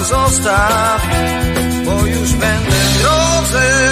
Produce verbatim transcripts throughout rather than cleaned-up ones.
zostaw, bo już będę w drodze.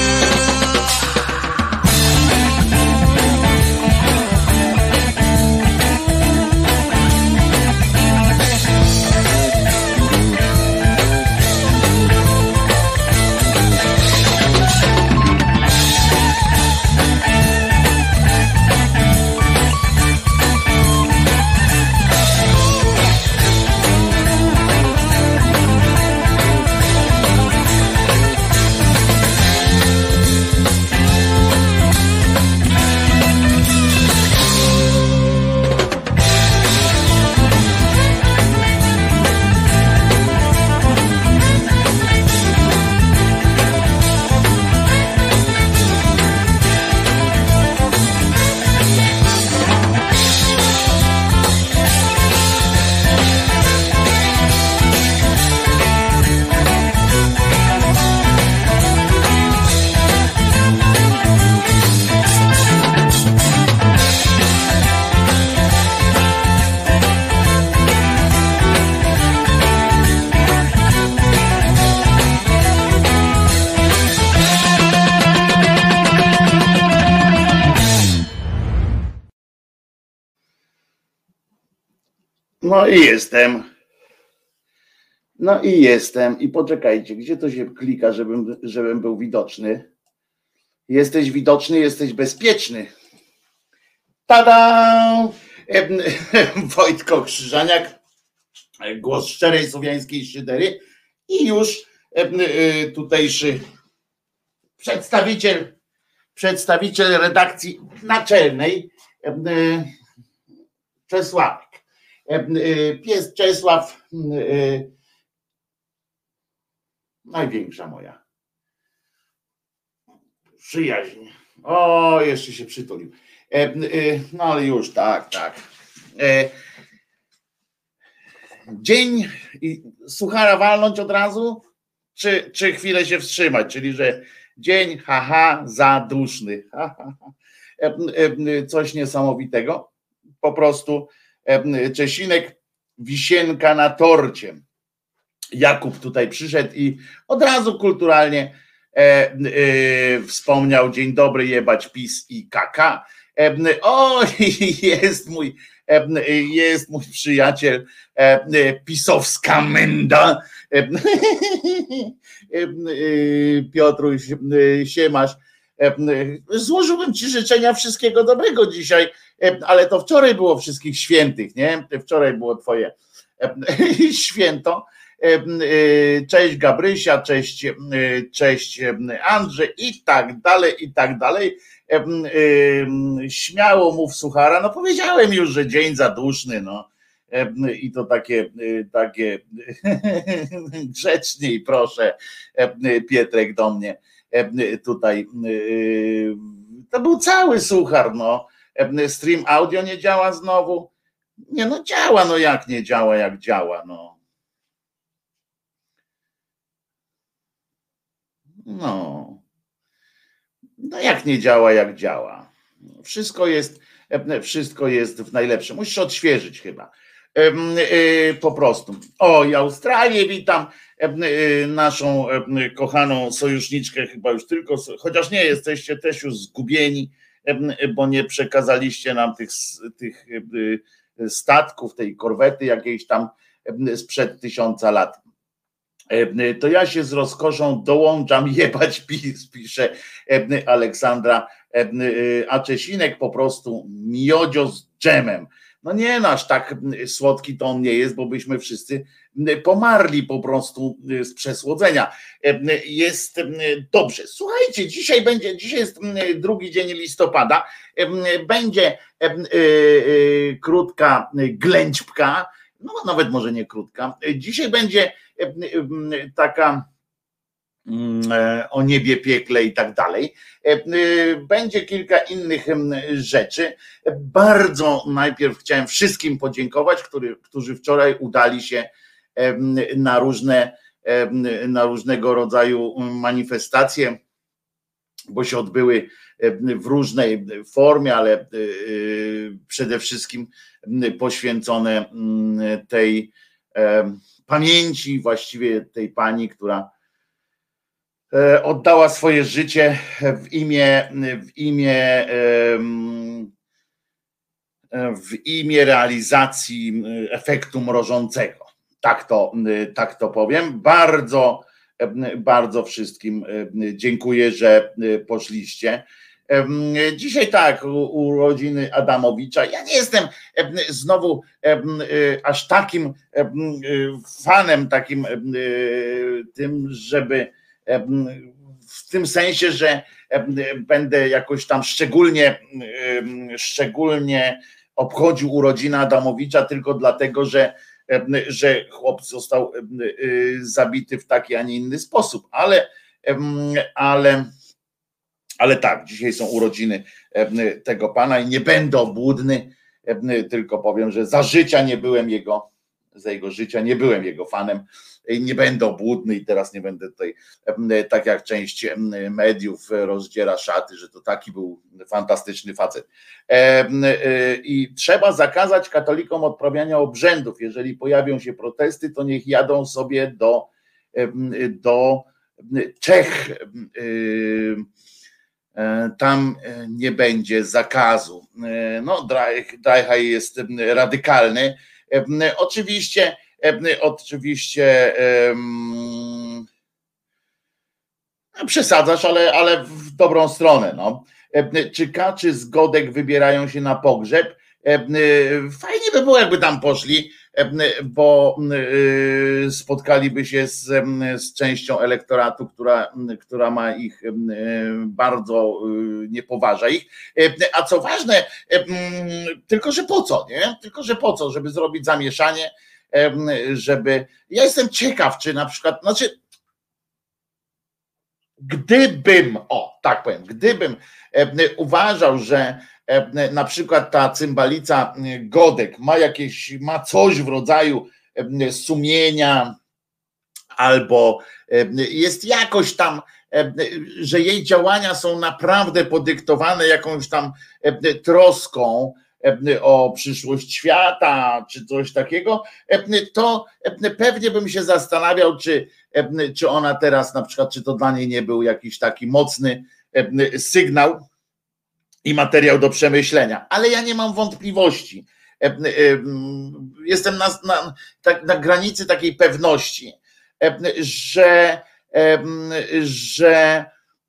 No i jestem. No i jestem. I poczekajcie, gdzie to się klika, żebym, żebym był widoczny? Jesteś widoczny, jesteś bezpieczny. Tada! Wojtko Krzyżaniak, głos szczerej słowiańskiej szydery i już tutejszy przedstawiciel, przedstawiciel redakcji naczelnej Czesławek. Pies Czesław, największa moja przyjaźń. O, jeszcze się przytulił. No ale już, tak, tak. Dzień i suchara walnąć od razu, czy, czy chwilę się wstrzymać, czyli że dzień, haha, zaduszny. Ha, ha, ha. Coś niesamowitego. Po prostu Czesinek, wisienka na torcie. Jakub tutaj przyszedł i od razu kulturalnie e, e, wspomniał: dzień dobry, jebać PiS i kaka. E, o, jest mój, e, jest mój przyjaciel e, pisowska menda. E, e, Piotruś, siemasz. Złożyłbym ci życzenia wszystkiego dobrego dzisiaj, ale to wczoraj było wszystkich świętych, nie? Wczoraj było twoje święto. Cześć Gabrysia, cześć, cześć Andrzej i tak dalej, i tak dalej. Śmiało mów suchara, no powiedziałem już, że dzień zaduszny, no. I to takie, takie grzeczniej, proszę, Pietrek do mnie tutaj. To był cały suchar, no. Stream audio nie działa znowu. Nie, no działa, no jak nie działa, jak działa, no. No. No jak nie działa, jak działa. Wszystko jest, wszystko jest w najlepszym. Musisz odświeżyć chyba. Po prostu. O, i Australię witam, naszą kochaną sojuszniczkę, chyba już tylko, chociaż nie, jesteście też już zgubieni, bo nie przekazaliście nam tych, tych statków, tej korwety jakiejś tam sprzed tysiąca lat. To ja się z rozkoszą dołączam, jebać PiS, pisze Aleksandra, a Czesinek po prostu miodzio z dżemem. No nie, nasz tak słodki to on nie jest, bo byśmy wszyscy pomarli po prostu z przesłodzenia. Jest dobrze. Słuchajcie, dzisiaj będzie, dzisiaj jest drugi dzień listopada, będzie krótka ględźbka, no nawet może nie krótka. Dzisiaj będzie taka o niebie, piekle i tak dalej. Będzie kilka innych rzeczy. Bardzo najpierw chciałem wszystkim podziękować, który, którzy wczoraj udali się na różne, na różnego rodzaju manifestacje, bo się odbyły w różnej formie, ale przede wszystkim poświęcone tej pamięci właściwie tej pani, która oddała swoje życie w imię, w imię, w imię realizacji efektu mrożącego. Tak to, tak to powiem. Bardzo, bardzo wszystkim dziękuję, że poszliście. Dzisiaj tak, urodziny Adamowicza. Ja nie jestem znowu aż takim fanem, takim tym, żeby w tym sensie, że będę jakoś tam szczególnie, szczególnie obchodził urodziny Adamowicza tylko dlatego, że, że chłop został zabity w taki, a nie inny sposób. Ale, ale Ale tak, dzisiaj są urodziny tego pana i nie będę obłudny, tylko powiem, że za życia nie byłem jego, za jego życia nie byłem jego fanem, nie będę obłudny i teraz nie będę tutaj, tak jak część mediów rozdziera szaty, że to taki był fantastyczny facet. I trzeba zakazać katolikom odprawiania obrzędów. Jeżeli pojawią się protesty, to niech jadą sobie do, do Czech. Tam nie będzie zakazu. No, Dreichaj jest radykalny. Oczywiście, oczywiście um, przesadzasz, ale, ale w dobrą stronę. No. Czy Kaczy z Godek wybierają się na pogrzeb? Fajnie by było, jakby tam poszli, bo spotkaliby się z, z częścią elektoratu, która, która ma ich bardzo, nie poważa ich. A co ważne, tylko że po co, nie? Tylko że po co, żeby zrobić zamieszanie, żeby. Ja jestem ciekaw, czy na przykład, znaczy, gdybym, o tak powiem, gdybym uważał, że na przykład ta cymbalica Godek ma jakieś, ma coś w rodzaju sumienia albo jest jakoś tam, że jej działania są naprawdę podyktowane jakąś tam troską o przyszłość świata czy coś takiego, to pewnie bym się zastanawiał, czy, czy ona teraz na przykład, czy to dla niej nie był jakiś taki mocny sygnał i materiał do przemyślenia, ale ja nie mam wątpliwości. Jestem na, na, na granicy takiej pewności, że, że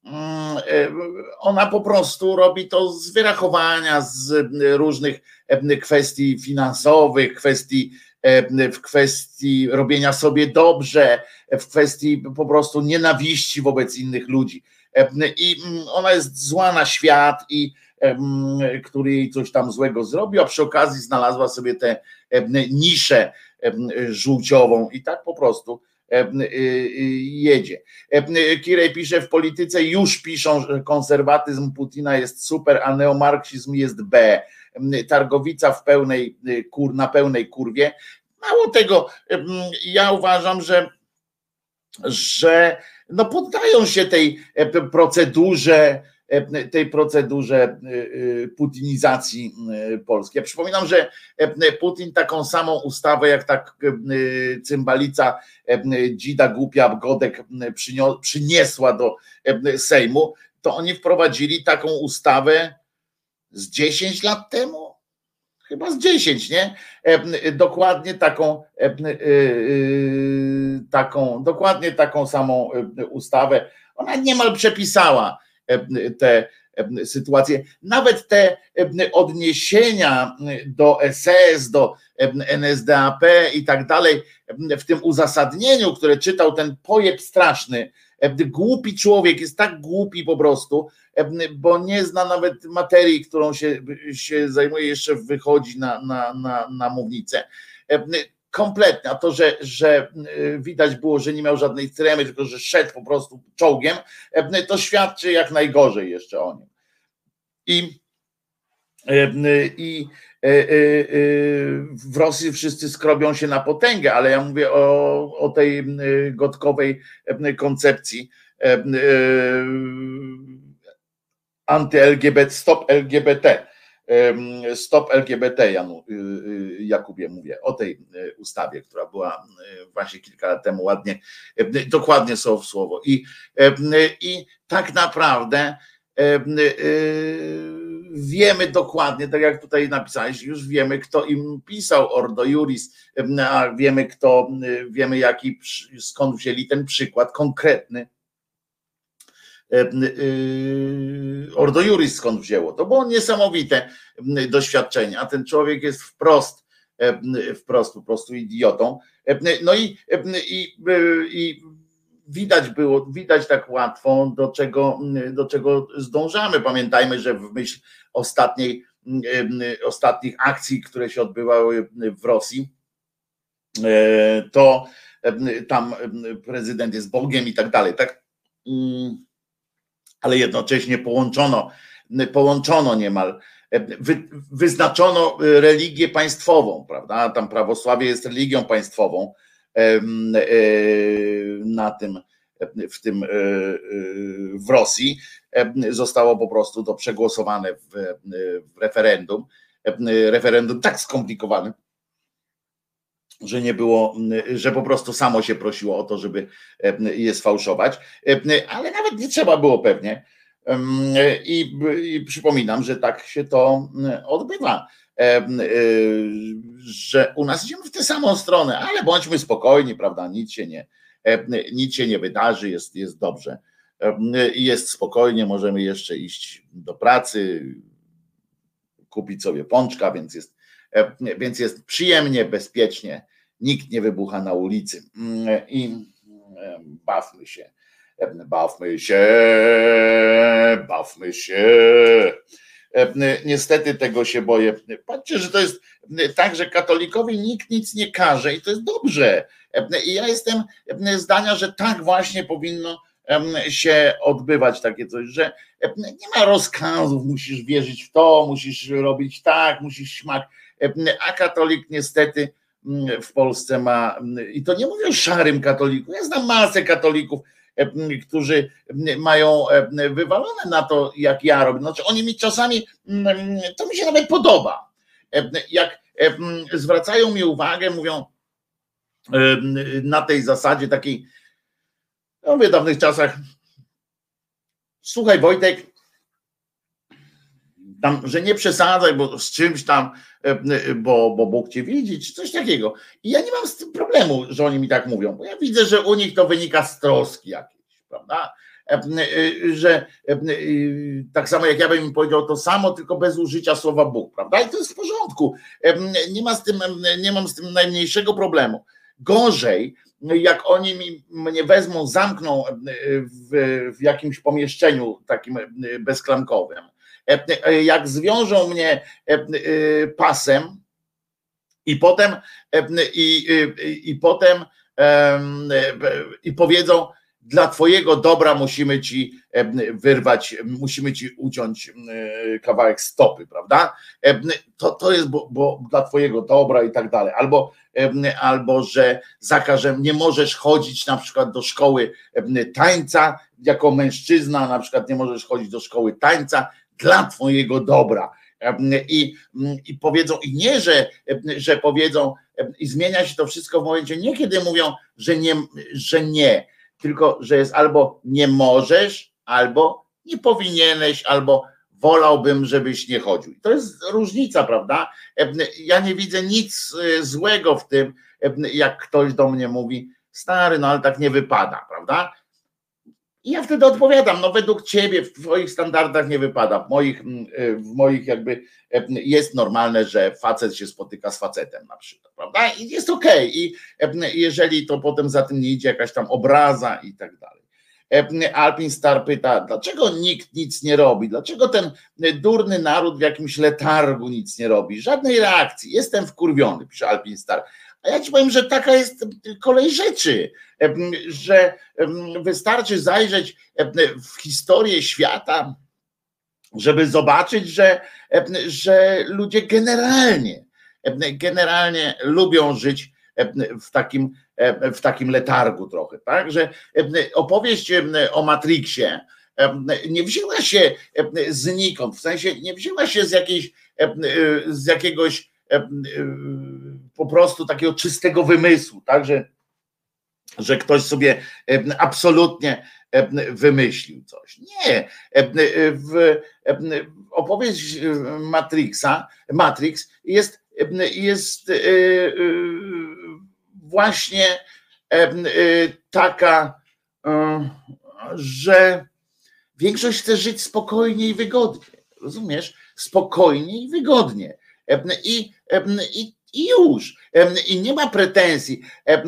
ona po prostu robi to z wyrachowania, z różnych kwestii finansowych, kwestii, w kwestii robienia sobie dobrze, w kwestii po prostu nienawiści wobec innych ludzi. I ona jest zła na świat, i który jej coś tam złego zrobił, a przy okazji znalazła sobie tę niszę żółciową i tak po prostu jedzie. Kirej pisze, w polityce już piszą, że konserwatyzm Putina jest super, a neomarksizm jest B. Targowica w pełnej kur, na pełnej kurwie. Mało tego, ja uważam, że, że no poddają się tej procedurze, tej procedurze putinizacji Polski. Ja przypominam, że Putin taką samą ustawę, jak tak cymbalica dzida głupia Godek przyniosła do Sejmu, to oni wprowadzili taką ustawę z dziesięć lat temu. Chyba z dziesięć, nie? Dokładnie taką, taką, dokładnie taką samą ustawę. Ona niemal przepisała te sytuacje. Nawet te odniesienia do S S, do N S D A P i tak dalej, w tym uzasadnieniu, które czytał ten pojeb straszny, głupi człowiek, jest tak głupi po prostu, bo nie zna nawet materii, którą się, się zajmuje, jeszcze wychodzi na, na, na, na mównicę. Kompletnie, a to, że, że widać było, że nie miał żadnej tremy, tylko że szedł po prostu czołgiem, to świadczy jak najgorzej jeszcze o nim. I, i w Rosji wszyscy skrobią się na potęgę, ale ja mówię o, o tej godkowej koncepcji anty-L G B T, stop L G B T. Stop L G B T, Janu, Jakubie mówię, o tej ustawie, która była właśnie kilka lat temu ładnie, dokładnie słowo w słowo. I, i tak naprawdę wiemy dokładnie, tak jak tutaj napisałeś, już wiemy, kto im pisał Ordo Iuris, a wiemy kto, wiemy jaki, skąd wzięli ten przykład konkretny. Ordo Iuris skąd wzięło. To było niesamowite doświadczenie, a ten człowiek jest wprost, wprost po prostu idiotą. No i, i, i widać było, widać tak łatwo, do czego, do czego zdążamy. Pamiętajmy, że w myśl ostatniej, ostatnich akcji, które się odbywały w Rosji, to tam prezydent jest Bogiem i tak dalej, tak? Ale jednocześnie połączono, połączono niemal, wy, wyznaczono religię państwową, prawda? Tam prawosławie jest religią państwową na tym, w tym w Rosji. Zostało po prostu to przegłosowane w, w referendum. Referendum tak skomplikowane, że nie było, że po prostu samo się prosiło o to, żeby je sfałszować, ale nawet nie trzeba było pewnie. I, i przypominam, że tak się to odbywa, że u nas idziemy w tę samą stronę, ale bądźmy spokojni, prawda, nic się nie, nic się nie wydarzy, jest, jest dobrze, jest spokojnie, możemy jeszcze iść do pracy, kupić sobie pączka, więc jest, więc jest przyjemnie, bezpiecznie, nikt nie wybucha na ulicy i bawmy się, bawmy się, bawmy się. Niestety tego się boję. Patrzcie, że to jest tak, że katolikowi nikt nic nie każe i to jest dobrze. I ja jestem zdania, że tak właśnie powinno się odbywać takie coś, że nie ma rozkazów, musisz wierzyć w to, musisz robić tak, musisz śmak, a katolik niestety w Polsce ma, i to nie mówię o szarym katoliku, ja znam masę katolików, którzy mają wywalone na to, jak ja robię. Znaczy oni mi czasami, to mi się nawet podoba, jak zwracają mi uwagę, mówią na tej zasadzie takiej, no mówię, w dawnych czasach, słuchaj Wojtek, tam, że nie przesadzaj, bo z czymś tam, bo, bo Bóg cię widzi, czy coś takiego. I ja nie mam z tym problemu, że oni mi tak mówią, bo ja widzę, że u nich to wynika z troski jakiejś, prawda? Że tak samo jak ja bym im powiedział to samo, tylko bez użycia słowa Bóg, prawda? I to jest w porządku. Nie ma z tym, nie mam z tym najmniejszego problemu. Gorzej, jak oni mi, mnie wezmą, zamkną w, w jakimś pomieszczeniu takim bezklamkowym, jak zwiążą mnie pasem i potem i, i, i potem i powiedzą, dla twojego dobra musimy ci wyrwać, musimy ci uciąć kawałek stopy, prawda? To, to jest bo, bo dla twojego dobra i tak dalej. Albo, albo że zakażemy, nie możesz chodzić na przykład do szkoły tańca, jako mężczyzna na przykład nie możesz chodzić do szkoły tańca dla twojego dobra. I, i powiedzą, i nie, że, że powiedzą, i zmienia się to wszystko w momencie, nie kiedy mówią, że nie, że nie, tylko że jest albo nie możesz, albo nie powinieneś, albo wolałbym, żebyś nie chodził. I to jest różnica, prawda? Ja nie widzę nic złego w tym, jak ktoś do mnie mówi, stary, no ale tak nie wypada, prawda? I ja wtedy odpowiadam, no według ciebie, w twoich standardach nie wypada, w moich, w moich jakby jest normalne, że facet się spotyka z facetem na przykład, prawda? I jest okej. I jeżeli to potem za tym nie idzie jakaś tam obraza i tak dalej. Alpin Star pyta, dlaczego nikt nic nie robi? Dlaczego ten durny naród w jakimś letargu nic nie robi? Żadnej reakcji. Jestem wkurwiony, pisze Alpin Star. A ja ci powiem, że taka jest kolej rzeczy, że wystarczy zajrzeć w historię świata, żeby zobaczyć, że, że ludzie generalnie, generalnie lubią żyć w takim, w takim letargu trochę, tak? Że opowieść o Matrixie nie wzięła się znikąd, w sensie nie wzięła się z jakiejś, z jakiegoś po prostu takiego czystego wymysłu, tak, że, że ktoś sobie absolutnie wymyślił coś. Nie. W, opowieść Matrixa, Matrix jest, jest właśnie taka, że większość chce żyć spokojnie i wygodnie. Rozumiesz? Spokojnie i wygodnie. I, i, i już. I nie ma pretensji,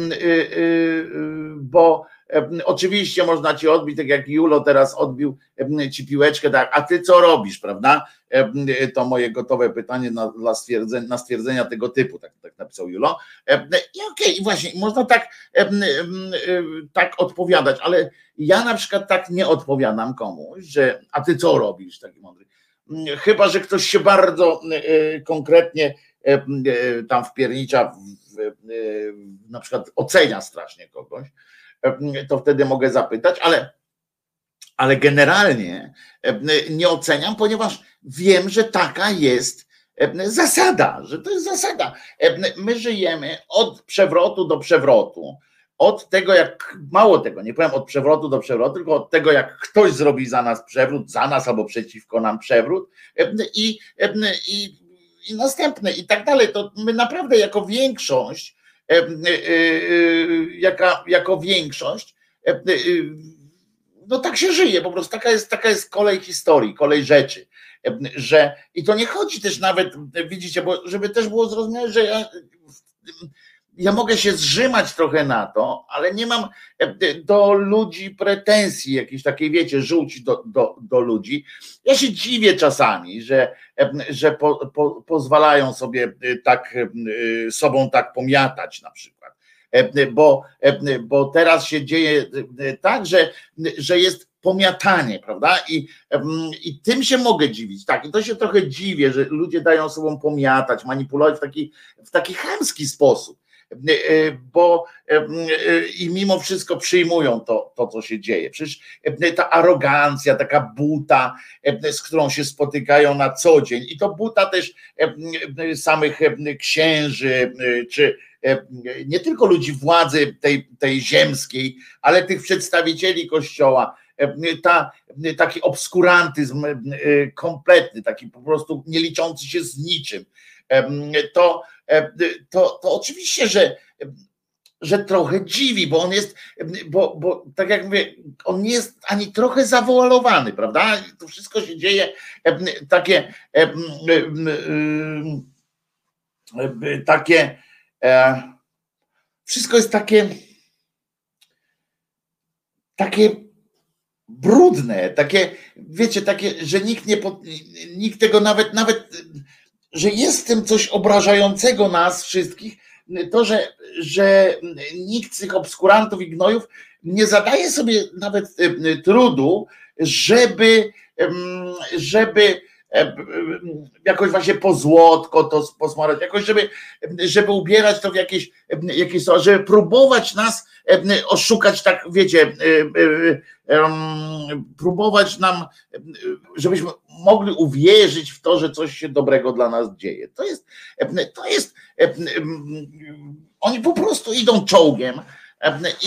bo oczywiście można ci odbić, tak jak Julo teraz odbił ci piłeczkę, tak, a ty co robisz, prawda? To moje gotowe pytanie na, dla stwierdzenia, na stwierdzenia tego typu, tak, tak napisał Julo. I okej, okay, właśnie, można tak, tak odpowiadać, ale ja na przykład tak nie odpowiadam komuś, że a ty co robisz, taki mądry. Chyba że ktoś się bardzo konkretnie tam wpiernicza, na przykład ocenia strasznie kogoś, to wtedy mogę zapytać, ale, ale generalnie nie oceniam, ponieważ wiem, że taka jest zasada, że to jest zasada. My żyjemy od przewrotu do przewrotu, od tego jak, mało tego, nie powiem od przewrotu do przewrotu, tylko od tego jak ktoś zrobi za nas przewrót, za nas albo przeciwko nam przewrót i, i, i następny i tak dalej. To my naprawdę jako większość, jaka, jako większość, no tak się żyje, po prostu taka jest, taka jest kolej historii, kolej rzeczy, że i to nie chodzi też nawet, widzicie, bo żeby też było zrozumiałe, że ja ja mogę się zrzymać trochę na to, ale nie mam do ludzi pretensji jakiejś takiej, wiecie, żółci do, do, do ludzi. Ja się dziwię czasami, że, że po, po, pozwalają sobie tak sobą tak pomiatać na przykład. Bo, bo teraz się dzieje tak, że, że jest pomiatanie, prawda? I, I tym się mogę dziwić. Tak, i to się trochę dziwię, że ludzie dają sobą pomiatać, manipulować w taki, w taki chamski sposób. Bo i mimo wszystko przyjmują to, to, co się dzieje. Przecież ta arogancja, taka buta, z którą się spotykają na co dzień, i to buta też samych księży, czy nie tylko ludzi władzy tej, tej ziemskiej, ale tych przedstawicieli Kościoła, ta, taki obskurantyzm kompletny, taki po prostu nie liczący się z niczym. To, to, to oczywiście, że, że trochę dziwi, bo on jest, bo, bo tak jak mówię, on nie jest ani trochę zawoalowany, prawda? To wszystko się dzieje takie takie wszystko jest takie takie brudne, takie, wiecie, takie, że nikt nie, nikt tego nawet, nawet że jest w tym coś obrażającego nas wszystkich, to, że, że nikt z tych obskurantów i gnojów nie zadaje sobie nawet trudu, żeby, żeby jakoś właśnie po złotko to posmarać, jakoś żeby, żeby ubierać to w jakieś, jakieś, żeby próbować nas oszukać, tak wiecie, próbować nam, żebyśmy mogli uwierzyć w to, że coś się dobrego dla nas dzieje. To jest, to jest, oni po prostu idą czołgiem i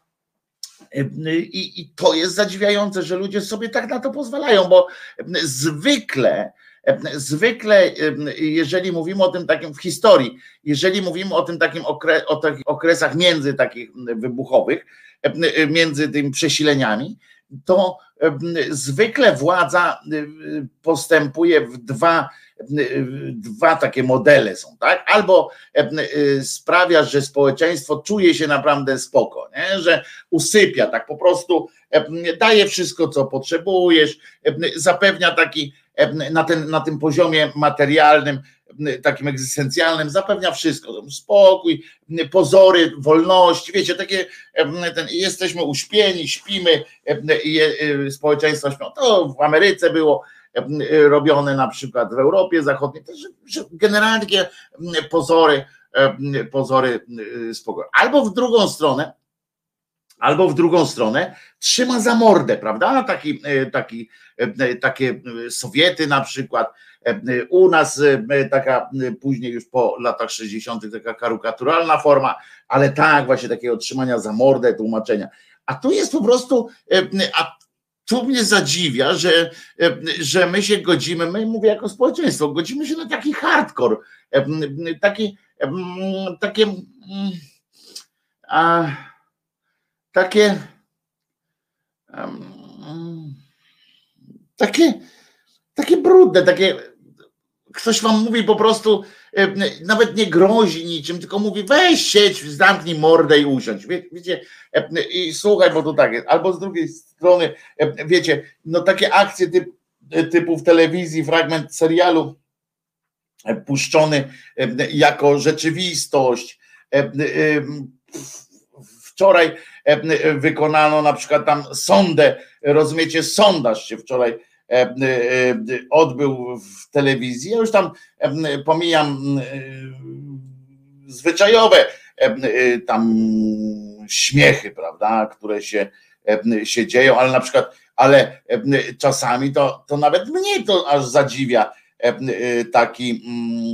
I, I to jest zadziwiające, że ludzie sobie tak na to pozwalają, bo zwykle, zwykle, jeżeli mówimy o tym takim w historii, jeżeli mówimy o tym takim okres, o takich okresach między takich wybuchowych, między tymi przesileniami, to zwykle władza postępuje w dwa, dwa takie modele są, tak? Albo sprawia, że społeczeństwo czuje się naprawdę spoko, nie? Że usypia, tak po prostu daje wszystko, co potrzebujesz, zapewnia taki na, ten, na tym poziomie materialnym, takim egzystencjalnym, zapewnia wszystko, spokój, pozory wolności, wiecie, takie ten, jesteśmy uśpieni, śpimy, społeczeństwo śpią. To w Ameryce było robione, na przykład w Europie Zachodniej, że, że generalnie takie pozory, pozory spokoju. Albo w drugą stronę, albo w drugą stronę trzyma za mordę, prawda? Taki, taki, takie Sowiety na przykład, U nas taka później już po latach sześćdziesiątych taka karykaturalna forma, ale tak właśnie takiego trzymania za mordę, tłumaczenia. A tu jest po prostu, a tu mnie zadziwia, że, że my się godzimy, my mówię jako społeczeństwo, godzimy się na taki hardcore, taki, takie, a, takie, takie, takie brudne, takie, ktoś wam mówi po prostu, nawet nie grozi niczym, tylko mówi weź siedź, zamknij mordę i usiądź, Wie, wiecie, i słuchaj, bo to tak jest, albo z drugiej strony, wiecie, no takie akcje typ, typu w telewizji, fragment serialu puszczony jako rzeczywistość. Wczoraj wykonano na przykład tam sondę, rozumiecie, sondaż się wczoraj odbył w telewizji. Ja już tam pomijam zwyczajowe tam śmiechy, prawda, które się, się dzieją, ale na przykład, ale czasami to, to nawet mnie to aż zadziwia taki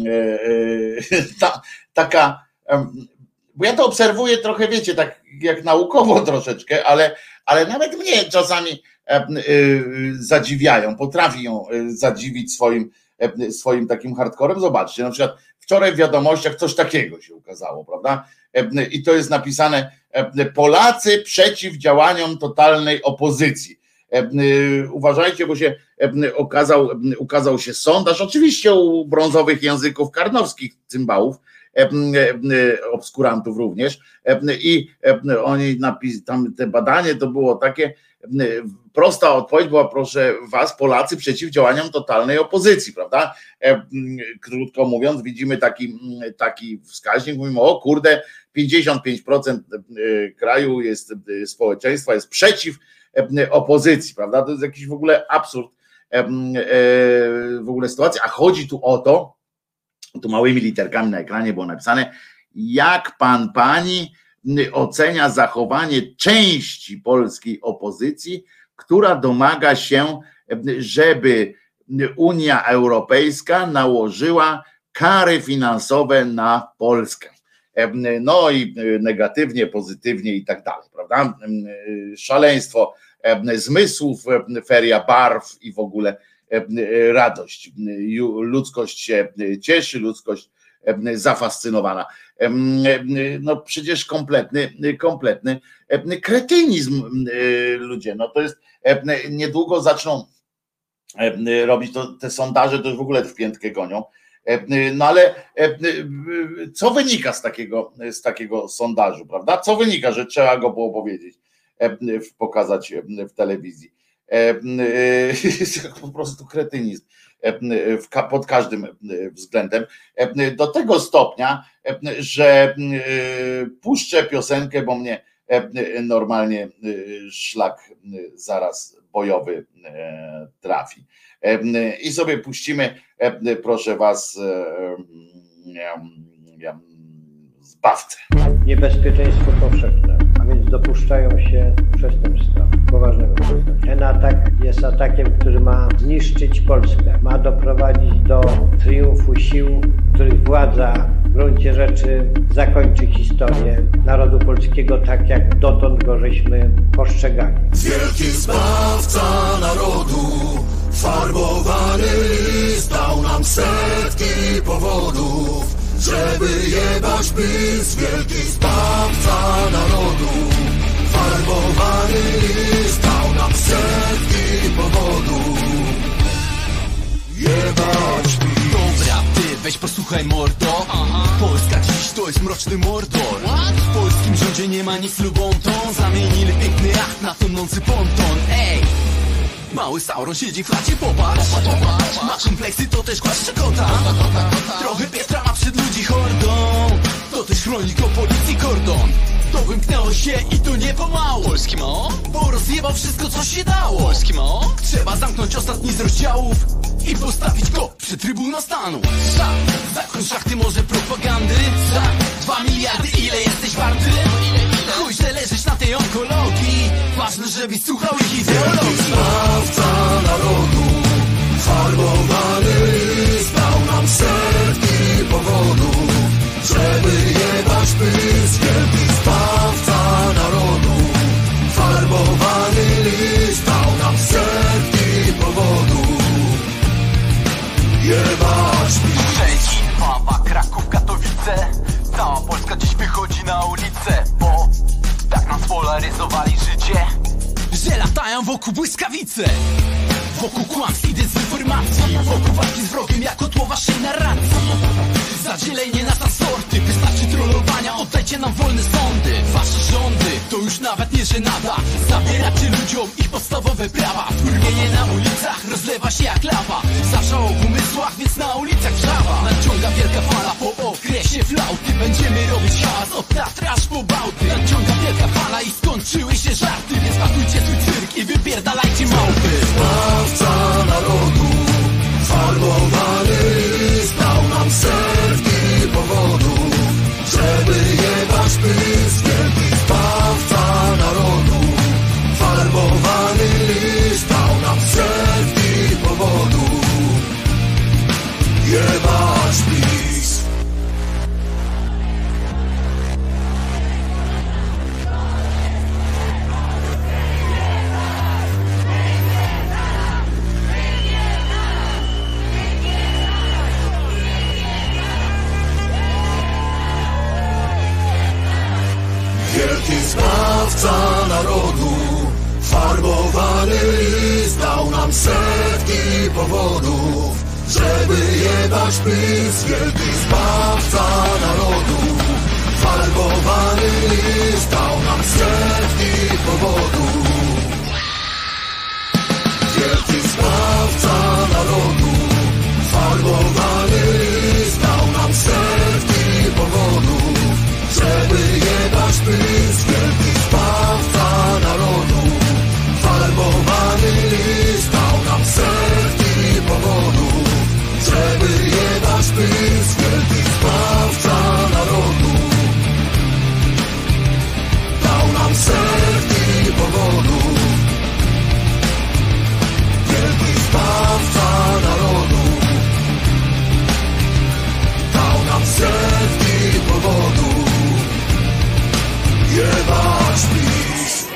ta, taka, bo ja to obserwuję trochę, wiecie, tak jak naukowo troszeczkę, ale, ale nawet mnie czasami zadziwiają, potrafi ją zadziwić swoim, swoim takim hardcorem. Zobaczcie, na przykład wczoraj w wiadomościach coś takiego się ukazało, prawda? I to jest napisane: Polacy przeciw działaniom totalnej opozycji. Uważajcie, bo się okazał, ukazał się sondaż, oczywiście u brązowych języków karnowskich cymbałów, obskurantów również, i oni napisali, tam te badanie to było takie, prosta odpowiedź była, proszę was, Polacy przeciw działaniom totalnej opozycji, prawda? Krótko mówiąc, widzimy taki, taki wskaźnik, mówimy, o kurde, pięćdziesiąt pięć procent kraju jest, społeczeństwa jest przeciw opozycji, prawda? To jest jakiś w ogóle absurd w ogóle sytuacja, a chodzi tu o to, tu małymi literkami na ekranie było napisane, jak pan, pani ocenia zachowanie części polskiej opozycji, która domaga się, żeby Unia Europejska nałożyła kary finansowe na Polskę. No i negatywnie, pozytywnie i tak dalej, prawda? Szaleństwo zmysłów, feria barw i w ogóle radość. Ludzkość się cieszy, ludzkość zafascynowana. No przecież kompletny, kompletny kretynizm, ludzie. No to jest, niedługo zaczną robić to, te sondaże, to już w ogóle w piętkę gonią. No ale co wynika z takiego, z takiego sondażu, prawda? Co wynika, że trzeba go było powiedzieć, pokazać w telewizji? Po prostu kretynizm pod każdym względem. Do tego stopnia, że puszczę piosenkę, bo mnie normalnie szlak zaraz bojowy trafi. I sobie puścimy, proszę was, zbawcę. Niebezpieczeństwo powszechne, a więc dopuszczają się przestępstwa, poważnego przestępstwa. Ten atak jest atakiem, który ma zniszczyć Polskę, ma doprowadzić do triumfu sił, których władza w gruncie rzeczy zakończy historię narodu polskiego tak, jak dotąd go żeśmy postrzegali. Wielki zbawca narodu, farbowany list dał nam setki powodów, żeby jebać PiS. Wielki zbawca narodu, farbowany list dał nam setki powodów, jebać PiS. Dobra, ty weź posłuchaj mordo. Aha. Polska dziś to jest mroczny mordor. What? W polskim rządzie nie ma nic lubontą. Zamienili piękny akt na tonący ponton. Ej! Mały Sauron siedzi w chacie, popatrz, popatrz. Ma kompleksy, to też głaszcze kota. Trochę Pietra ma przed ludzi hordą. To też chroni go policji kordon. To wymknęło się i to nie pomału. Polski mo? Bo rozjebał wszystko, co się dało. Polski mo? Trzeba zamknąć ostatni z rozdziałów i postawić go przed Trybunał Stanu. Za, zakończ szachty może propagandy. Za dwa miliardy ile jesteś warty? Chuj, że leżysz na tej onkologii. Ważne, żebyś słuchał ich ideologii. Zbawca narodu, farbowany Cała Polska dziś wychodzi na ulicę, bo tak nam spolaryzowali życie, że latają wokół błyskawice, wokół kłamstw i dezinformacji, wokół walki z wrogiem jak kotło waszej narracji. Zadzielenie nas na sorty, wystarczy trollowania, oddajcie nam wolne sądy. Wasze rządy to już nawet nie żenada, zabieracie ludziom ich podstawowe prawa. Wkurwienie na ulicach rozlewa się jak lawa, zawrzał w umysłach, więc na ulicach wrzawa. Nadciąga wielka fala po okresie flauty, będziemy robić hałas od Tatry aż po Bałty. Nadciąga wielka fala i skończyły się żarty, więc pakujcie swój cyrk i wypierdalajcie małpy. Zbawca narodu, farbowany list dał nam setki powodów, żeby jebać pysk. Wielki zbawca narodu, farbowany list dał nam setki powodów, jebać pysk. Wielki zbawca narodu, farbowany list dał nam setki powodów, żeby jebać pysk. Wielki zbawca narodu, farbowany list dał nam setki powodów. Wielki zbawca narodu, farbowany list dał nam setki powodów, żeby jebać pysk. Wielki zbawca narodu, farbowany list dał nam setki powodów, żeby jebać pysk. Wielki zbawca narodu, dał nam setki powodów. Wielki zbawca narodu, dał nam setki powodów, jebać pysk.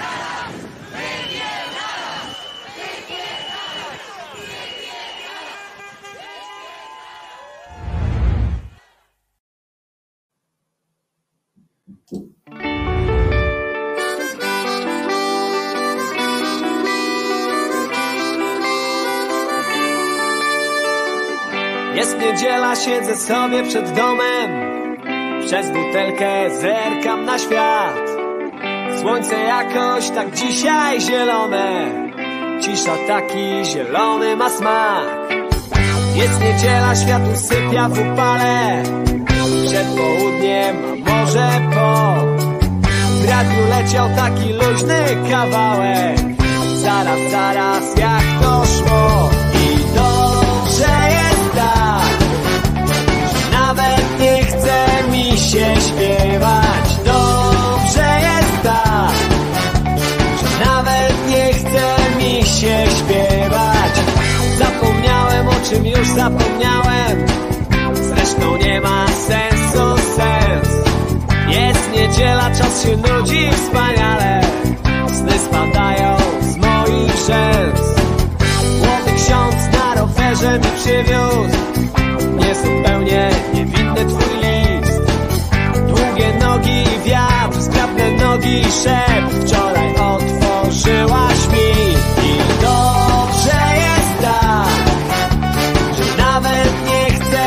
Jest niedziela, siedzę sobie przed domem, przez butelkę zerkam na świat. Słońce jakoś tak dzisiaj zielone, cisza taki zielony ma smak. Jest niedziela, świat usypia w upale, przed południem, a może po. W radiu leciał taki luźny kawałek, zaraz, zaraz jak to szło. I dobrze jest tak, że nawet nie chce mi się śpiewać. Dobrze jest tak, że nawet nie chce mi się śpiewać. Zapomniałem, o czym już zapomniałem, zresztą nie ma sensu sens. Jest niedziela, czas się nudzi wspaniale, sny spadają z moich rzęs. Młody ksiądz na rowerze mi przywiózł niezupełnie niewinny twój list. Długie nogi i wiatr, zgrabne nogi i szept, wczoraj otworzyłaś mi. I dobrze jest tak, że nawet nie chcę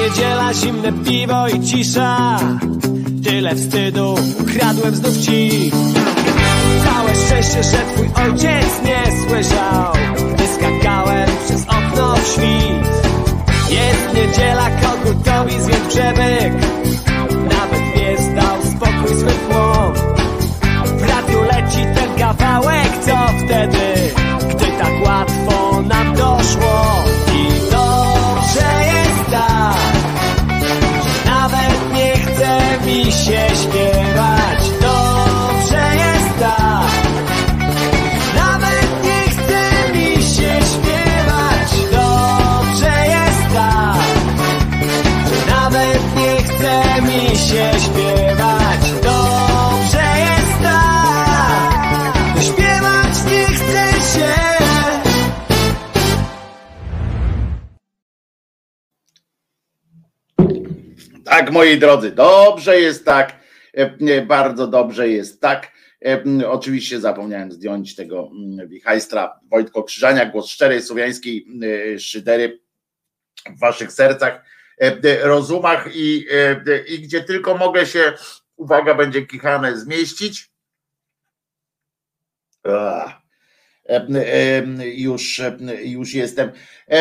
niedziela, zimne piwo i cisza. Tyle wstydu ukradłem znów ci. Całe szczęście, że twój ojciec nie słyszał, gdy skakałem przez okno w świt. Jest niedziela, kogutowi zjadł grzebyk, nawet pies dał spokój swym płom. W radiu leci ten kawałek, co wtedy, gdy tak łatwo nam doszło. I dobrze jest tak, że nawet nie chce mi się śpiewać. Dobrze jest tak, nawet nie chce mi się śpiewać. Dobrze jest tak, że nawet nie chce mi się śpiewać. Dobrze jest tak, że śpiewać nie chce się. Tak, moi drodzy, dobrze jest tak, bardzo dobrze jest tak. Oczywiście zapomniałem zdjąć tego wichajstra. Wojtko Krzyżania, głos szczerej słowiańskiej szydery w waszych sercach, rozumach i, i gdzie tylko mogę się, uwaga, będzie kichane, zmieścić. Już, już jestem.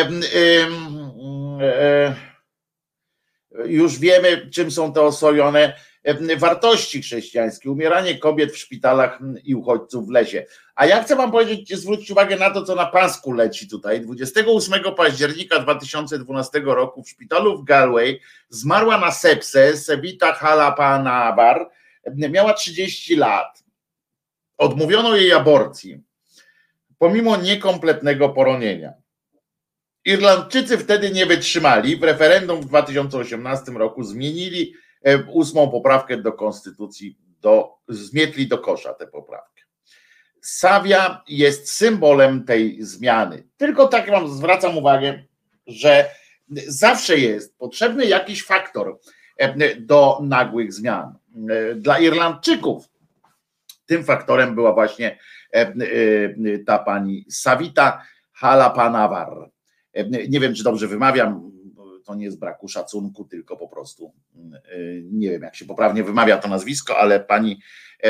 Już wiemy, czym są te oswojone wartości chrześcijańskie. Umieranie kobiet w szpitalach i uchodźców w lesie. A ja chcę wam powiedzieć, zwróćcie uwagę na to, co na pasku leci tutaj. dwudziestego ósmego października dwa tysiące dwunastego roku w szpitalu w Galway zmarła na sepsę Sebita Halappanavar. Miała trzydzieści lat. Odmówiono jej aborcji, pomimo niekompletnego poronienia. Irlandczycy wtedy nie wytrzymali. W referendum w dwa tysiące osiemnastym roku zmienili ósmą poprawkę do konstytucji, do, zmietli do kosza tę poprawkę. Savia jest symbolem tej zmiany. Tylko tak wam zwracam uwagę, że zawsze jest potrzebny jakiś faktor do nagłych zmian. Dla Irlandczyków tym faktorem była właśnie ta pani Savita Halappanavar. Nie wiem, czy dobrze wymawiam, to nie z braku szacunku, tylko po prostu nie wiem, jak się poprawnie wymawia to nazwisko, ale pani,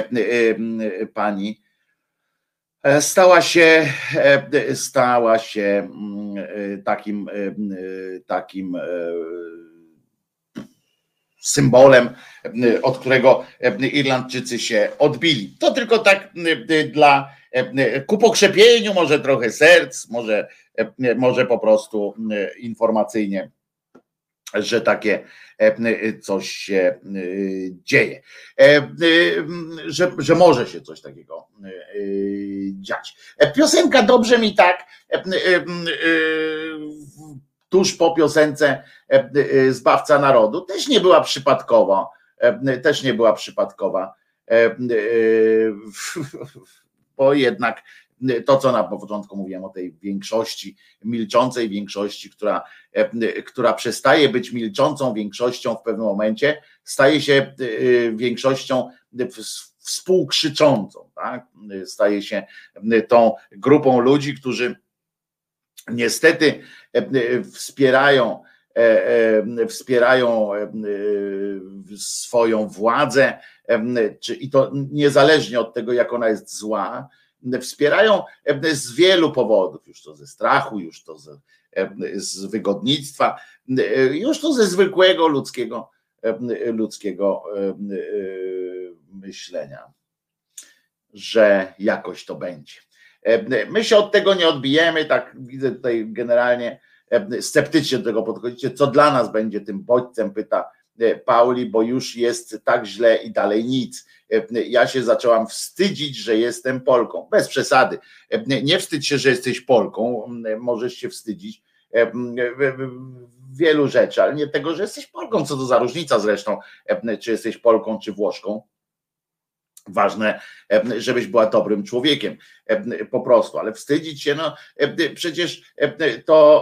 pani stała się, stała się takim, takim symbolem, od którego Irlandczycy się odbili. To tylko tak dla, ku pokrzepieniu może trochę serc, może, może po prostu informacyjnie, że takie coś się dzieje, że, że może się coś takiego dziać. Piosenka Dobrze mi tak, tuż po piosence Zbawca Narodu, też nie była przypadkowa, też nie była przypadkowa, bo jednak to, co na początku mówiłem o tej większości, milczącej większości, która, która przestaje być milczącą większością w pewnym momencie, staje się większością współkrzyczącą, tak? Staje się tą grupą ludzi, którzy niestety wspierają, wspierają swoją władzę, czy, i to niezależnie od tego, jak ona jest zła, wspierają z wielu powodów, już to ze strachu, już to z, z wygodnictwa, już to ze zwykłego ludzkiego, ludzkiego myślenia, że jakoś to będzie. My się od tego nie odbijemy, tak widzę tutaj generalnie sceptycznie do tego podchodzicie, co dla nas będzie tym bodźcem, pyta Pauli, bo już jest tak źle i dalej nic. Ja się zaczęłam wstydzić, że jestem Polką. Bez przesady. Nie wstydź się, że jesteś Polką, możesz się wstydzić wielu rzeczy, ale nie tego, że jesteś Polką, co to za różnica zresztą, czy jesteś Polką, czy Włoszką. Ważne, żebyś była dobrym człowiekiem, po prostu, ale wstydzić się, no przecież to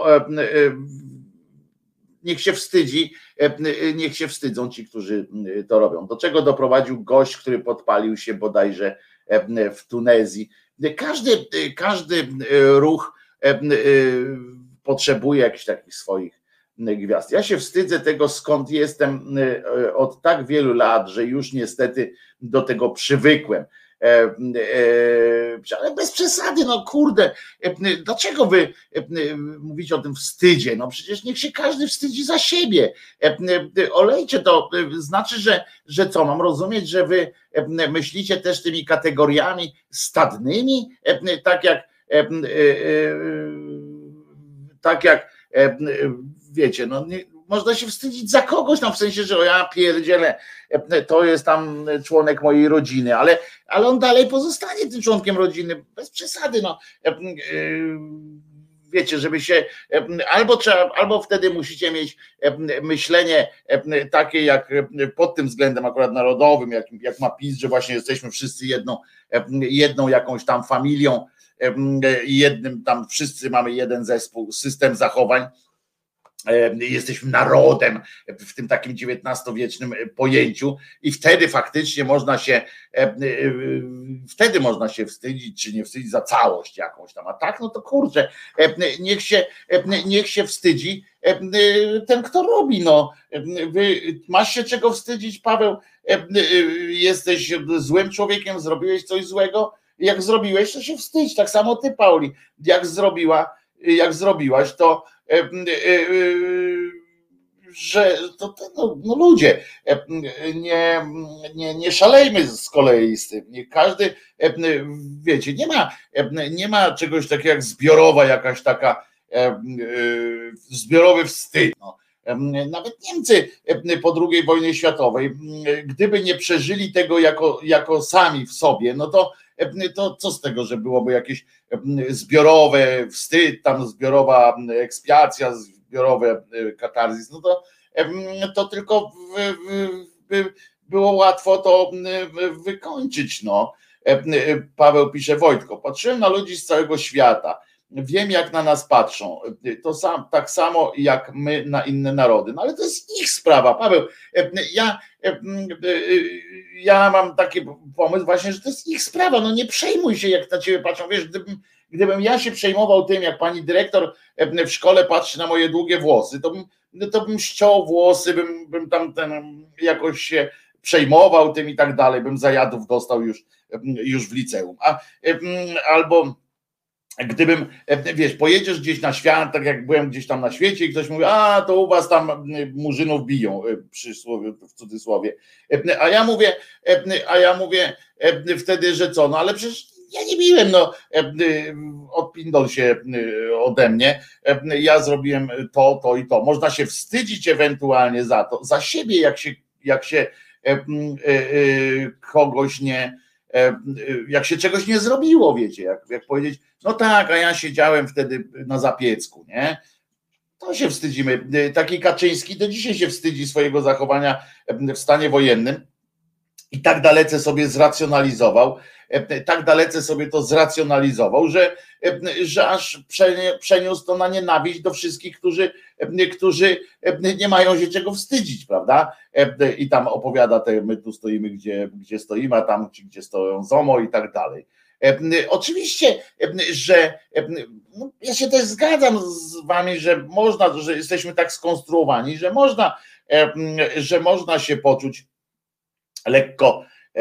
niech się wstydzi, niech się wstydzą ci, którzy to robią. Do czego doprowadził gość, który podpalił się bodajże w Tunezji. Każdy, każdy ruch potrzebuje jakichś takich swoich gwiazd. Ja się wstydzę tego, skąd jestem od tak wielu lat, że już niestety do tego przywykłem. E, e, ale bez przesady, no kurde, e, dlaczego wy e, mówicie o tym wstydzie? No przecież niech się każdy wstydzi za siebie. E, e, olejcie to, e, znaczy, że, że co, mam rozumieć, że wy e, myślicie też tymi kategoriami stadnymi, e, tak jak e, e, e, tak jak e, wiecie, no nie, można się wstydzić za kogoś tam, w sensie, że o ja pierdzielę, to jest tam członek mojej rodziny, ale, ale on dalej pozostanie tym członkiem rodziny, bez przesady, no. Wiecie, żeby się, albo trzeba, albo wtedy musicie mieć myślenie takie jak pod tym względem akurat narodowym, jak, jak ma PiS, że właśnie jesteśmy wszyscy jedną, jedną jakąś tam familią, jednym tam wszyscy mamy jeden zespół, system zachowań, jesteśmy narodem w tym takim dziewiętnastowiecznym pojęciu i wtedy faktycznie można się wtedy można się wstydzić, czy nie wstydzić za całość jakąś tam, a tak, no to kurczę, niech się, niech się wstydzi ten, kto robi, no. Wy, masz się czego wstydzić, Paweł? Jesteś złym człowiekiem, zrobiłeś coś złego, jak zrobiłeś, to się wstydź, tak samo ty, Pauli, jak zrobiła, jak zrobiłaś, to że to, to no, no ludzie, nie, nie, nie szalejmy z kolei z tym. Nie każdy, wiecie, nie ma, nie ma czegoś takiego jak zbiorowa jakaś taka zbiorowy wstyd. No. Nawet Niemcy po drugiej wojnie światowej, gdyby nie przeżyli tego jako, jako sami w sobie, no to, to co z tego, że byłoby jakieś zbiorowe wstyd, tam zbiorowa ekspiacja, zbiorowe katarzis, no to, to tylko by było łatwo to wykończyć. No. Paweł pisze, Wojtko, patrzyłem na ludzi z całego świata. Wiem, jak na nas patrzą. To sam, tak samo jak my na inne narody. No ale to jest ich sprawa, Paweł. Ja, ja mam taki pomysł właśnie, że to jest ich sprawa. No nie przejmuj się, jak na ciebie patrzą. Wiesz, gdybym, gdybym ja się przejmował tym, jak pani dyrektor w szkole patrzy na moje długie włosy, to bym, to bym ściął włosy, bym, bym tam ten jakoś się przejmował tym i tak dalej. Bym zajadów dostał już, już w liceum. A, albo gdybym, wiesz, pojedziesz gdzieś na świat, tak jak byłem gdzieś tam na świecie i ktoś mówi, a to u was tam murzynów biją, przysłowie, w cudzysłowie. A ja mówię, a ja mówię wtedy, że co, no ale przecież ja nie biłem, no odpindol się ode mnie, ja zrobiłem to, to i to. Można się wstydzić ewentualnie za to, za siebie, jak się, jak się kogoś nie, jak się czegoś nie zrobiło, wiecie, jak, jak powiedzieć, no tak, a ja siedziałem wtedy na Zapiecku, nie? To się wstydzimy. Taki Kaczyński do dzisiaj się wstydzi swojego zachowania w stanie wojennym i tak dalece sobie zracjonalizował, tak dalece sobie to zracjonalizował, że, że aż przeniósł to na nienawiść do wszystkich, którzy, którzy nie mają się czego wstydzić, prawda? I tam opowiada, te, my tu stoimy, gdzie, gdzie stoimy, a tam, gdzie stoją ZOMO i tak dalej. Oczywiście, że no, ja się też zgadzam z wami, że można, że jesteśmy tak skonstruowani, że można, że można się poczuć lekko,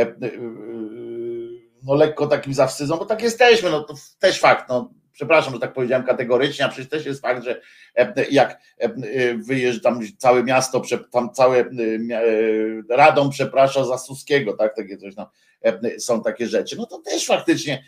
no lekko takim zawstydzą, bo tak jesteśmy, no to też fakt, no przepraszam, że tak powiedziałem kategorycznie, a przecież też jest fakt, że jak wyjeżdżam, całe miasto, tam całe Radom przeprasza za Suskiego, tak, takie coś, no, są takie rzeczy, no to też faktycznie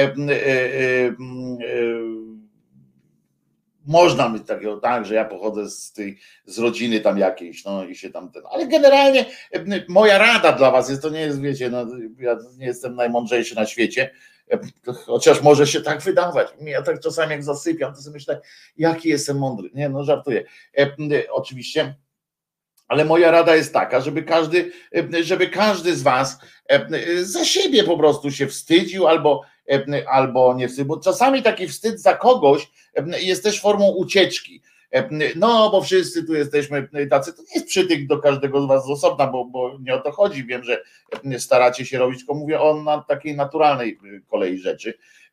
można mieć takiego, tak, że ja pochodzę z tej, z rodziny tam jakiejś, no i się tam ten, ale generalnie moja rada dla was jest, to nie jest, wiecie, no ja nie jestem najmądrzejszy na świecie, chociaż może się tak wydawać. Ja tak czasami jak zasypiam, to sobie myślę, jaki jestem mądry. Nie, no żartuję. Oczywiście, ale moja rada jest taka, żeby każdy, żeby każdy z was za siebie po prostu się wstydził albo, albo nie wstydził, bo czasami taki wstyd za kogoś jest też formą ucieczki. No, bo wszyscy tu jesteśmy tacy, to nie jest przytyk do każdego z was z osobna, bo, bo nie o to chodzi, wiem, że staracie się robić, tylko mówię o na takiej naturalnej kolei rzeczy,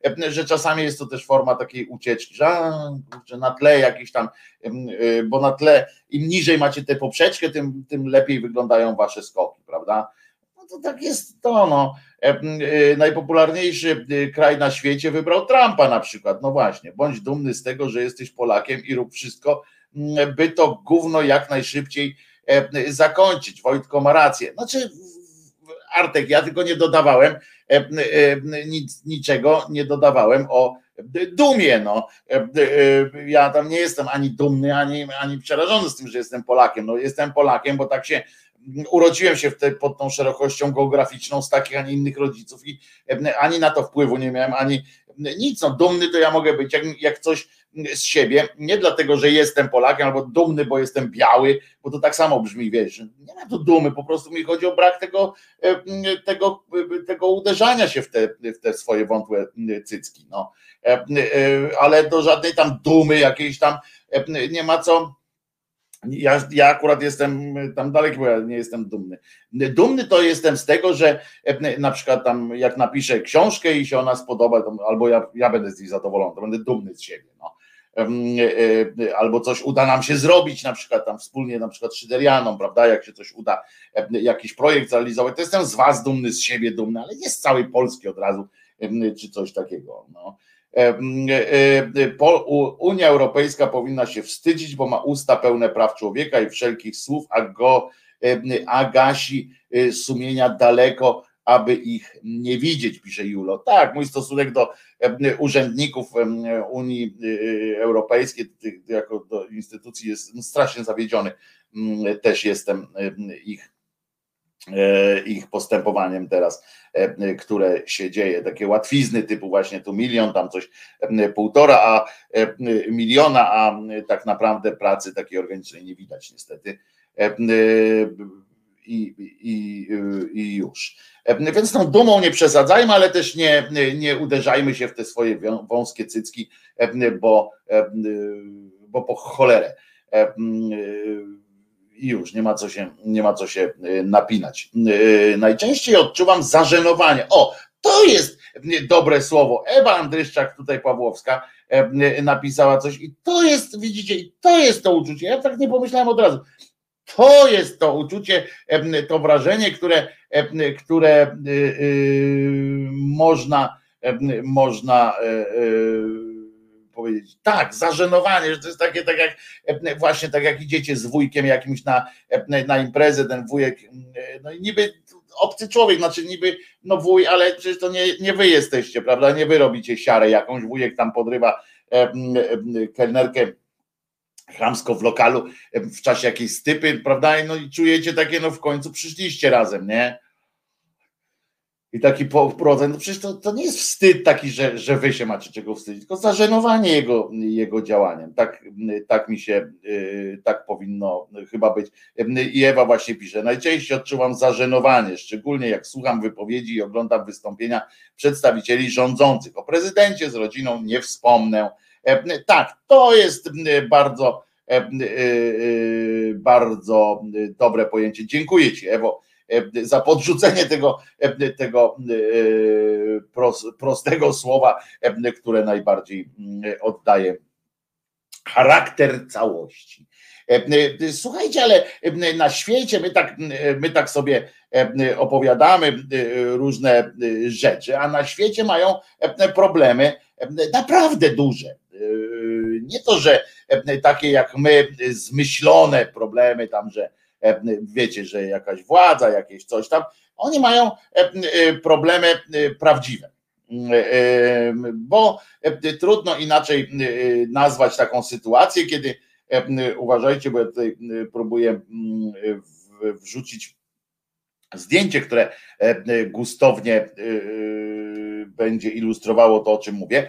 że czasami jest to też forma takiej ucieczki, że, że na tle jakiś tam, bo na tle im niżej macie tę poprzeczkę, tym, tym lepiej wyglądają wasze skoki, prawda? No to tak jest to, no. Najpopularniejszy kraj na świecie wybrał Trumpa na przykład, no właśnie, bądź dumny z tego, że jesteś Polakiem i rób wszystko, by to gówno jak najszybciej zakończyć. Wojtko ma rację. Znaczy, Artek, ja tylko nie dodawałem nic, niczego nie dodawałem o dumie. No. Ja tam nie jestem ani dumny, ani, ani przerażony z tym, że jestem Polakiem. No, jestem Polakiem, bo tak się urodziłem się w te, pod tą szerokością geograficzną z takich, ani innych rodziców i ani na to wpływu nie miałem, ani nic. No, dumny to ja mogę być jak, jak coś z siebie, nie dlatego, że jestem Polakiem, albo dumny, bo jestem biały, bo to tak samo brzmi, wiesz, nie ma tu dumy, po prostu mi chodzi o brak tego, tego, tego uderzania się w te, w te swoje wątłe cycki, no. Ale do żadnej tam dumy jakiejś tam nie ma co. Ja, ja akurat jestem tam daleki, bo ja nie jestem dumny. Dumny to jestem z tego, że na przykład tam jak napiszę książkę i się ona spodoba, to, albo ja, ja będę z niej zadowolony, to będę dumny z siebie. No. Albo coś uda nam się zrobić, na przykład tam wspólnie, na przykład z Szyderianą, prawda, jak się coś uda, jakiś projekt zrealizować, to jestem z was dumny, z siebie dumny, ale nie z całej Polski od razu, czy coś takiego. No. Unia Europejska powinna się wstydzić, bo ma usta pełne praw człowieka i wszelkich słów, a go a gasi sumienia daleko, aby ich nie widzieć, pisze Julo. Tak, mój stosunek do urzędników Unii Europejskiej jako do instytucji jest strasznie zawiedziony. Też jestem ich ich postępowaniem teraz, które się dzieje, takie łatwizny typu właśnie tu milion, tam coś półtora a miliona, a tak naprawdę pracy takiej organicznej nie widać niestety i, i, i już. Więc tą dumą nie przesadzajmy, ale też nie, nie uderzajmy się w te swoje wąskie cycki, bo, bo po cholerę. I już nie ma co się, nie ma co się napinać. Najczęściej odczuwam zażenowanie. O, to jest dobre słowo. Ewa Andryszczak, tutaj Pawłowska, napisała coś i to jest, widzicie, to jest to uczucie. Ja tak nie pomyślałem od razu. To jest to uczucie, to wrażenie, które, które można, można powiedzieć, tak, zażenowanie, że to jest takie, tak jak właśnie tak jak idziecie z wujkiem jakimś na, na imprezę, ten wujek, no i niby obcy człowiek, znaczy niby no wuj, ale przecież to nie, nie wy jesteście, prawda, nie wy robicie siarę jakąś, wujek tam podrywa kelnerkę chamsko w lokalu w czasie jakiejś stypy, prawda, no i czujecie takie, no w końcu przyszliście razem, nie? I taki procent, no przecież to, to nie jest wstyd taki, że, że wy się macie czego wstydzić, tylko zażenowanie jego, jego działaniem. Tak, tak mi się, tak powinno chyba być. I Ewa właśnie pisze, najczęściej odczuwam zażenowanie, szczególnie jak słucham wypowiedzi i oglądam wystąpienia przedstawicieli rządzących. O prezydencie z rodziną nie wspomnę. Tak, to jest bardzo, bardzo dobre pojęcie. Dziękuję ci, Ewo, za podrzucenie tego, tego prostego słowa, które najbardziej oddaje charakter całości. Słuchajcie, ale na świecie my tak, my tak sobie opowiadamy różne rzeczy, a na świecie mają problemy naprawdę duże. Nie to, że takie jak my zmyślone problemy tam, że wiecie, że jakaś władza, jakieś coś tam, oni mają problemy prawdziwe, bo trudno inaczej nazwać taką sytuację, kiedy uważajcie, bo ja tutaj próbuję wrzucić zdjęcie, które gustownie będzie ilustrowało to, o czym mówię.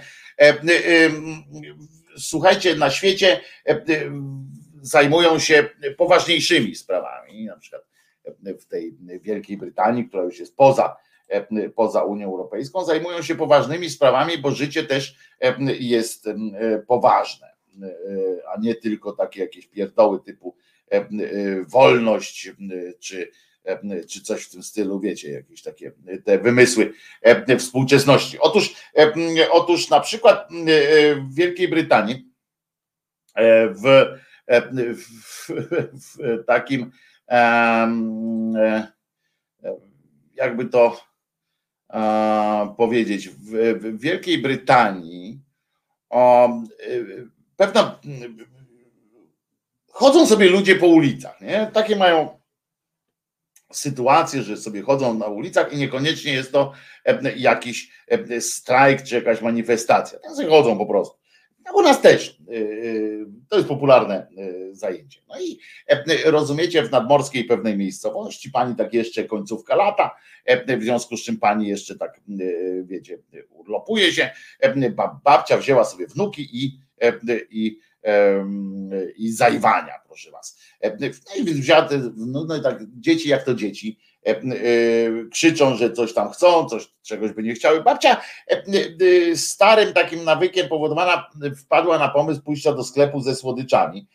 Słuchajcie, na świecie zajmują się poważniejszymi sprawami, na przykład w tej Wielkiej Brytanii, która już jest poza, poza Unią Europejską, zajmują się poważnymi sprawami, bo życie też jest poważne, a nie tylko takie jakieś pierdoły typu wolność czy, czy coś w tym stylu, wiecie, jakieś takie te wymysły współczesności. Otóż, otóż na przykład w Wielkiej Brytanii w, w, w takim jakby to powiedzieć, w, w Wielkiej Brytanii o, pewna chodzą sobie ludzie po ulicach, nie? Takie mają sytuacje, że sobie chodzą na ulicach i niekoniecznie jest to jakiś strajk czy jakaś manifestacja. Tam sobie chodzą po prostu. No u nas też to jest popularne zajęcie. No i rozumiecie, w nadmorskiej pewnej miejscowości pani tak jeszcze końcówka lata, w związku z czym pani jeszcze tak, wiecie, urlopuje się, babcia wzięła sobie wnuki i, i, i zajwania, proszę was. No i więc wzięła te, no, no i tak dzieci jak to dzieci, krzyczą, że coś tam chcą, coś, czegoś by nie chciały. Babcia starym takim nawykiem powodowana wpadła na pomysł pójścia do sklepu ze słodyczami.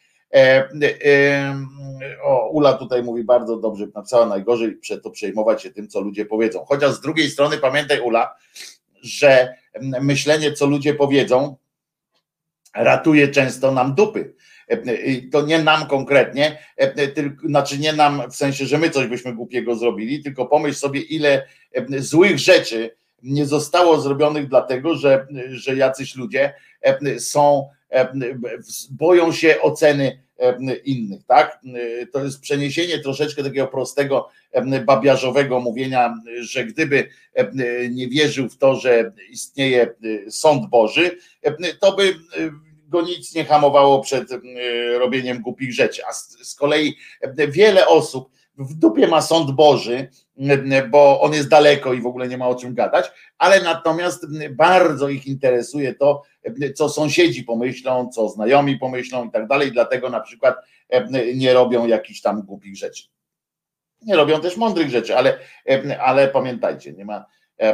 O, Ula tutaj mówi bardzo dobrze, napisała, najgorzej to przejmować się tym, co ludzie powiedzą. Chociaż z drugiej strony pamiętaj, Ula, że myślenie, co ludzie powiedzą, ratuje często nam dupy. To nie nam konkretnie, tylko, znaczy nie nam w sensie, że my coś byśmy głupiego zrobili, tylko pomyśl sobie, ile złych rzeczy nie zostało zrobionych dlatego, że, że jacyś ludzie są, boją się oceny innych, tak? To jest przeniesienie troszeczkę takiego prostego babiarzowego mówienia, że gdyby nie wierzył w to, że istnieje sąd Boży, to by go nic nie hamowało przed robieniem głupich rzeczy. A z kolei wiele osób w dupie ma sąd Boży, bo on jest daleko i w ogóle nie ma o czym gadać, ale natomiast bardzo ich interesuje to, co sąsiedzi pomyślą, co znajomi pomyślą i tak dalej, dlatego na przykład nie robią jakichś tam głupich rzeczy. Nie robią też mądrych rzeczy, ale, ale pamiętajcie, nie ma,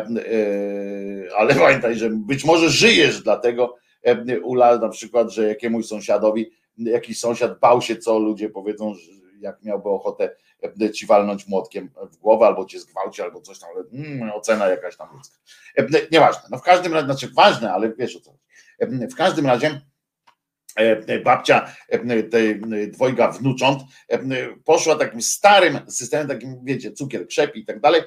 ale pamiętaj, że być może żyjesz dlatego, Ula, na przykład, że jakiemuś sąsiadowi, jakiś sąsiad bał się, co ludzie powiedzą, że jak miałby ochotę ci walnąć młotkiem w głowę, albo cię zgwałci, albo coś tam, ale mm, ocena jakaś tam ludzka. Nieważne, no w każdym razie, znaczy ważne, ale wiesz o co. W każdym razie babcia tej dwojga wnucząt poszła takim starym systemem, takim, wiecie, cukier krzepi i tak dalej,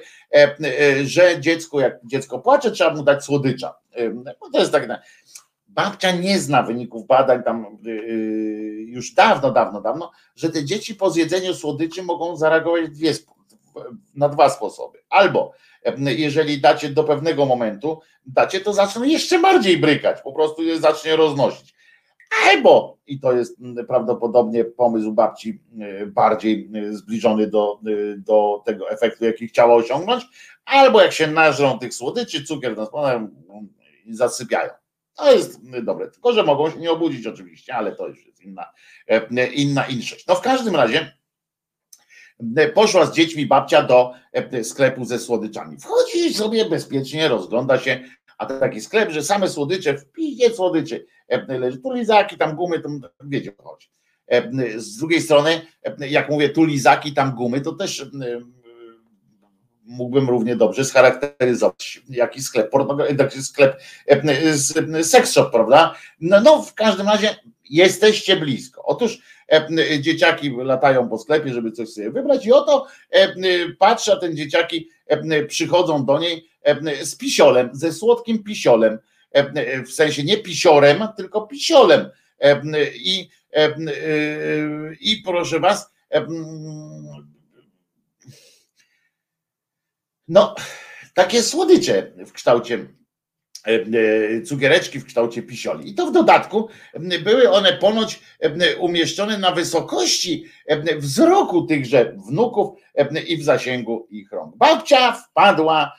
że dziecku, jak dziecko płacze, trzeba mu dać słodycza. No to jest tak. Babcia nie zna wyników badań tam już dawno, dawno, dawno, że te dzieci po zjedzeniu słodyczy mogą zareagować dwie, na dwa sposoby. Albo jeżeli dacie do pewnego momentu, dacie, to zaczną jeszcze bardziej brykać, po prostu je zacznie roznosić. Albo, i to jest prawdopodobnie pomysł babci bardziej zbliżony do, do tego efektu, jaki chciała osiągnąć, albo jak się nażrą tych słodyczy, cukier na spodem i zasypiają. To jest dobre, tylko że mogą się nie obudzić oczywiście, ale to już jest inna, inna inszość. No w każdym razie poszła z dziećmi babcia do sklepu ze słodyczami. Wchodzi sobie bezpiecznie, rozgląda się, a to taki sklep, że same słodycze, w piździe słodyczy, tu lizaki, tam gumy, to wiecie o co chodzi. Z drugiej strony, jak mówię tu lizaki, tam gumy, to też mógłbym równie dobrze scharakteryzować jakiś sklep, taki sklep, sex shop, prawda? No, no w każdym razie jesteście blisko. Otóż dzieciaki latają po sklepie, żeby coś sobie wybrać i oto patrzę, a ten dzieciaki przychodzą do niej z pisiolem, ze słodkim pisiolem, w sensie nie pisiorem, tylko pisiolem. I, i proszę was, no, takie słodycze w kształcie, cukiereczki w kształcie pisioli. I to w dodatku były one ponoć umieszczone na wysokości wzroku tychże wnuków i w zasięgu ich rąk. Babcia wpadła,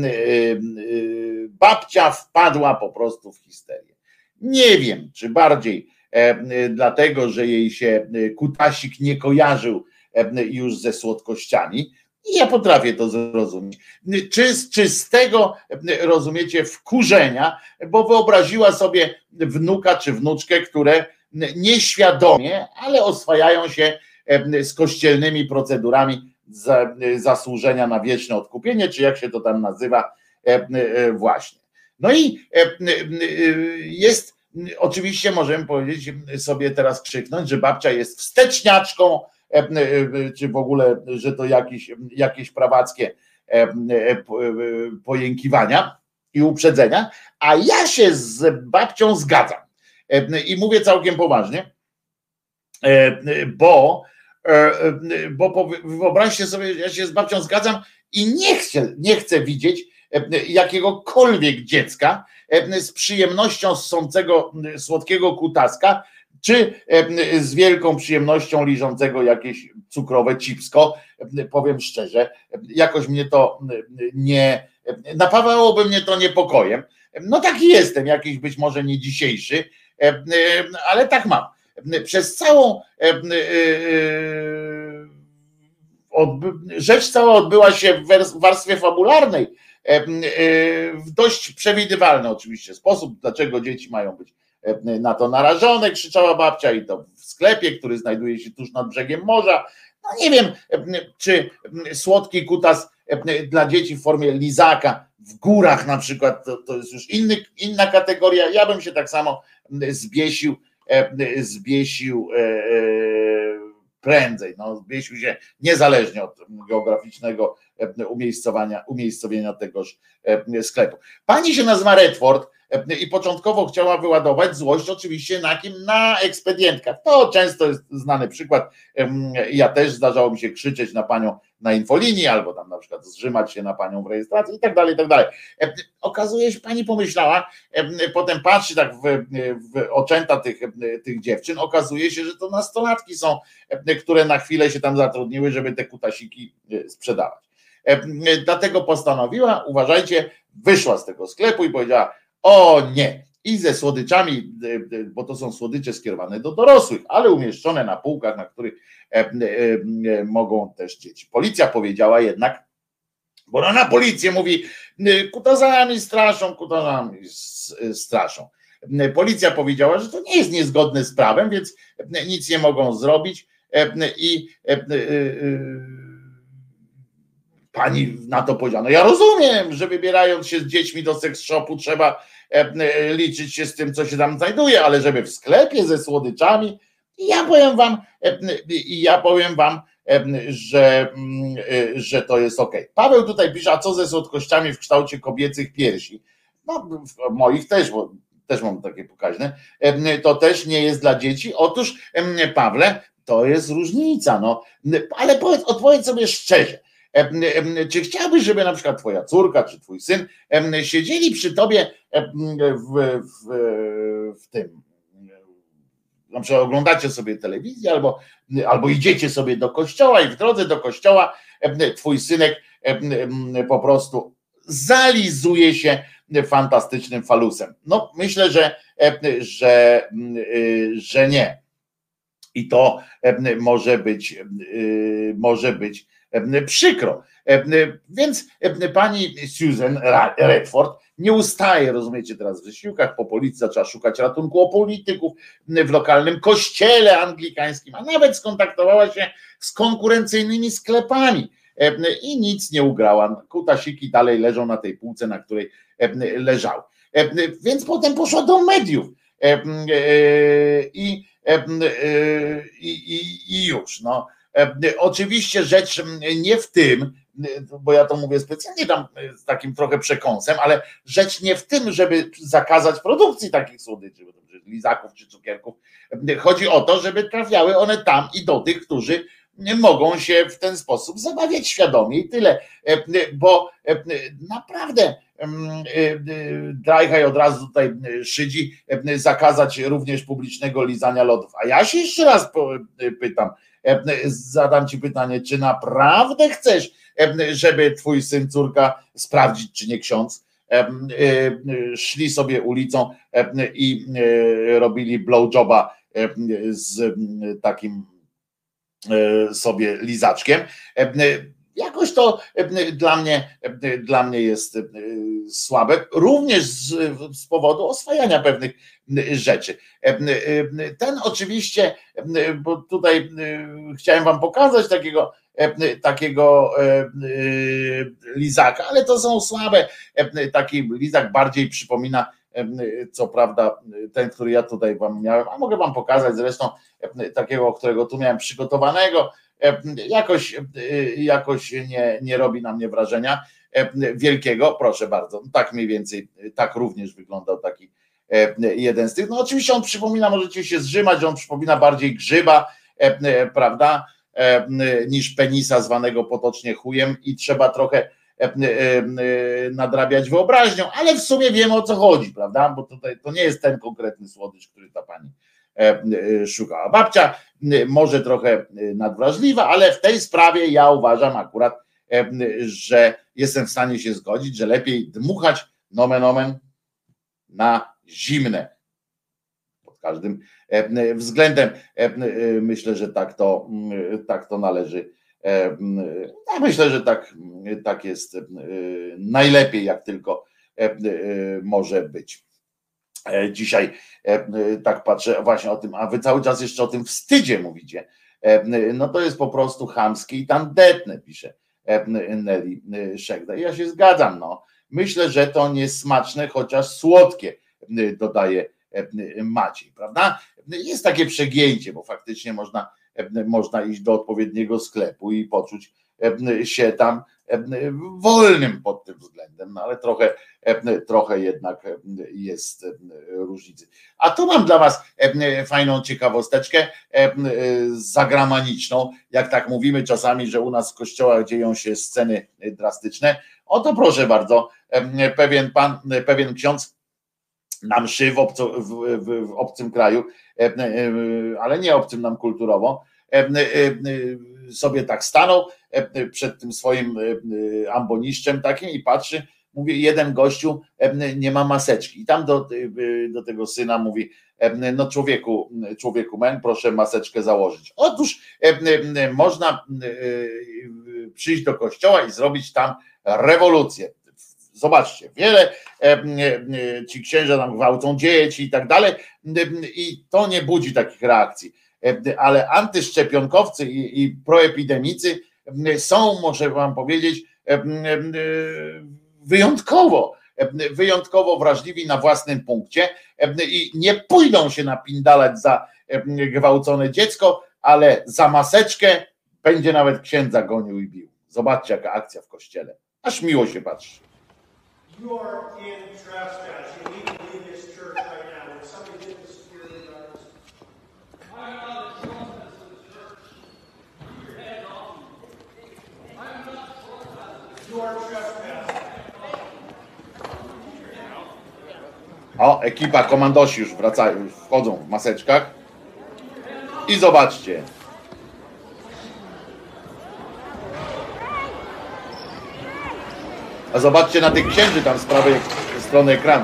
babcia wpadła po prostu w histerię. Nie wiem, czy bardziej dlatego, że jej się kutasik nie kojarzył już ze słodkościami. I ja potrafię to zrozumieć. Czy z czystego, rozumiecie, wkurzenia, bo wyobraziła sobie wnuka czy wnuczkę, które nieświadomie, ale oswajają się z kościelnymi procedurami zasłużenia na wieczne odkupienie, czy jak się to tam nazywa właśnie. No i jest, oczywiście możemy powiedzieć sobie teraz krzyknąć, że babcia jest wsteczniaczką, czy w ogóle, że to jakieś, jakieś prawackie pojękiwania i uprzedzenia, a ja się z babcią zgadzam i mówię całkiem poważnie, bo, bo wyobraźcie sobie, ja się z babcią zgadzam i nie chcę, nie chcę widzieć jakiegokolwiek dziecka z przyjemnością ssącego słodkiego kutaska, czy z wielką przyjemnością liżącego jakieś cukrowe cipsko. Powiem szczerze, jakoś mnie to nie, napawałoby mnie to niepokojem. No taki jestem, jakiś być może nie dzisiejszy, ale tak mam. Przez całą rzecz cała odbyła się w warstwie fabularnej, w dość przewidywalny oczywiście sposób, dlaczego dzieci mają być na to narażone, krzyczała babcia, i to w sklepie, który znajduje się tuż nad brzegiem morza. No nie wiem, czy słodki kutas dla dzieci w formie lizaka w górach na przykład, to, to jest już inny, inna kategoria. Ja bym się tak samo zbiesił, zbiesił prędzej, no, zbiesił się niezależnie od geograficznego umiejscowania, umiejscowienia tegoż sklepu. Pani się nazywa Redford i początkowo chciała wyładować złość oczywiście na kim? Na ekspedientkach. To często jest znany przykład. Ja też zdarzało mi się krzyczeć na panią na infolinii, albo tam na przykład zrzymać się na panią w rejestracji i tak dalej, i tak dalej. Okazuje się, pani pomyślała, potem patrzy tak w, w oczęta tych, tych dziewczyn, okazuje się, że to nastolatki są, które na chwilę się tam zatrudniły, żeby te kutasiki sprzedawać. Dlatego postanowiła, uważajcie, wyszła z tego sklepu i powiedziała: o nie, i ze słodyczami, bo to są słodycze skierowane do dorosłych, ale umieszczone na półkach, na których mogą też dzieci. Policja powiedziała jednak, bo ona na policję mówi: kutasami straszą, kutasami straszą. Policja powiedziała, że to nie jest niezgodne z prawem, więc nic nie mogą zrobić i pani na to powiedziała: no ja rozumiem, że wybierając się z dziećmi do seks shopu trzeba liczyć się z tym, co się tam znajduje, ale żeby w sklepie ze słodyczami, i ja powiem wam, i ja powiem wam, że, że to jest okej. Okay. Paweł tutaj pisze: a co ze słodkościami w kształcie kobiecych piersi? No moich też, bo też mam takie pokaźne. To też nie jest dla dzieci. Otóż, Pawle, to jest różnica, no, ale powiedz, odpowiedz sobie szczerze. Czy chciałbyś, żeby na przykład twoja córka czy twój syn siedzieli przy tobie w, w, w tym, na przykład oglądacie sobie telewizję albo, albo idziecie sobie do kościoła i w drodze do kościoła twój synek po prostu zalizuje się fantastycznym falusem? No myślę, że, że, że nie. I to może być, może być przykro. Więc pani Susan Redford nie ustaje, rozumiecie, teraz w wysiłkach. Po policji zaczęła szukać ratunku u polityków w lokalnym kościele anglikańskim, a nawet skontaktowała się z konkurencyjnymi sklepami i nic nie ugrała. Kutasiki dalej leżą na tej półce, na której leżały. Więc potem poszła do mediów i, i, i już, no. Oczywiście rzecz nie w tym, bo ja to mówię specjalnie tam z takim trochę przekąsem, ale rzecz nie w tym, żeby zakazać produkcji takich słodyczy, lizaków czy cukierków. Chodzi o to, żeby trafiały one tam i do tych, którzy mogą się w ten sposób zabawiać świadomie i tyle, bo naprawdę Drajchaj od razu tutaj szydzi zakazać również publicznego lizania lodów. A ja się jeszcze raz pytam, zadam ci pytanie, czy naprawdę chcesz, żeby twój syn, córka sprawdzić, czy nie ksiądz, szli sobie ulicą i robili blowjoba z takim sobie lizaczkiem. Jakoś to dla mnie, dla mnie jest słabe, również z, z powodu oswajania pewnych rzeczy. Ten oczywiście, bo tutaj chciałem wam pokazać takiego takiego lizaka, ale to są słabe. Taki lizak bardziej przypomina, co prawda, ten, który ja tutaj wam miałem, a mogę wam pokazać zresztą takiego, którego tu miałem przygotowanego. Jakoś, jakoś nie, nie robi na mnie wrażenia wielkiego, proszę bardzo, tak mniej więcej, tak również wyglądał taki jeden z tych. No oczywiście on przypomina, możecie się zrzymać, że on przypomina bardziej grzyba, prawda, niż penisa zwanego potocznie chujem i trzeba trochę nadrabiać wyobraźnią, ale w sumie wiemy, o co chodzi, prawda, bo tutaj to nie jest ten konkretny słodycz, który ta pani szukała. Babcia może trochę nadwrażliwa, ale w tej sprawie ja uważam akurat, że jestem w stanie się zgodzić, że lepiej dmuchać nomen omen na zimne. Pod każdym względem myślę, że tak to, tak to należy. Ja myślę, że tak, tak jest najlepiej, jak tylko może być. Dzisiaj tak patrzę właśnie o tym, a wy cały czas jeszcze o tym wstydzie mówicie. No to jest po prostu chamskie i tandetne, pisze Nelly Szegda. Ja się zgadzam, no. Myślę, że to niesmaczne, chociaż słodkie, dodaje Maciej, prawda? Jest takie przegięcie, bo faktycznie można, można iść do odpowiedniego sklepu i poczuć się tam wolnym pod tym względem, no ale trochę, trochę jednak jest różnicy. A tu mam dla was fajną ciekawosteczkę zagraniczną, jak tak mówimy czasami, że u nas w kościołach dzieją się sceny drastyczne. Oto proszę bardzo, pewien pan, pewien ksiądz na mszy w, obco, w, w, w obcym kraju, ale nie obcym nam kulturowo, sobie tak stanął przed tym swoim amboniszczem takim i patrzy, mówi, jeden gościu nie ma maseczki i tam do, do tego syna mówi, no człowieku, człowieku men, proszę maseczkę założyć. Otóż można przyjść do kościoła i zrobić tam rewolucję. Zobaczcie, wiele ci księża tam gwałcą dzieci i tak dalej i to nie budzi takich reakcji. Ale antyszczepionkowcy i, i proepidemicy są, muszę wam powiedzieć, wyjątkowo, wyjątkowo wrażliwi na własnym punkcie i nie pójdą się napindalać za gwałcone dziecko, ale za maseczkę będzie nawet księdza gonił i bił. Zobaczcie, jaka akcja w kościele. Aż miło się patrzy. You are in trespass. You need to leave this church right now. When somebody did the security guards. I'm not a trespass to the church. Keep your head off me. I'm not trespassing. You are trespassing. O, ekipa komandosi już wracają, już wchodzą w maseczkach. I zobaczcie. A zobaczcie na tych księży tam z prawej strony ekranu.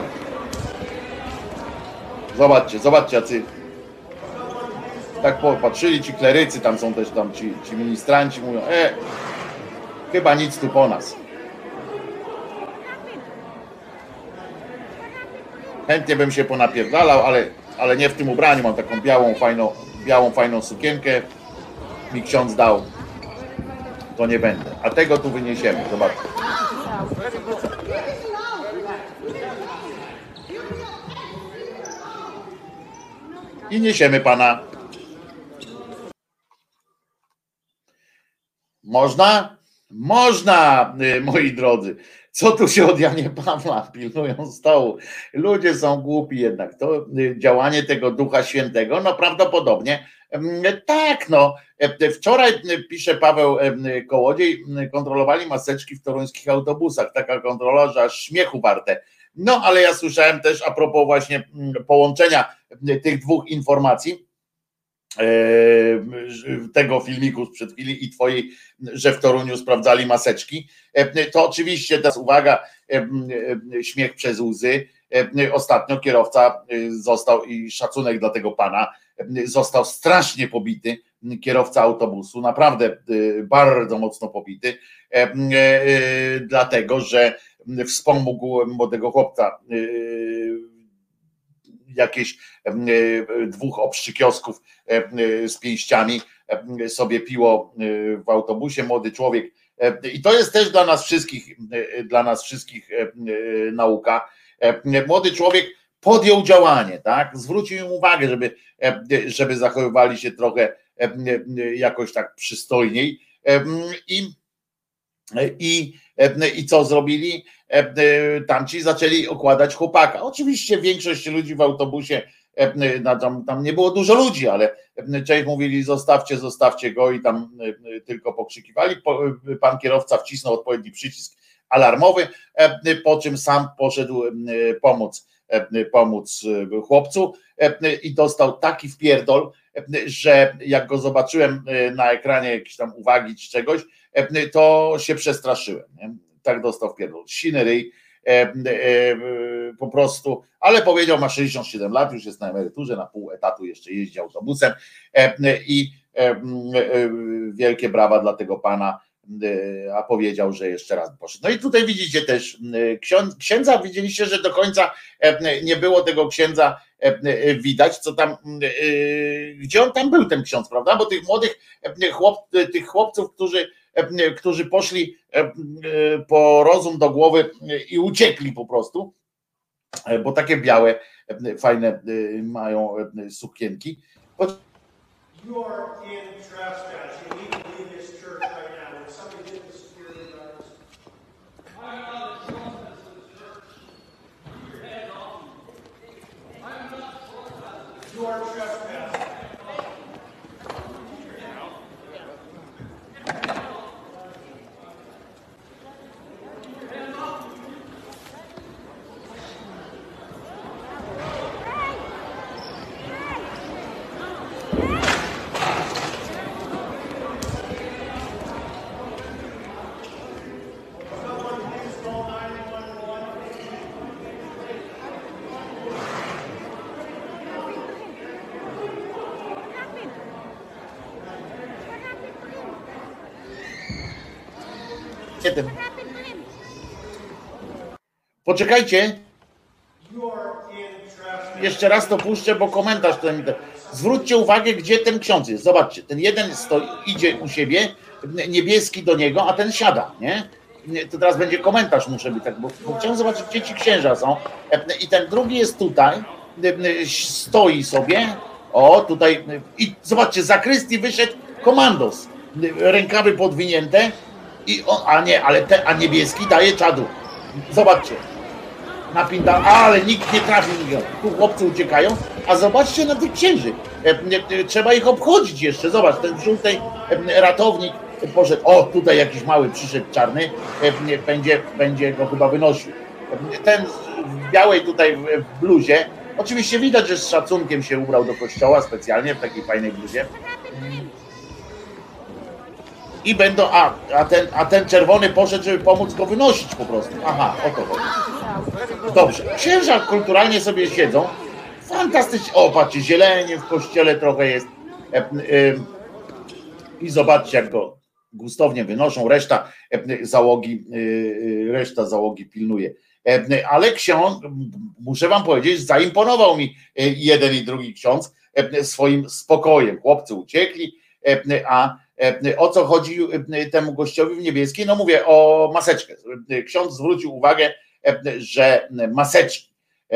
Zobaczcie, zobaczcie, jacy tak popatrzyli ci klerycy, tam są też tam ci, ci ministranci, mówią, e, chyba nic tu po nas. Chętnie bym się ponapierdalał, ale, ale nie w tym ubraniu, mam taką białą, fajną, białą, fajną sukienkę, mi ksiądz dał, to nie będę. A tego tu wyniesiemy, zobaczcie. I niesiemy pana. Można? Można, moi drodzy. Co tu się od Janie Pawła pilnują stołu? Ludzie są głupi jednak. To działanie tego Ducha Świętego, no prawdopodobnie tak, no. Wczoraj, pisze Paweł Kołodziej, kontrolowali maseczki w toruńskich autobusach. Taka kontrola, że aż śmiechu warte. No, ale ja słyszałem też a propos właśnie połączenia tych dwóch informacji, tego filmiku sprzed chwili i twojej, że w Toruniu sprawdzali maseczki, to oczywiście teraz uwaga, śmiech przez łzy. Ostatnio kierowca został, i szacunek dla tego pana, został strasznie pobity, kierowca autobusu, naprawdę bardzo mocno pobity, dlatego że wspomógł młodego chłopca, jakieś dwóch obszczykiosków z pięściami sobie piło w autobusie, młody człowiek. I to jest też dla nas wszystkich, dla nas wszystkich nauka. Młody człowiek podjął działanie, tak? Zwrócił im uwagę, żeby, żeby zachowywali się trochę jakoś tak przystojniej. I, i, i co zrobili? Tamci zaczęli okładać chłopaka. Oczywiście większość ludzi w autobusie, tam, tam nie było dużo ludzi, ale część mówili zostawcie, zostawcie go i tam tylko pokrzykiwali. Pan kierowca wcisnął odpowiedni przycisk alarmowy, po czym sam poszedł pomóc, pomóc chłopcu i dostał taki wpierdol, że jak go zobaczyłem na ekranie jakieś tam uwagi czy czegoś, to się przestraszyłem. Nie? Tak dostał wpierdol. Siny ryj, po prostu, ale powiedział, ma sześćdziesiąt siedem lat, już jest na emeryturze, na pół etatu jeszcze jeździ autobusem i wielkie brawa dla tego pana, a powiedział, że jeszcze raz poszedł. No i tutaj widzicie też księdza, widzieliście, że do końca nie było tego księdza widać, co tam, gdzie on tam był, ten ksiądz, prawda? Bo tych młodych chłop, tych chłopców, którzy, którzy poszli po rozum do głowy i uciekli po prostu, bo takie białe, fajne mają sukienki. You are in trespass. You need to leave this church right now. When somebody did the security guards. I'm not a trespass to the church. Keep your hands off me. I'm not trespassing. You are trespassing. Poczekajcie. Jeszcze raz to puszczę, bo komentarz ten. Zwróćcie uwagę, gdzie ten ksiądz jest. Zobaczcie, ten jeden stoi, idzie u siebie, niebieski do niego, a ten siada, nie? To teraz będzie komentarz, muszę być tak, bo, bo chciałem zobaczyć, gdzie ci księża są. I ten drugi jest tutaj, stoi sobie. O, tutaj. I zobaczcie, z zakrystii wyszedł komandos. Rękawy podwinięte. I on, a nie, ale te, a niebieski daje czadu. Zobaczcie. Napinda, ale nikt nie trafił. Tu chłopcy uciekają, a zobaczcie na tych księży. Trzeba ich obchodzić jeszcze. Zobacz, ten żółty ratownik poszedł. O, tutaj jakiś mały przyszedł czarny. Będzie, będzie go chyba wynosił. Ten w białej tutaj w bluzie. Oczywiście widać, że z szacunkiem się ubrał do kościoła specjalnie w takiej fajnej bluzie. I będą, a, a, ten, a ten czerwony poszedł, żeby pomóc go wynosić po prostu. Aha, o to chodzi. Dobrze, księża kulturalnie sobie siedzą. Fantastycznie. O, patrzcie, zielenie w kościele trochę jest. E, e, I zobaczcie, jak go gustownie wynoszą. Reszta e, załogi, e, reszta załogi pilnuje. E, ale ksiądz, muszę wam powiedzieć, zaimponował mi jeden i drugi ksiądz e, swoim spokojem. Chłopcy uciekli, e, a o co chodzi temu gościowi w niebieskiej? No mówię o maseczkę. Ksiądz zwrócił uwagę, że maseczki.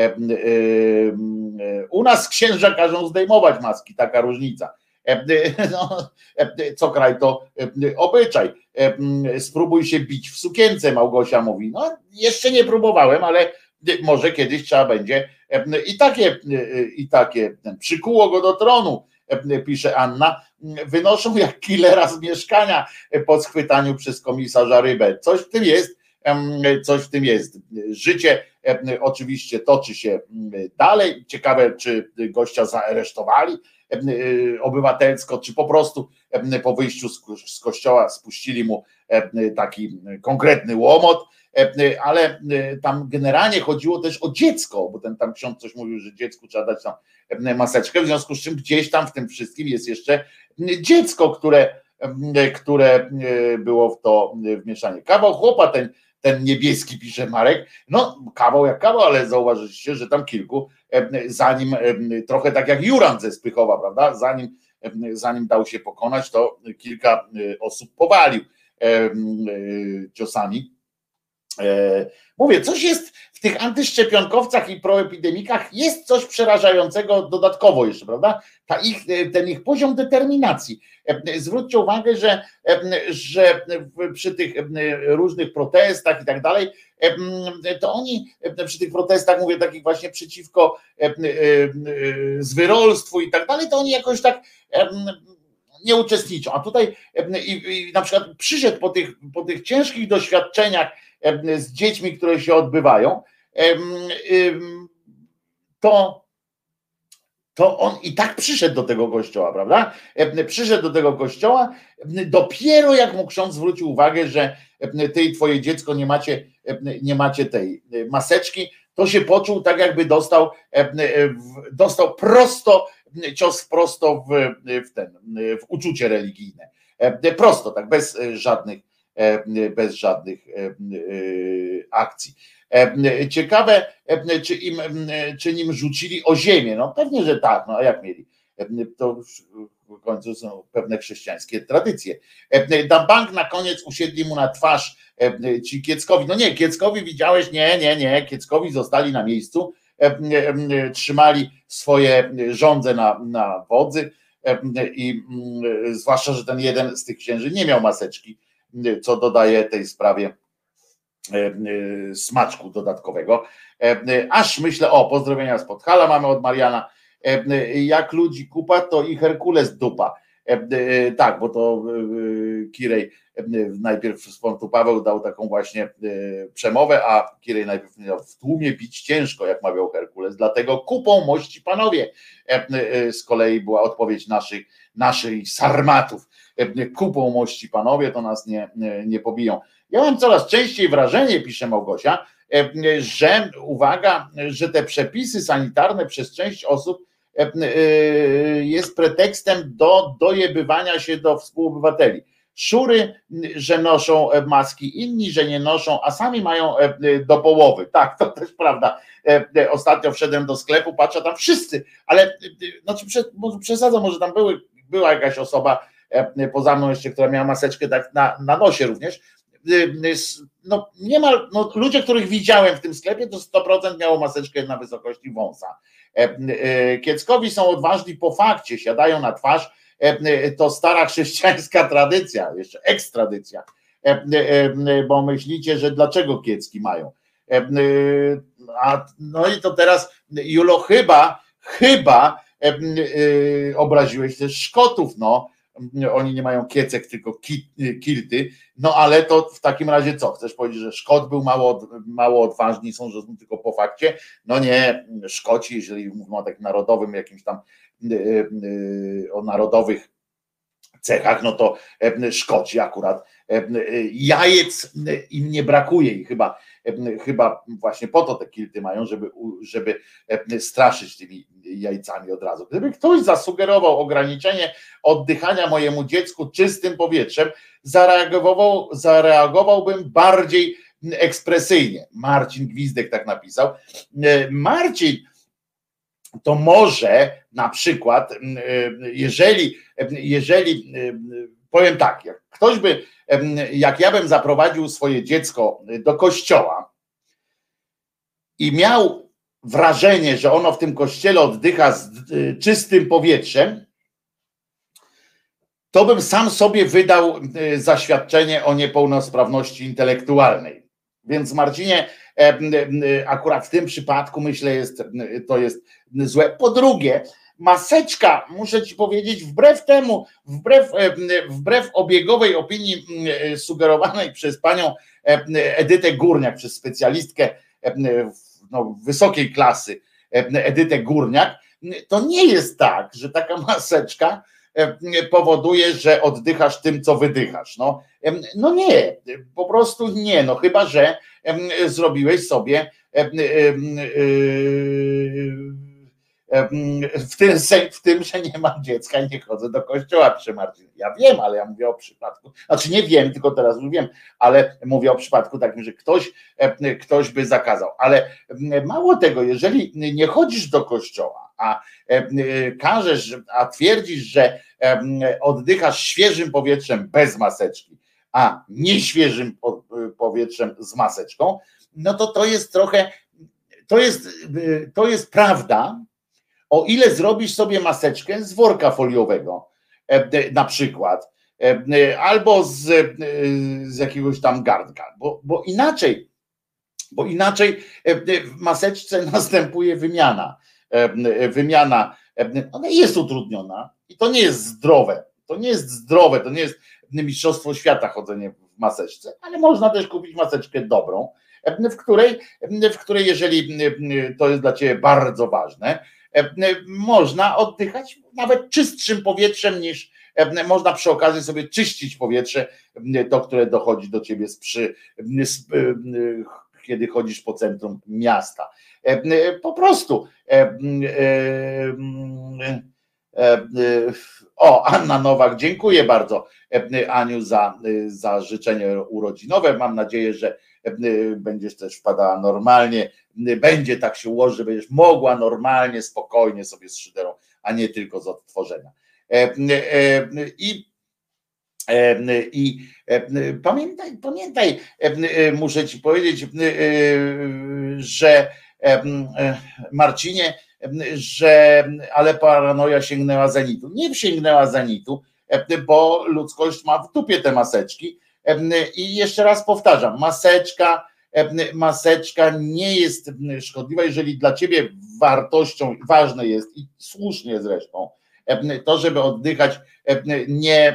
U nas księża każą zdejmować maski, taka różnica. No, co kraj to obyczaj. Spróbuj się bić w sukience, Małgosia mówi. No jeszcze nie próbowałem, ale może kiedyś trzeba będzie. I takie, i takie przykuło go do tronu, pisze Anna, wynoszą jak killera z mieszkania po schwytaniu przez komisarza Rybę. Coś w tym jest, coś w tym jest. Życie oczywiście toczy się dalej. Ciekawe, czy gościa zaaresztowali obywatelsko, czy po prostu po wyjściu z kościoła spuścili mu taki konkretny łomot, ale tam generalnie chodziło też o dziecko, bo ten tam ksiądz coś mówił, że dziecku trzeba dać tam maseczkę, w związku z czym gdzieś tam w tym wszystkim jest jeszcze dziecko, które, które było w to wmieszanie. Kawał chłopa ten, ten niebieski, pisze Marek, no kawał jak kawał, ale zauważyliście, że tam kilku, zanim trochę tak jak Jurand ze Spychowa, prawda, zanim zanim dał się pokonać, to kilka osób powalił ciosami. Mówię, coś jest w tych antyszczepionkowcach i proepidemikach, jest coś przerażającego dodatkowo jeszcze, prawda? Ta ich, ten ich poziom determinacji. Zwróćcie uwagę, że, że przy tych różnych protestach i tak dalej, to oni przy tych protestach, mówię, takich właśnie przeciwko zwyrolstwu i tak dalej, to oni jakoś tak nie uczestniczą. A tutaj i, i na przykład przyszedł po tych, po tych ciężkich doświadczeniach z dziećmi, które się odbywają, to, to on i tak przyszedł do tego kościoła, prawda? Przyszedł do tego kościoła, dopiero jak mu ksiądz zwrócił uwagę, że ty i twoje dziecko nie macie, nie macie tej maseczki, to się poczuł tak, jakby dostał, dostał prosto, cios prosto w, w, ten, w uczucie religijne. Prosto, tak, bez żadnych, bez żadnych akcji. Ciekawe, czy, im, czy nim rzucili o ziemię. No pewnie, że tak, no a jak mieli? To w końcu są pewne chrześcijańskie tradycje. Na bank na koniec usiedli mu na twarz ci Kieckowi. No nie, Kieckowi widziałeś? Nie, nie, nie. Kieckowi zostali na miejscu, trzymali swoje żądze na, na wodzy i zwłaszcza, że ten jeden z tych księży nie miał maseczki, co dodaje tej sprawie smaczku dodatkowego. Aż myślę, o, pozdrowienia z Podhala mamy od Mariana. Jak ludzi kupa, to i Herkules dupa. Tak, bo to Kirej najpierw tu Paweł dał taką właśnie przemowę, a Kirej najpierw miał w tłumie bić ciężko, jak mawiał Herkules, dlatego kupą mości panowie. Z kolei była odpowiedź naszych, naszych sarmatów. Kupą mości panowie, to nas nie, nie pobiją. Ja mam coraz częściej wrażenie, pisze Małgosia, że uwaga, że te przepisy sanitarne przez część osób jest pretekstem do dojebywania się do współobywateli. Szury, że noszą maski, inni, że nie noszą, a sami mają do połowy. Tak, to też prawda. Ostatnio wszedłem do sklepu, patrzę, tam wszyscy, ale znaczy przesadzam, może tam były, była jakaś osoba poza mną jeszcze, która miała maseczkę tak na, na nosie również. No niemal, no ludzie, których widziałem w tym sklepie, to sto procent miało maseczkę na wysokości wąsa. Kieckowi są odważni po fakcie, siadają na twarz, to stara chrześcijańska tradycja, jeszcze ekstradycja, bo myślicie, że dlaczego Kiecki mają. A, no i to teraz, Julo, chyba, chyba obraziłeś też Szkotów, no. Oni nie mają kiecek, tylko kilty, no ale to w takim razie co? Chcesz powiedzieć, że Szkot był mało, mało odważni, są że tylko po fakcie? No nie, Szkoci, jeżeli mówimy o takim narodowym jakimś tam, o narodowych cechach, no to Szkoci akurat jajec im nie brakuje i chyba, chyba właśnie po to te kilty mają, żeby, żeby straszyć tymi jajcami od razu. Gdyby ktoś zasugerował ograniczenie oddychania mojemu dziecku czystym powietrzem, zareagował, zareagowałbym bardziej ekspresyjnie. Marcin Gwizdek tak napisał. Marcin, to może na przykład, jeżeli, jeżeli powiem tak, jak ktoś by, jak ja bym zaprowadził swoje dziecko do kościoła i miał wrażenie, że ono w tym kościele oddycha z czystym powietrzem, to bym sam sobie wydał zaświadczenie o niepełnosprawności intelektualnej. Więc Marcinie, akurat w tym przypadku myślę, jest, to jest złe. Po drugie, maseczka, muszę ci powiedzieć, wbrew temu, wbrew, wbrew obiegowej opinii sugerowanej przez panią Edytę Górniak, przez specjalistkę no, wysokiej klasy Edytę Górniak, to nie jest tak, że taka maseczka powoduje, że oddychasz tym, co wydychasz. No, no nie, po prostu nie, no chyba, że zrobiłeś sobie w tym, w tym, że nie mam dziecka i nie chodzę do kościoła, przy Marcin. Ja wiem, ale ja mówię o przypadku, znaczy nie wiem, tylko teraz już wiem, ale mówię o przypadku takim, że ktoś, ktoś by zakazał. Ale mało tego, jeżeli nie chodzisz do kościoła, a każesz, a twierdzisz, że oddychasz świeżym powietrzem bez maseczki, a nie świeżym powietrzem z maseczką, no to to jest trochę, to jest, to jest prawda, o ile zrobisz sobie maseczkę z worka foliowego na przykład, albo z, z jakiegoś tam garnka, bo, bo inaczej, bo inaczej w maseczce następuje wymiana, wymiana, ona jest utrudniona i to nie jest zdrowe, to nie jest zdrowe, to nie jest mistrzostwo świata chodzenie w maseczce, ale można też kupić maseczkę dobrą, w której, w której jeżeli to jest dla ciebie bardzo ważne, można oddychać nawet czystszym powietrzem niż można przy okazji sobie czyścić powietrze, to, które dochodzi do ciebie z przy, z, kiedy chodzisz po centrum miasta. Po prostu. O, Anna Nowak, dziękuję bardzo Aniu za, za życzenie urodzinowe. Mam nadzieję, że będziesz też wpadała normalnie, będzie tak się ułoży, że będziesz mogła normalnie, spokojnie sobie z szyderą, a nie tylko z odtworzenia. I, i pamiętaj, pamiętaj, muszę ci powiedzieć, że Marcinie, że ale paranoja sięgnęła zenitu. Nie sięgnęła zenitu, bo ludzkość ma w dupie te maseczki. I jeszcze raz powtarzam, maseczka, maseczka nie jest szkodliwa, jeżeli dla ciebie wartością ważne jest i słusznie zresztą to, żeby oddychać nie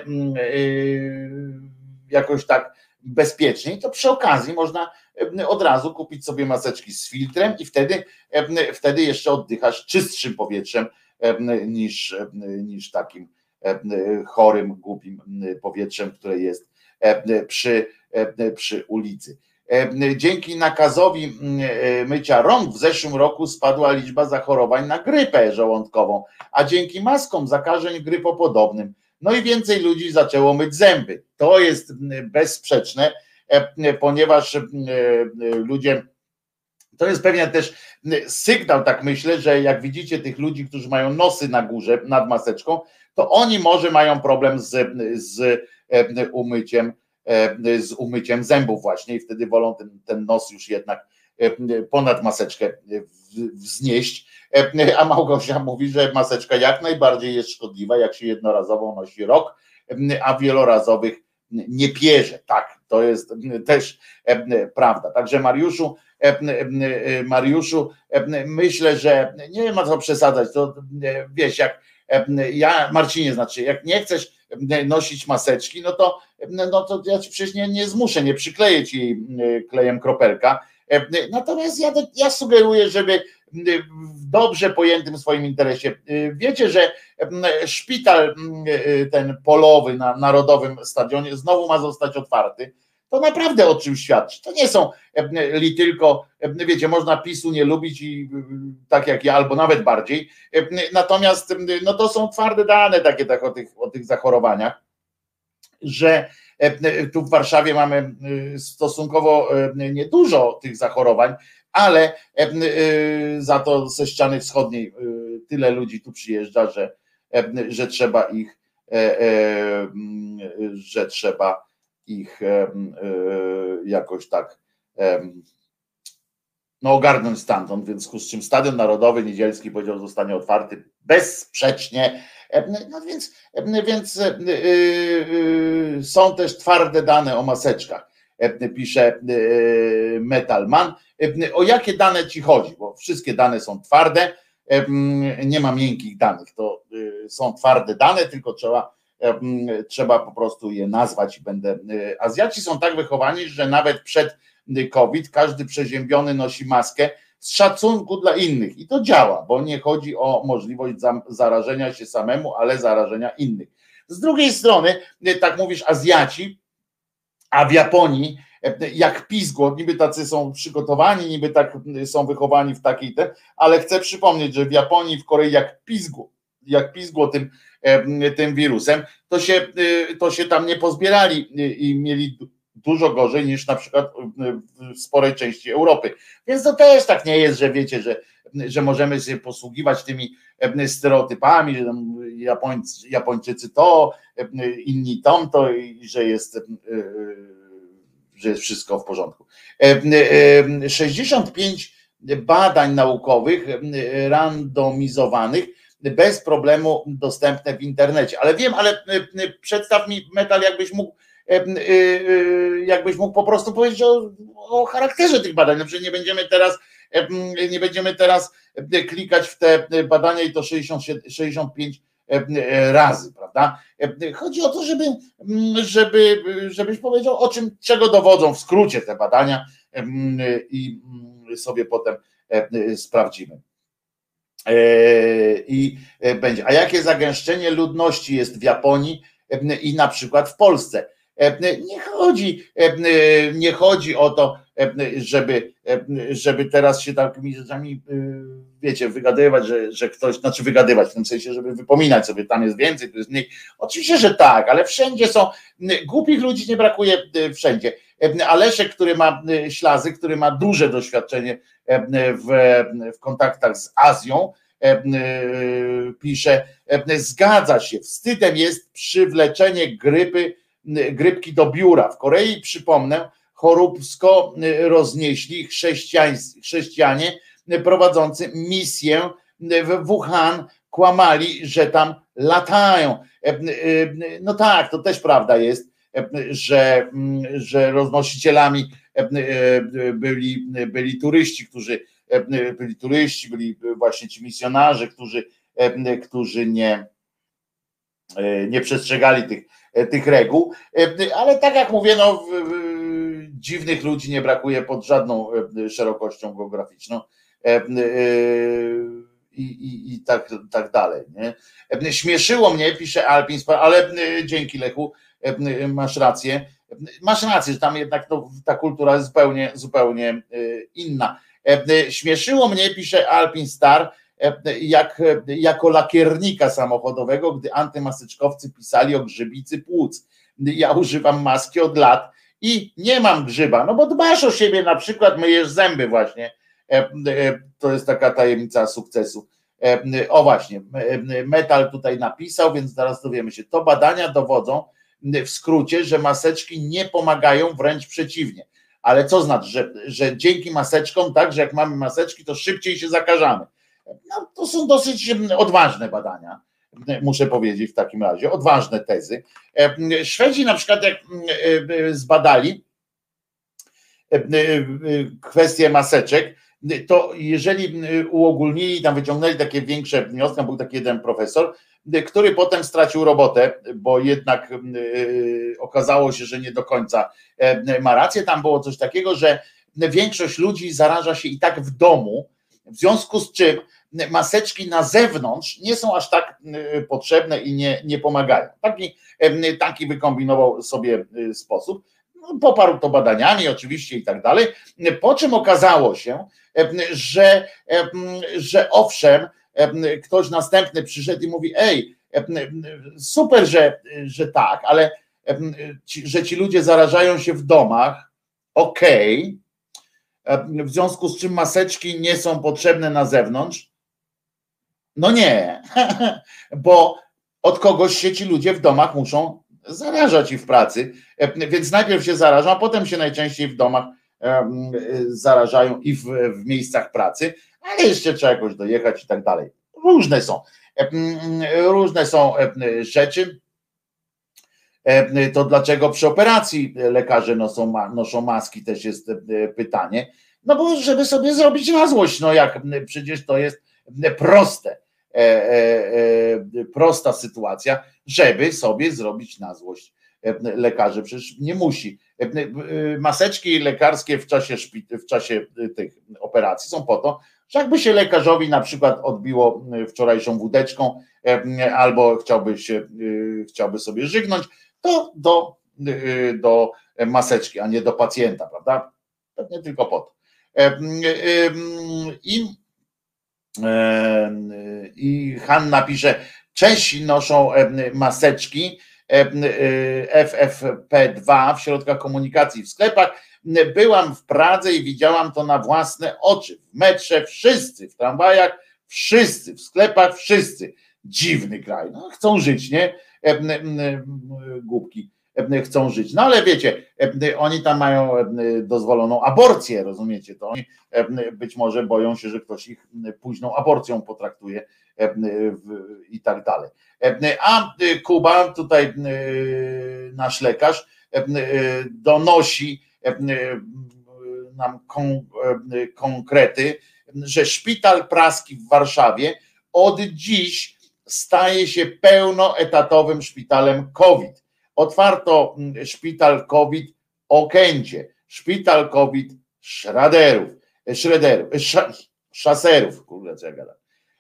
jakoś tak bezpiecznie, to przy okazji można od razu kupić sobie maseczki z filtrem i wtedy, wtedy jeszcze oddychasz czystszym powietrzem niż, niż takim chorym, głupim powietrzem, które jest przy, przy ulicy. Dzięki nakazowi mycia rąk w zeszłym roku spadła liczba zachorowań na grypę żołądkową, a dzięki maskom zakażeń grypopodobnym. No i więcej ludzi zaczęło myć zęby. To jest bezsprzeczne, ponieważ ludzie, to jest pewnie też sygnał, tak myślę, że jak widzicie tych ludzi, którzy mają nosy na górze nad maseczką, to oni może mają problem z, z umyciem, z umyciem zębów właśnie i wtedy wolą ten, ten nos już jednak ponad maseczkę wznieść, a Małgosia mówi, że maseczka jak najbardziej jest szkodliwa, jak się jednorazową nosi rok, a wielorazowych nie pierze. Tak, to jest też prawda. Także Mariuszu, Mariuszu, myślę, że nie wiem, ma co przesadzać, to wiesz, jak ja, Marcinie, znaczy, jak nie chcesz nosić maseczki, no to, no to ja ci przecież nie, nie zmuszę, nie przykleję ci klejem kropelka. Natomiast ja, ja sugeruję, żeby w dobrze pojętym swoim interesie, wiecie, że szpital ten polowy na Narodowym Stadionie znowu ma zostać otwarty. To naprawdę o czym świadczy. To nie są li tylko, wiecie, można PiSu nie lubić i tak jak ja, albo nawet bardziej. Natomiast no to są twarde dane takie tak o tych, o tych zachorowaniach, że tu w Warszawie mamy stosunkowo niedużo tych zachorowań, ale za to ze ściany wschodniej tyle ludzi tu przyjeżdża, że, że trzeba ich, że trzeba ich jakoś tak no ogarnąć stamtąd, w związku z czym Stadion Narodowy Niedzielski powiedział, zostanie otwarty bezsprzecznie. No więc, więc yy, są też twarde dane o maseczkach, pisze Metalman. O jakie dane ci chodzi? Bo wszystkie dane są twarde, nie ma miękkich danych, to są twarde dane, tylko trzeba, trzeba po prostu je nazwać. Będę. Azjaci są tak wychowani, że nawet przed COVID każdy przeziębiony nosi maskę z szacunku dla innych i to działa, bo nie chodzi o możliwość zarażenia się samemu, ale zarażenia innych. Z drugiej strony, tak mówisz, Azjaci, a w Japonii jak pizgło, niby tacy są przygotowani, niby tak są wychowani w takiej, ale chcę przypomnieć, że w Japonii, w Korei jak pizgło, jak pizgło tym, tym wirusem, to się, to się tam nie pozbierali i mieli dużo gorzej niż na przykład w sporej części Europy. Więc to też tak nie jest, że wiecie, że, że możemy się posługiwać tymi stereotypami, że Japońcy, Japończycy to, inni tamto i że jest, że jest wszystko w porządku. sześćdziesiąt pięć badań naukowych randomizowanych bez problemu dostępne w internecie. Ale wiem, ale przedstaw mi, Metal, jakbyś mógł jakbyś mógł po prostu powiedzieć o, o charakterze tych badań. No, że nie będziemy teraz nie będziemy teraz klikać w te badania i to sześćdziesiąt, sześćdziesiąt pięć razy, prawda? Chodzi o to, żeby, żeby, żebyś powiedział, o czym, czego dowodzą w skrócie te badania i sobie potem sprawdzimy. I będzie. A jakie zagęszczenie ludności jest w Japonii i na przykład w Polsce? Nie chodzi, nie chodzi o to, żeby, żeby teraz się takimi rzeczami, wiecie, wygadywać, że, że ktoś, znaczy wygadywać w tym sensie, żeby wypominać sobie, tam jest więcej, tu jest mniej. Oczywiście, że tak, ale wszędzie są, głupich ludzi nie brakuje wszędzie. A Leszek, który ma ślazy, który ma duże doświadczenie w, w kontaktach z Azją, pisze, zgadza się, wstydem jest przywleczenie grypy, grypki do biura. W Korei, przypomnę, choróbsko roznieśli chrześcijanie prowadzący misję w Wuhan, kłamali, że tam latają. No tak, to też prawda jest, że, że roznosicielami byli, byli turyści, którzy byli turyści, byli właśnie ci misjonarze, którzy, którzy nie, nie przestrzegali tych, tych reguł, ale tak jak mówię, no, dziwnych ludzi nie brakuje pod żadną szerokością geograficzną i, i, i tak, tak dalej. Nie? Śmieszyło mnie, pisze Alpin, ale dzięki, Lechu, masz rację, masz rację, że tam jednak to, ta kultura jest zupełnie, zupełnie inna. Śmieszyło mnie, pisze Alpin Star, jak, jako lakiernika samochodowego, gdy antymaseczkowcy pisali o grzybicy płuc. Ja używam maski od lat i nie mam grzyba, no bo dbasz o siebie, na przykład myjesz zęby właśnie. To jest taka tajemnica sukcesu. O właśnie, Metal tutaj napisał, więc zaraz dowiemy się. To badania dowodzą w skrócie, że maseczki nie pomagają, wręcz przeciwnie. Ale co znaczy, że, że dzięki maseczkom, tak, że jak mamy maseczki, to szybciej się zakażamy. No, to są dosyć odważne badania, muszę powiedzieć w takim razie, odważne tezy. Szwedzi na przykład jak zbadali kwestię maseczek, to jeżeli uogólnili, tam wyciągnęli takie większe wnioski, był taki jeden profesor, który potem stracił robotę, bo jednak okazało się, że nie do końca ma rację. Tam było coś takiego, że większość ludzi zaraża się i tak w domu, w związku z czym maseczki na zewnątrz nie są aż tak potrzebne i nie, nie pomagają. Taki, taki wykombinował sobie sposób. Poparł to badaniami oczywiście i tak dalej, po czym okazało się, że, że owszem, ktoś następny przyszedł i mówi, ej, super, że, że tak, ale że ci ludzie zarażają się w domach, okej, w związku z czym maseczki nie są potrzebne na zewnątrz. No nie, bo od kogoś się ci ludzie w domach muszą zarażać i w pracy, więc najpierw się zarażą, a potem się najczęściej w domach zarażają i w, w miejscach pracy, ale jeszcze trzeba jakoś dojechać i tak dalej. Różne są, różne są rzeczy. To dlaczego przy operacji lekarze noszą, noszą maski, też jest pytanie. No bo żeby sobie zrobić na złość, no jak przecież to jest proste, prosta sytuacja, żeby sobie zrobić na złość. Lekarze przecież nie musi. Maseczki lekarskie w czasie, w czasie tych operacji są po to, że jakby się lekarzowi na przykład odbiło wczorajszą wódeczką albo chciałby, się, chciałby sobie żygnąć, to do, do maseczki, a nie do pacjenta, prawda? Pewnie tylko po to. I, i Hanna pisze, Czesi noszą maseczki F F P dwa w środkach komunikacji, w sklepach. Byłam w Pradze i widziałam to na własne oczy. W metrze wszyscy, w tramwajach wszyscy, w sklepach wszyscy. Dziwny kraj. No, chcą żyć, nie? Głupki chcą żyć. No ale wiecie, oni tam mają dozwoloną aborcję, rozumiecie? To oni być może boją się, że ktoś ich późną aborcją potraktuje i tak dalej. A Kuba, tutaj nasz lekarz, donosi nam kon, konkrety, że szpital praski w Warszawie od dziś staje się pełnoetatowym szpitalem COVID. Otwarto szpital COVID Okęcie, szpital COVID Szraderów, Szrederów, Szaserów, kurde, co ja gadam.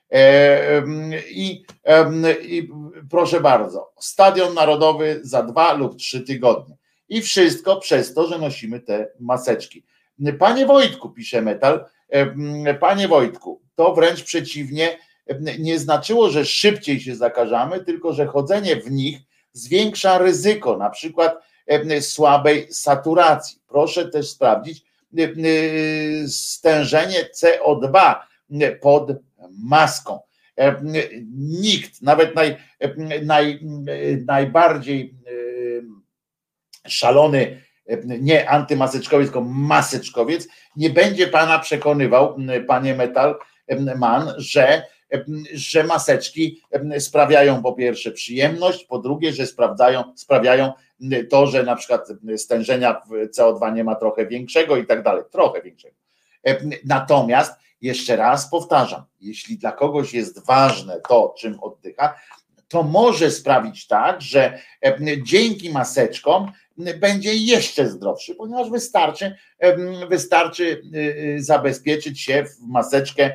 I, I proszę bardzo, Stadion Narodowy za dwa lub trzy tygodnie. I wszystko przez to, że nosimy te maseczki. Panie Wojtku, pisze Metal, panie Wojtku, to wręcz przeciwnie, nie znaczyło, że szybciej się zakażamy, tylko że chodzenie w nich zwiększa ryzyko, na przykład słabej saturacji. Proszę też sprawdzić stężenie C O dwa pod maską. Nikt, nawet naj, naj, najbardziej szalony, nie antymaseczkowiec, tylko maseczkowiec, nie będzie pana przekonywał, panie Metal Man, że, że maseczki sprawiają po pierwsze przyjemność, po drugie, że sprawdzają, sprawiają to, że na przykład stężenia C O dwa nie ma trochę większego i tak dalej, trochę większego. Natomiast jeszcze raz powtarzam, jeśli dla kogoś jest ważne to, czym oddycha, to może sprawić tak, że dzięki maseczkom będzie jeszcze zdrowszy, ponieważ wystarczy, wystarczy zabezpieczyć się w maseczkę.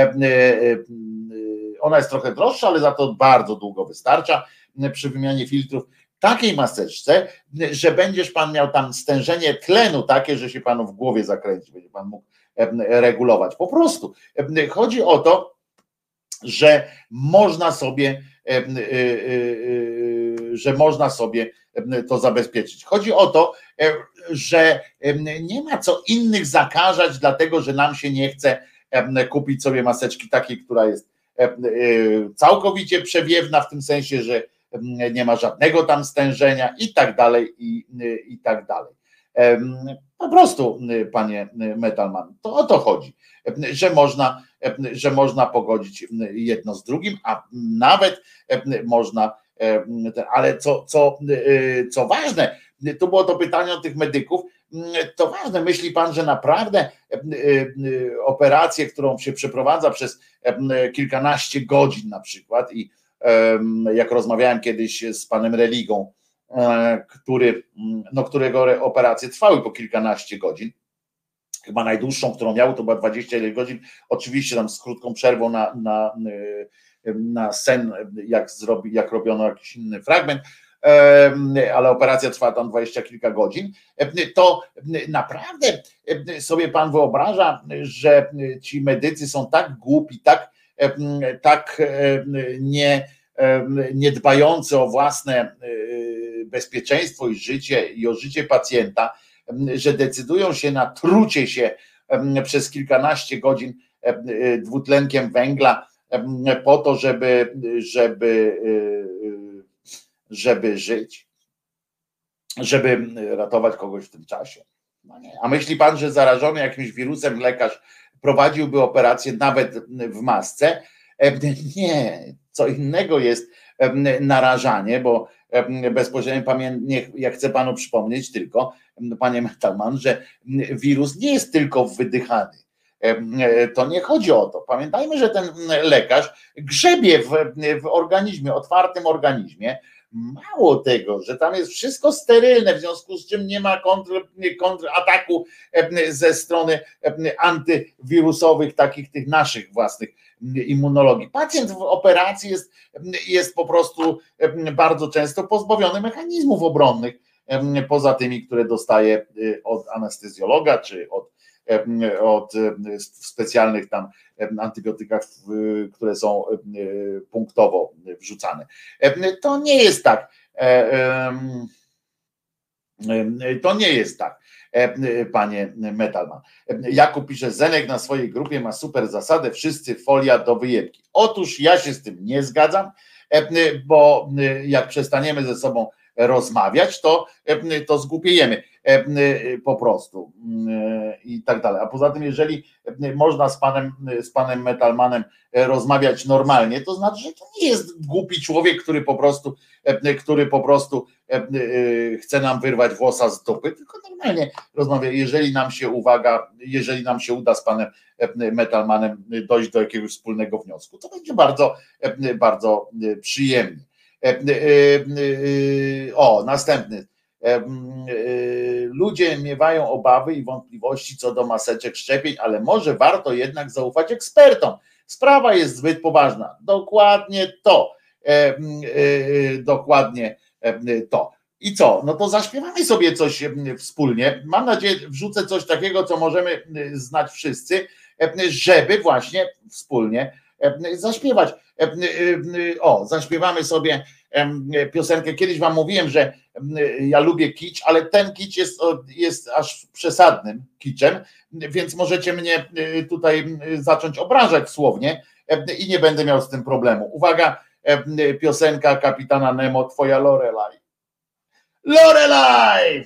Ona jest trochę droższa, ale za to bardzo długo wystarcza przy wymianie filtrów. Takiej maseczce, że będziesz pan miał tam stężenie tlenu takie, że się panu w głowie zakręci, będzie pan mógł regulować. Po prostu chodzi o to, że można sobie, że można sobie to zabezpieczyć. Chodzi o to, że nie ma co innych zakażać, dlatego że nam się nie chce kupić sobie maseczki takiej, która jest całkowicie przewiewna, w tym sensie, że nie ma żadnego tam stężenia i tak dalej, i, i tak dalej. Po prostu, panie Metalman, to o to chodzi, że można, że można pogodzić jedno z drugim, a nawet można, ale co, co, co ważne, tu było to pytanie o tych medyków, to ważne, myśli pan, że naprawdę operację, którą się przeprowadza przez kilkanaście godzin na przykład i jak rozmawiałem kiedyś z panem Religą, który, no, którego operacje trwały po kilkanaście godzin, chyba najdłuższą, którą miał, to była dwadzieścia godzin, oczywiście tam z krótką przerwą na, na, na sen, jak, zrobi, jak robiono jakiś inny fragment, ale operacja trwała tam dwadzieścia kilka godzin, to naprawdę sobie pan wyobraża, że ci medycy są tak głupi, tak, tak nie, nie dbający o własne bezpieczeństwo i życie i o życie pacjenta, że decydują się na trucie się przez kilkanaście godzin dwutlenkiem węgla po to, żeby, żeby, żeby żyć, żeby ratować kogoś w tym czasie. No nie. A myśli pan, że zarażony jakimś wirusem lekarz prowadziłby operację nawet w masce? Nie, co innego jest narażanie, bo bezpośrednio pamiętnie, ja chcę panu przypomnieć tylko, panie Metalman, że wirus nie jest tylko wydychany. To nie chodzi o to. Pamiętajmy, że ten lekarz grzebie w, w organizmie, otwartym organizmie. Mało tego, że tam jest wszystko sterylne, w związku z czym nie ma kontr, kontrataku ze strony antywirusowych, takich tych naszych własnych immunologii. Pacjent w operacji jest, jest po prostu bardzo często pozbawiony mechanizmów obronnych, poza tymi, które dostaje od anestezjologa czy od, od specjalnych tam antybiotykach, które są punktowo wrzucane. To nie jest tak, To nie jest tak, panie Metalman. Jakub pisze, Zenek na swojej grupie ma super zasadę, wszyscy folia do wyjebki. Otóż ja się z tym nie zgadzam, bo jak przestaniemy ze sobą rozmawiać, to, to zgłupiejemy po prostu i tak dalej. A poza tym, jeżeli można z panem, z panem Metalmanem rozmawiać normalnie, to znaczy, że to nie jest głupi człowiek, który po prostu, który po prostu chce nam wyrwać włosa z dupy, tylko normalnie rozmawia. Jeżeli nam się uwaga, jeżeli nam się uda z panem Metalmanem dojść do jakiegoś wspólnego wniosku, to będzie bardzo, bardzo przyjemnie. O, następny. Ludzie miewają obawy i wątpliwości co do maseczek, szczepień, ale może warto jednak zaufać ekspertom. Sprawa jest zbyt poważna. Dokładnie to. Dokładnie to. I co? No to zaśpiewamy sobie coś wspólnie. Mam nadzieję, wrzucę coś takiego, co możemy znać wszyscy, żeby właśnie wspólnie zaśpiewać. O, zaśpiewamy sobie piosenkę. Kiedyś wam mówiłem, że ja lubię kicz, ale ten kicz jest, jest aż przesadnym kiczem, więc możecie mnie tutaj zacząć obrażać słownie i nie będę miał z tym problemu. Uwaga, piosenka Kapitana Nemo, twoja Lorelai. Lorelai!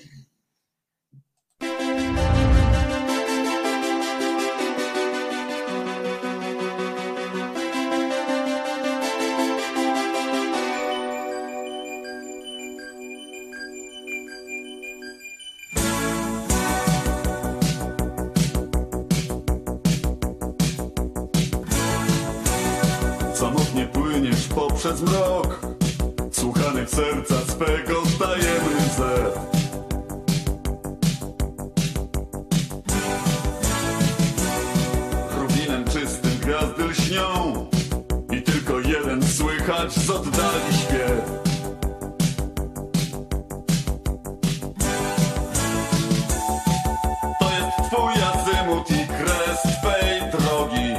Samotnie płyniesz poprzez mrok, słuchanych serca swego tajemny zew. Rubinem czystym gwiazdy lśnią i tylko jeden słychać z oddali śpiew. To jest twój azymut i kres twej drogi.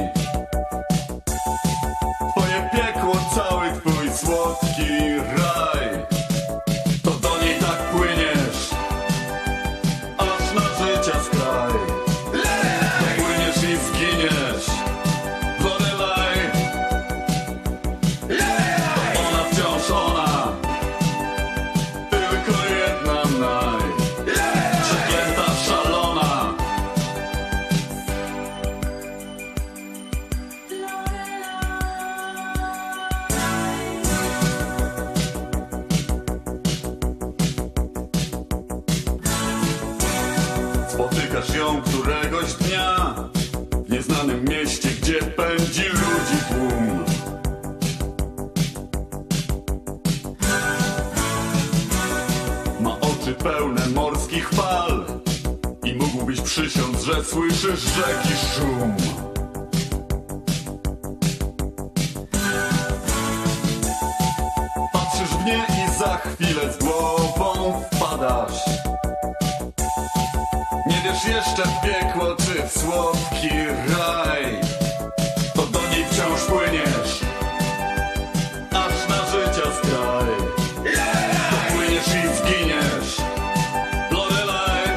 Twoje piekło, cały twój słodki raj. To do niej tak płyniesz, aż na życia skraj. To płyniesz i zginiesz, Lorelai. To ona wciąż ona, tylko jedna naj. Przeklęta, szalona. Spotykasz ją któregoś dnia w nieznanym mieście, gdzie pędzi ludzi tłum. Ma oczy pełne morskich fal i mógłbyś przysiąc, że słyszysz rzeki szum. Patrzysz w nie i za chwilę z głową wpadasz. Nie wiesz jeszcze w piekło czy w słodki raj. To do niej wciąż płyniesz, aż na życia skraj. To płyniesz i zginiesz, Lorelai.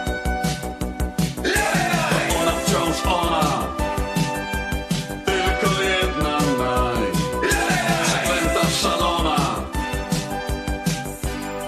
To ona wciąż ona, tylko jedna naj. Przeklęta, szalona.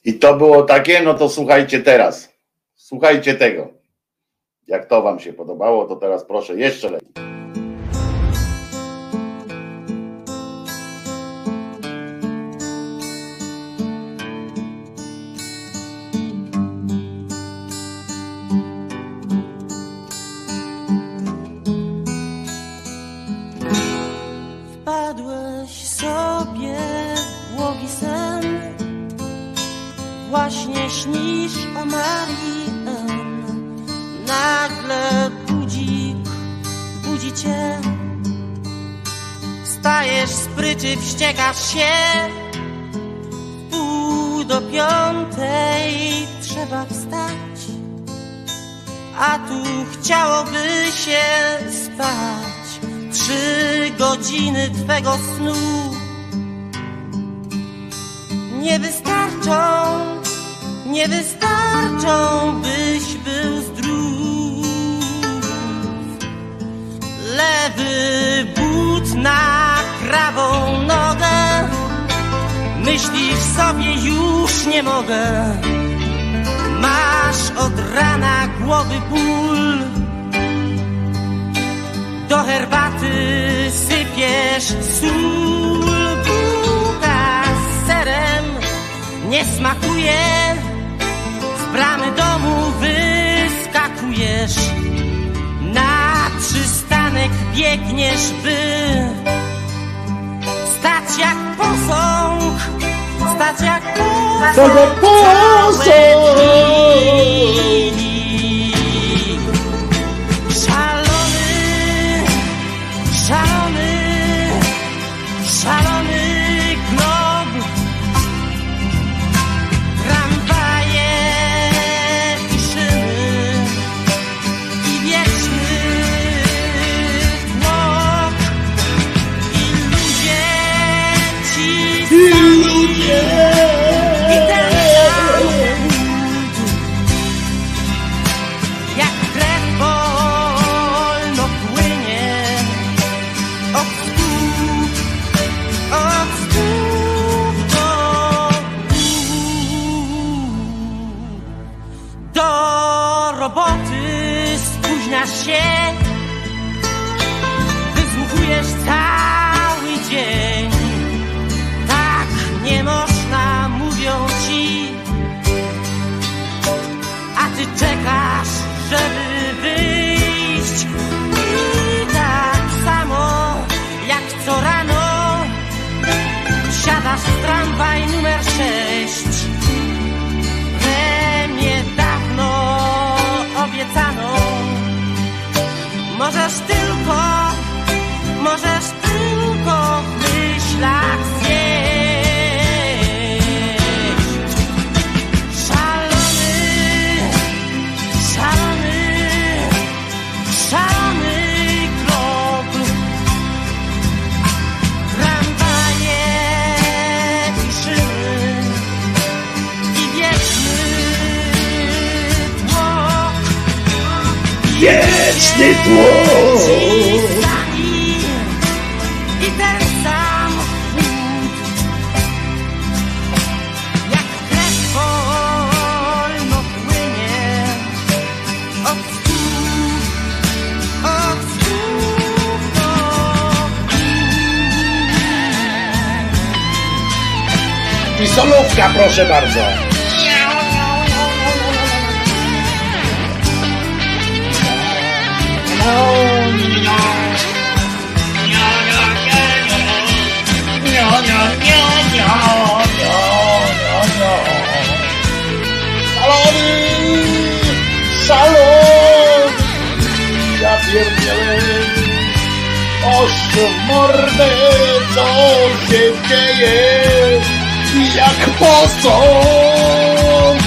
I to było takie, no to słuchajcie teraz. Słuchajcie tego. Jak to wam się podobało, to teraz proszę jeszcze lepiej. Wpadłeś sobie w błogi sen, właśnie śnisz o Marii N. Nagle budzik budzi cię, wstajesz z pryczy, wściekasz się. Pół do piątej trzeba wstać, a tu chciałoby się spać. Trzy godziny twego snu nie wystarczą, nie wystarczą, byś był zdrów. Lewy but na prawą nogę, myślisz sobie, już nie mogę. Masz od rana głowy ból, do herbaty sypiesz sól. Bułka z serem nie smakuje, z bramy domu wyskakujesz. Na przystanek biegniesz, by stać jak posąg, stać jak posąg, całe dni. Szalony, szalony glob, tramwaje i szyny, i wieczny tłok, i ludzie ci sami, i ten samochód, jak krew wolno płynie od stóp, od stóp do gór. Do roboty spóźniasz się, wysłuchujesz cały dzień. Tak nie można, mówią ci, a ty czekasz, żeby wyjść. I tak samo jak co rano siadasz w tramwaj numer sześć. Premię dawno obiecaną możesz tylko, możesz tylko w myślach zjeść. Szalony, szalony, szalony glob, tramwaje i szyny, i wieczny tłok, Wieczny tłok. ci sami, i ten sam chłód, jak krew wolno płynie od stóp, od stóp do I solówka, proszę bardzo. Salony, salon, ja pierdzielę. Oż mordę, co się dzieje, jak posąg.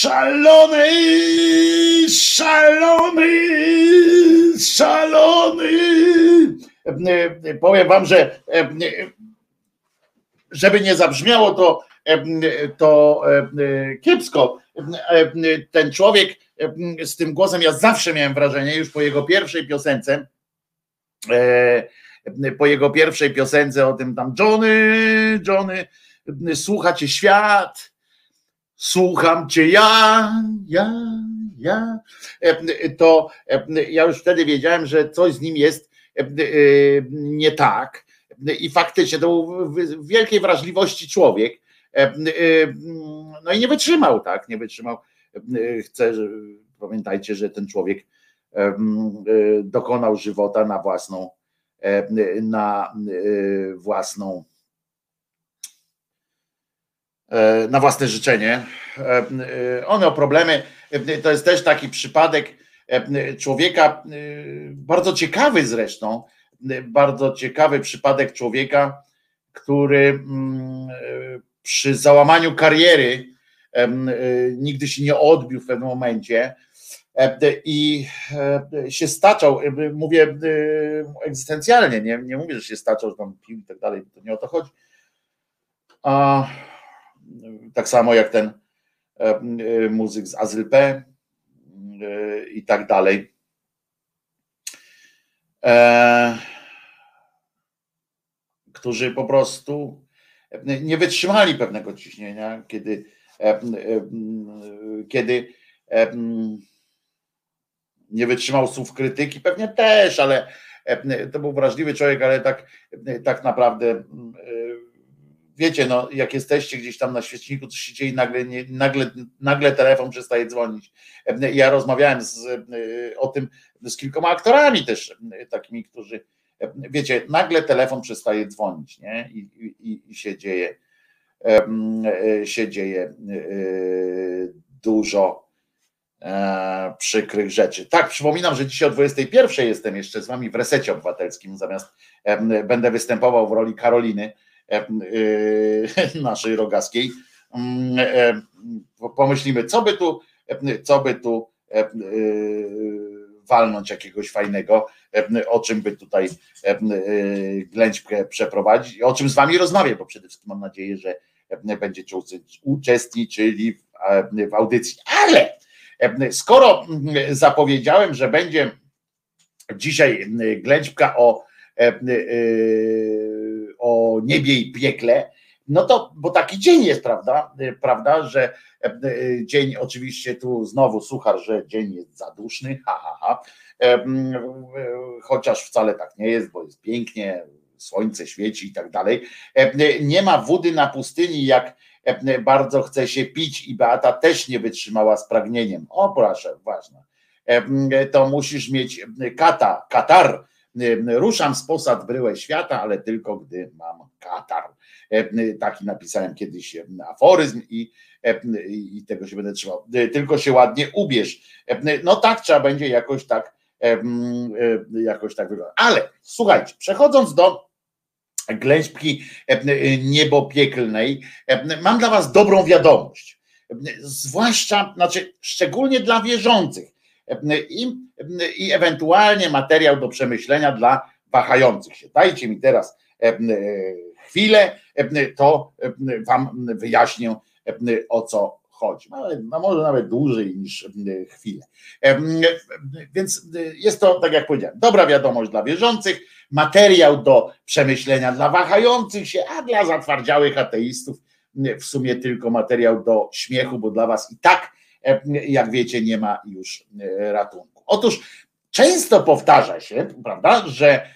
szalony, szalony, szalony. Powiem wam, że żeby nie zabrzmiało to, to kiepsko, ten człowiek z tym głosem, ja zawsze miałem wrażenie, już po jego pierwszej piosence, po jego pierwszej piosence o tym tam Johnny, Johnny, słucha cię świat, słucham cię ja, ja, ja, to ja już wtedy wiedziałem, że coś z nim jest nie tak i faktycznie to był w wielkiej wrażliwości człowiek, no i nie wytrzymał, tak, nie wytrzymał. Chcę, że pamiętajcie, że ten człowiek dokonał żywota na własną, na własną, na własne życzenie. On miał problemy, to jest też taki przypadek człowieka, bardzo ciekawy zresztą, bardzo ciekawy przypadek człowieka, który przy załamaniu kariery nigdy się nie odbił w pewnym momencie i się staczał, mówię egzystencjalnie, nie, nie mówię, że się staczał, że tam pił i tak dalej, to nie o to chodzi. A tak samo jak ten muzyk z Azyl P i tak dalej. Którzy po prostu nie wytrzymali pewnego ciśnienia, kiedy kiedy nie wytrzymał słów krytyki, pewnie też, ale to był wrażliwy człowiek, ale tak, tak naprawdę wiecie, no jak jesteście gdzieś tam na świeczniku, coś się dzieje, nagle, nie, nagle, nagle telefon przestaje dzwonić. Ja rozmawiałem z, o tym z kilkoma aktorami też takimi, którzy, wiecie, nagle telefon przestaje dzwonić, nie? I, i, i się dzieje się dzieje dużo przykrych rzeczy. Tak, przypominam, że dzisiaj o dwudziestej pierwszej jestem jeszcze z wami w Resecie Obywatelskim, zamiast będę występował w roli Karoliny naszej Rogaskiej. Pomyślimy, co by tu co by tu walnąć jakiegoś fajnego, o czym by tutaj ględźbkę przeprowadzić, o czym z wami rozmawiam, bo przede wszystkim mam nadzieję, że będziecie uczestniczyli w, w audycji. Ale skoro zapowiedziałem, że będzie dzisiaj ględźbka o, o niebie i piekle, no to, bo taki dzień jest, prawda, prawda, że dzień, oczywiście tu znowu suchar, że dzień jest zaduszny, ha, ha, ha. Chociaż wcale tak nie jest, bo jest pięknie, słońce świeci i tak dalej. Nie ma wody na pustyni, jak bardzo chce się pić, i Beata też nie wytrzymała z pragnieniem. O proszę, ważne. To musisz mieć kata, katar. Ruszam z posad bryłę świata, ale tylko gdy mam katar. Taki napisałem kiedyś aforyzm i, i tego się będę trzymał. Tylko się ładnie ubierz. No tak, trzeba będzie jakoś tak jakoś tak wyglądać. Ale słuchajcie, przechodząc do ględźbki niebopieklnej, mam dla was dobrą wiadomość. Zwłaszcza, znaczy szczególnie dla wierzących i, i ewentualnie materiał do przemyślenia dla wahających się. Dajcie mi teraz chwilę, to wam wyjaśnię, o co chodzi. No może nawet dłużej niż chwilę. Więc jest to, tak jak powiedziałem, dobra wiadomość dla wierzących, materiał do przemyślenia dla wahających się, a dla zatwardziałych ateistów w sumie tylko materiał do śmiechu, bo dla was i tak, jak wiecie, nie ma już ratunku. Otóż często powtarza się, prawda, że,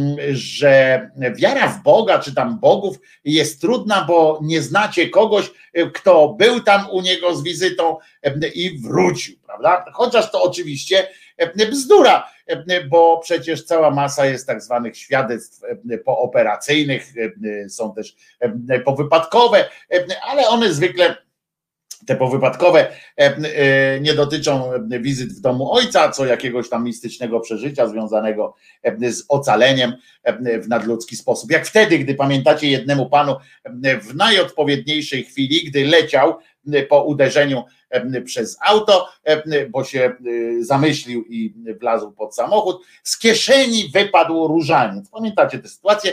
że wiara w Boga, czy tam bogów jest trudna, bo nie znacie kogoś, kto był tam u niego z wizytą i wrócił, prawda? Chociaż to oczywiście bzdura, bo przecież cała masa jest tak zwanych świadectw pooperacyjnych, są też powypadkowe, ale one zwykle, te powypadkowe, nie dotyczą wizyt w domu ojca, co jakiegoś tam mistycznego przeżycia związanego z ocaleniem w nadludzki sposób. Jak wtedy, gdy pamiętacie, jednemu panu w najodpowiedniejszej chwili, gdy leciał po uderzeniu przez auto, bo się zamyślił i wlazł pod samochód. Z kieszeni wypadł różaniec. Pamiętacie tę sytuację?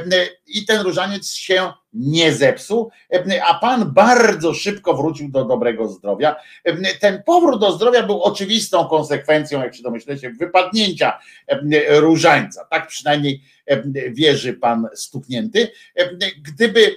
I ten różaniec się nie zepsuł, a pan bardzo szybko wrócił do dobrego zdrowia. Ten powrót do zdrowia był oczywistą konsekwencją, jak się domyślacie, wypadnięcia różańca. Tak przynajmniej wierzy pan stuknięty. Gdyby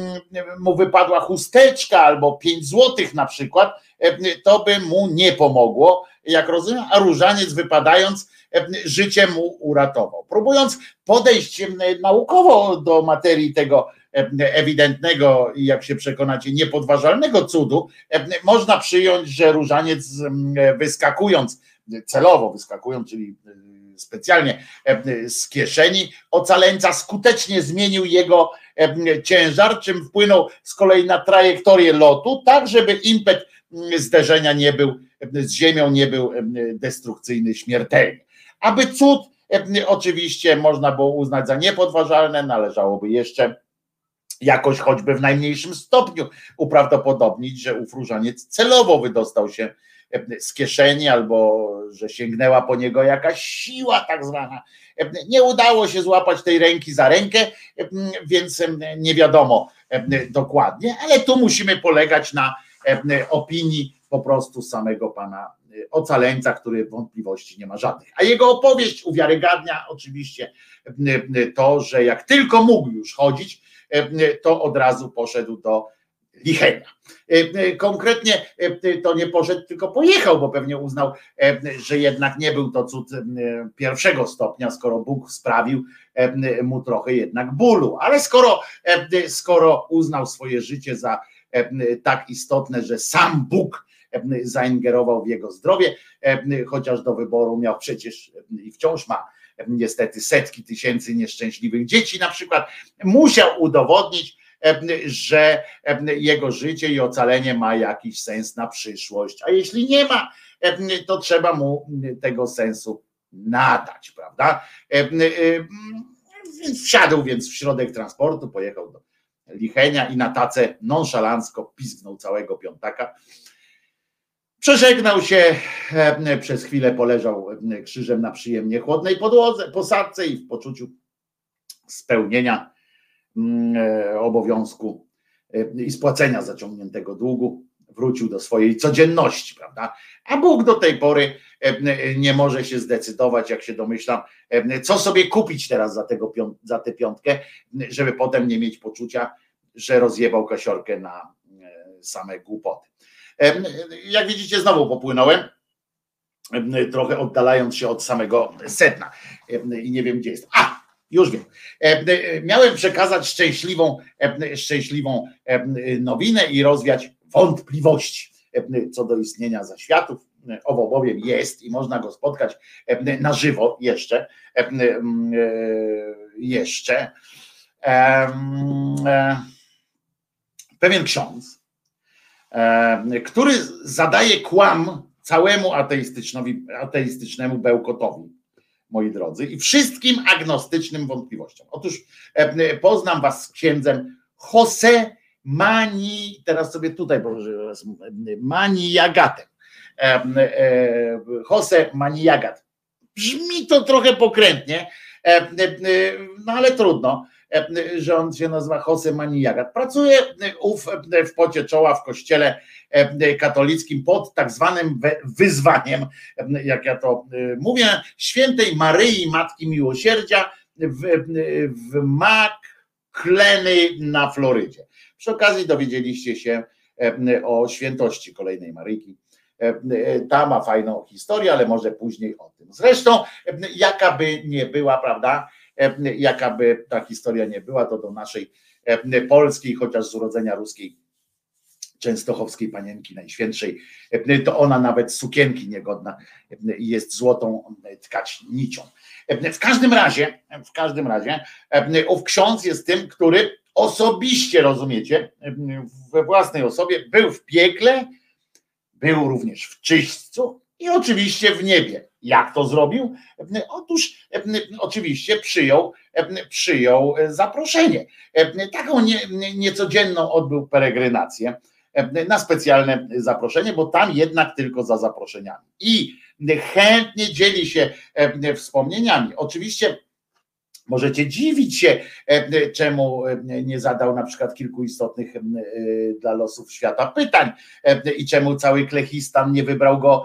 mu wypadła chusteczka albo pięć złotych na przykład, to by mu nie pomogło, jak rozumiem, a różaniec wypadając życie mu uratował. Próbując podejść naukowo do materii tego ewidentnego i, jak się przekonacie, niepodważalnego cudu, można przyjąć, że różaniec, wyskakując, celowo wyskakując, czyli specjalnie z kieszeni ocaleńca, skutecznie zmienił jego ciężar, czym wpłynął z kolei na trajektorię lotu, tak żeby impet zderzenia nie był z ziemią, nie był destrukcyjny, śmiertelny. Aby cud oczywiście można było uznać za niepodważalne, należałoby jeszcze jakoś choćby w najmniejszym stopniu uprawdopodobnić, że ów różaniec celowo wydostał się z kieszeni albo że sięgnęła po niego jakaś siła tak zwana. Nie udało się złapać tej ręki za rękę, więc nie wiadomo dokładnie, ale tu musimy polegać na opinii po prostu samego pana ocaleńca, który wątpliwości nie ma żadnych. A jego opowieść uwiarygadnia oczywiście to, że jak tylko mógł już chodzić, to od razu poszedł do Lichenia. Konkretnie to nie poszedł, tylko pojechał, bo pewnie uznał, że jednak nie był to cud pierwszego stopnia, skoro Bóg sprawił mu trochę jednak bólu. Ale skoro, skoro uznał swoje życie za tak istotne, że sam Bóg zaingerował w jego zdrowie, chociaż do wyboru miał przecież i wciąż ma niestety setki tysięcy nieszczęśliwych dzieci na przykład, musiał udowodnić, że jego życie i ocalenie ma jakiś sens na przyszłość, a jeśli nie ma, to trzeba mu tego sensu nadać, prawda? Wsiadł więc w środek transportu, pojechał do Lichenia i na tacę nonszalancko pisknął całego piątaka. Przeżegnał się, przez chwilę poleżał krzyżem na przyjemnie chłodnej podłodze, posadce i w poczuciu spełnienia obowiązku i spłacenia zaciągniętego długu wrócił do swojej codzienności, prawda? A Bóg do tej pory nie może się zdecydować, jak się domyślam, co sobie kupić teraz za, tego, za tę piątkę, żeby potem nie mieć poczucia, że rozjebał kasiorkę na same głupoty. Jak widzicie, znowu popłynąłem, trochę oddalając się od samego sedna i nie wiem, gdzie jest. A! Już wiem. Miałem przekazać szczęśliwą, szczęśliwą nowinę i rozwiać wątpliwości co do istnienia zaświatów. Owo bowiem jest i można go spotkać na żywo jeszcze. Jeszcze. Pewien ksiądz, który zadaje kłam całemu ateistycznemu, ateistycznemu bełkotowi, moi drodzy, i wszystkim agnostycznym wątpliwościom. Otóż poznam was z księdzem José Mani, teraz sobie tutaj Maniagatem. José Maniagat. Brzmi to trochę pokrętnie, no ale trudno, że on się nazywa José Maniagat. Pracuje ów w pocie czoła w kościele katolickim pod tak zwanym wyzwaniem, jak ja to mówię, świętej Maryi Matki Miłosierdzia w, w McLeany na Florydzie. Przy okazji dowiedzieliście się o świętości kolejnej Maryjki. Ta ma fajną historię, ale może później o tym. Zresztą, jaka by nie była, prawda, jaka by ta historia nie była, to do naszej polskiej, chociaż z urodzenia ruskiej, częstochowskiej panienki najświętszej, to ona nawet sukienki niegodna jest złotą tkać nicią. W każdym razie, w każdym razie, ów ksiądz jest tym, który osobiście, rozumiecie, we własnej osobie był w piekle, był również w czyśćcu i oczywiście w niebie. Jak to zrobił? Otóż oczywiście przyjął, przyjął zaproszenie. Taką nie, niecodzienną odbył peregrinację na specjalne zaproszenie, bo tam jednak tylko za zaproszeniami. I chętnie dzieli się wspomnieniami. Oczywiście możecie dziwić się, czemu nie zadał na przykład kilku istotnych dla losów świata pytań i czemu cały Klechistan nie wybrał go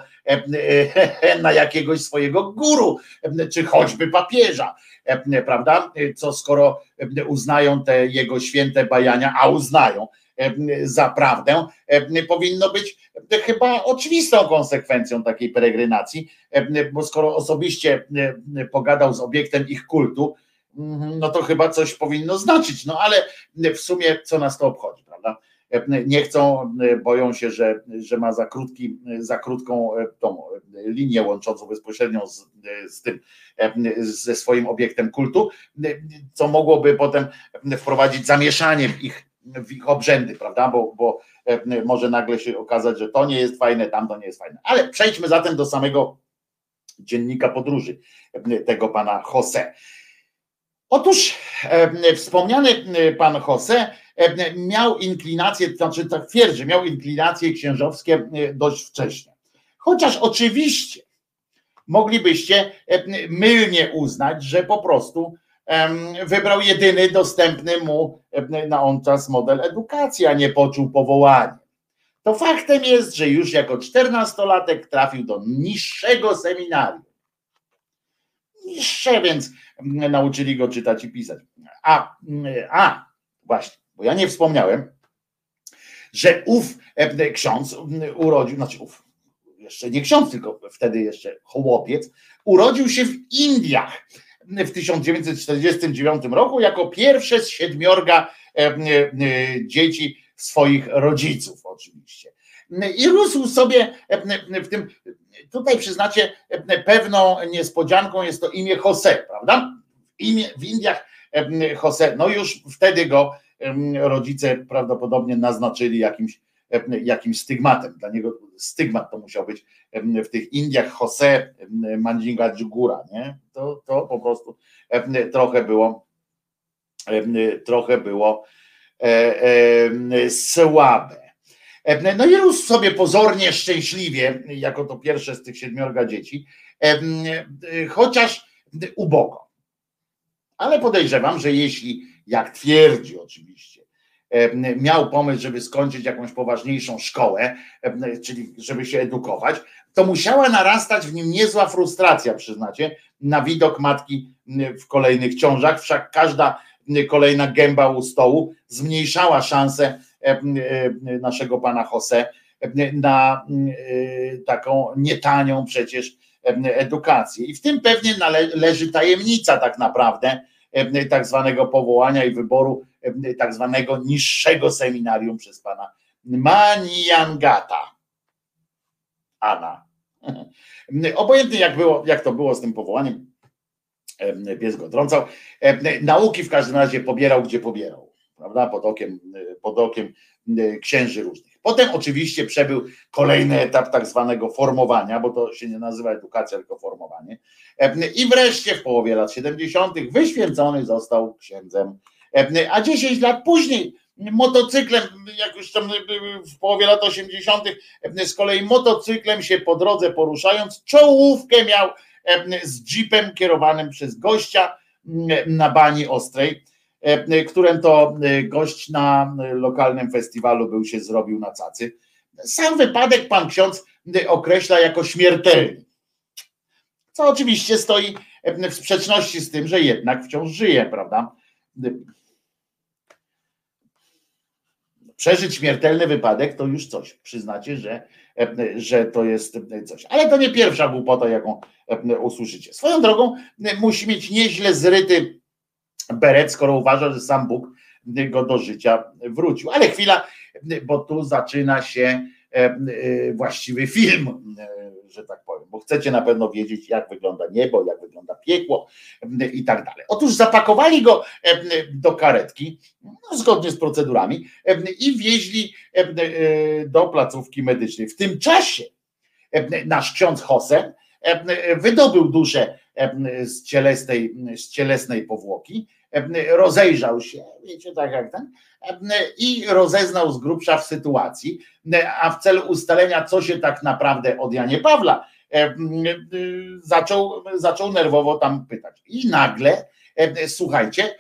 na jakiegoś swojego guru, czy choćby papieża, prawda? Co skoro uznają te jego święte bajania, a uznają za prawdę, powinno być chyba oczywistą konsekwencją takiej peregrinacji, bo skoro osobiście pogadał z obiektem ich kultu, no to chyba coś powinno znaczyć, no ale w sumie co nas to obchodzi, prawda? Nie chcą, boją się, że, że ma za, krótki, za krótką tą linię łączącą bezpośrednio z, z tym, ze swoim obiektem kultu, co mogłoby potem wprowadzić zamieszanie w ich, w ich obrzędy, prawda? Bo, bo może nagle się okazać, że to nie jest fajne, tamto nie jest fajne. Ale przejdźmy zatem do samego dziennika podróży tego pana José. Otóż e, wspomniany pan José e, miał inklinacje, to znaczy tak twierdzi, miał inklinacje księżowskie dość wcześnie. Chociaż oczywiście moglibyście e, mylnie uznać, że po prostu e, wybrał jedyny dostępny mu e, na on czas model edukacji, a nie poczuł powołania. To faktem jest, że już jako czternastolatek trafił do niższego seminarium. Niższe, więc nauczyli go czytać i pisać. A, a właśnie, bo ja nie wspomniałem, że ów ksiądz urodził, znaczy ów, jeszcze nie ksiądz, tylko wtedy jeszcze chłopiec, urodził się w Indiach w tysiąc dziewięćset czterdziestym dziewiątym roku jako pierwsze z siedmiorga dzieci swoich rodziców oczywiście. I rósł sobie w tym, tutaj przyznacie, pewną niespodzianką jest to imię José, prawda? Imię w Indiach José, no już wtedy go rodzice prawdopodobnie naznaczyli jakimś, jakimś stygmatem. Dla niego stygmat to musiał być w tych Indiach José Mandzingadżugura, nie? To, to po prostu trochę było trochę było słabe. No i rósł sobie pozornie szczęśliwie, jako to pierwsze z tych siedmiorga dzieci, chociaż ubogo. Ale podejrzewam, że jeśli, jak twierdzi oczywiście, miał pomysł, żeby skończyć jakąś poważniejszą szkołę, czyli żeby się edukować, to musiała narastać w nim niezła frustracja, przyznacie, na widok matki w kolejnych ciążach, wszak każda kolejna gęba u stołu zmniejszała szanse naszego pana José na taką nietanią przecież edukację. I w tym pewnie leży tajemnica tak naprawdę tak zwanego powołania i wyboru tak zwanego niższego seminarium przez pana Maniangata. Ana. Obojętnie jak było, jak to było z tym powołaniem, pies go trącał. Nauki w każdym razie pobierał, gdzie pobierał, prawda? Pod okiem, pod okiem księży różnych. Potem oczywiście przebył kolejny etap tak zwanego formowania, bo to się nie nazywa edukacja, tylko formowanie. I wreszcie w połowie lat siedemdziesiątych wyświęcony został księdzem. A dziesięć lat później motocyklem, jak już tam w połowie lat osiemdziesiątych, z kolei motocyklem się po drodze poruszając, czołówkę miał z jeepem kierowanym przez gościa na Bani Ostrej, którym to gość na lokalnym festiwalu był, się zrobił na cacy. Sam wypadek pan ksiądz określa jako śmiertelny, co oczywiście stoi w sprzeczności z tym, że jednak wciąż żyje, prawda? Przeżyć śmiertelny wypadek to już coś, przyznacie, że, że to jest coś. Ale to nie pierwsza głupota, jaką usłyszycie. Swoją drogą musi mieć nieźle zryty beret, skoro uważa, że sam Bóg go do życia wrócił. Ale chwila, bo tu zaczyna się właściwy film, że tak powiem, bo chcecie na pewno wiedzieć, jak wygląda niebo, jak wygląda piekło i tak dalej. Otóż zapakowali go do karetki, no, zgodnie z procedurami, i wieźli do placówki medycznej. W tym czasie nasz ksiądz José wydobył duszę z cielesnej, z cielesnej powłoki rozejrzał się, wiecie, tak jak ten, i rozeznał z grubsza w sytuacji, a w celu ustalenia, co się tak naprawdę od Janie Pawła zaczął, zaczął nerwowo tam pytać. I nagle, słuchajcie,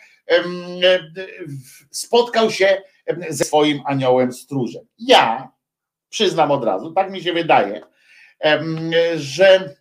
spotkał się ze swoim aniołem stróżem. Ja przyznam od razu, tak mi się wydaje, że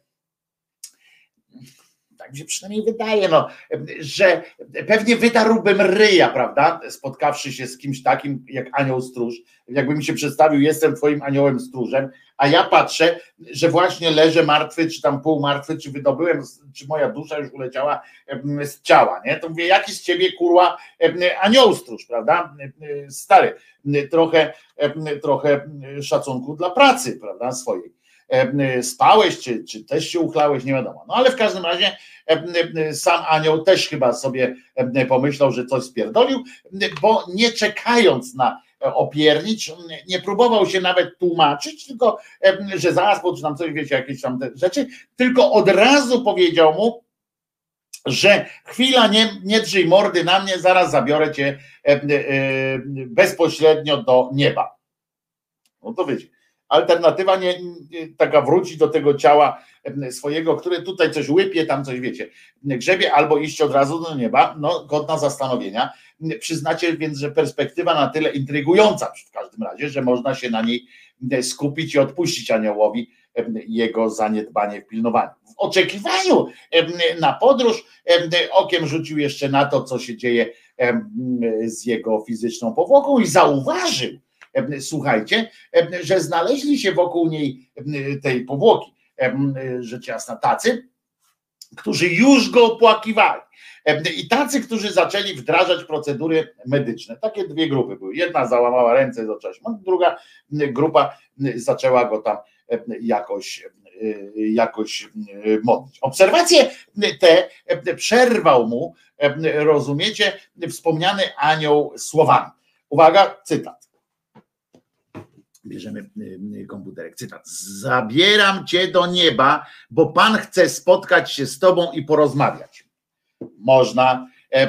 tak mi się przynajmniej wydaje, no, że pewnie wydarłbym ryja, prawda, spotkawszy się z kimś takim jak anioł stróż, jakby mi się przedstawił, jestem twoim aniołem stróżem, a ja patrzę, że właśnie leżę martwy, czy tam półmartwy, czy wydobyłem, czy moja dusza już uleciała z ciała, nie? To mówię, jaki z ciebie, kurwa, anioł stróż, prawda? Stary, trochę, trochę szacunku dla pracy, prawda, swojej. Spałeś, czy, czy też się uchlałeś, nie wiadomo. No ale w każdym razie sam anioł też chyba sobie pomyślał, że coś spierdolił, bo nie czekając na opiernicz, nie próbował się nawet tłumaczyć, tylko że zaraz poczytam coś, wiecie, jakieś tam te rzeczy, tylko od razu powiedział mu, że chwila, nie, nie drzyj mordy na mnie, zaraz zabiorę cię bezpośrednio do nieba. No to wiecie. Alternatywa nie, taka wrócić do tego ciała swojego, które tutaj coś łypie, tam coś, wiecie, grzebie, albo iść od razu do nieba, no godna zastanowienia. Przyznacie więc, że perspektywa na tyle intrygująca w każdym razie, że można się na niej skupić i odpuścić aniołowi jego zaniedbanie w pilnowaniu. W oczekiwaniu na podróż okiem rzucił jeszcze na to, co się dzieje z jego fizyczną powłoką i zauważył, słuchajcie, że znaleźli się wokół niej tej powłoki, rzecz jasna, tacy, którzy już go opłakiwali. I tacy, którzy zaczęli wdrażać procedury medyczne. Takie dwie grupy były. Jedna załamała ręce, zaczęła się, druga grupa zaczęła go tam jakoś, jakoś modlić. Obserwacje te przerwał mu, rozumiecie, wspomniany anioł słowami. Uwaga, cytat. Bierzemy komputerek, cytat. Zabieram cię do nieba, bo Pan chce spotkać się z tobą i porozmawiać. Można,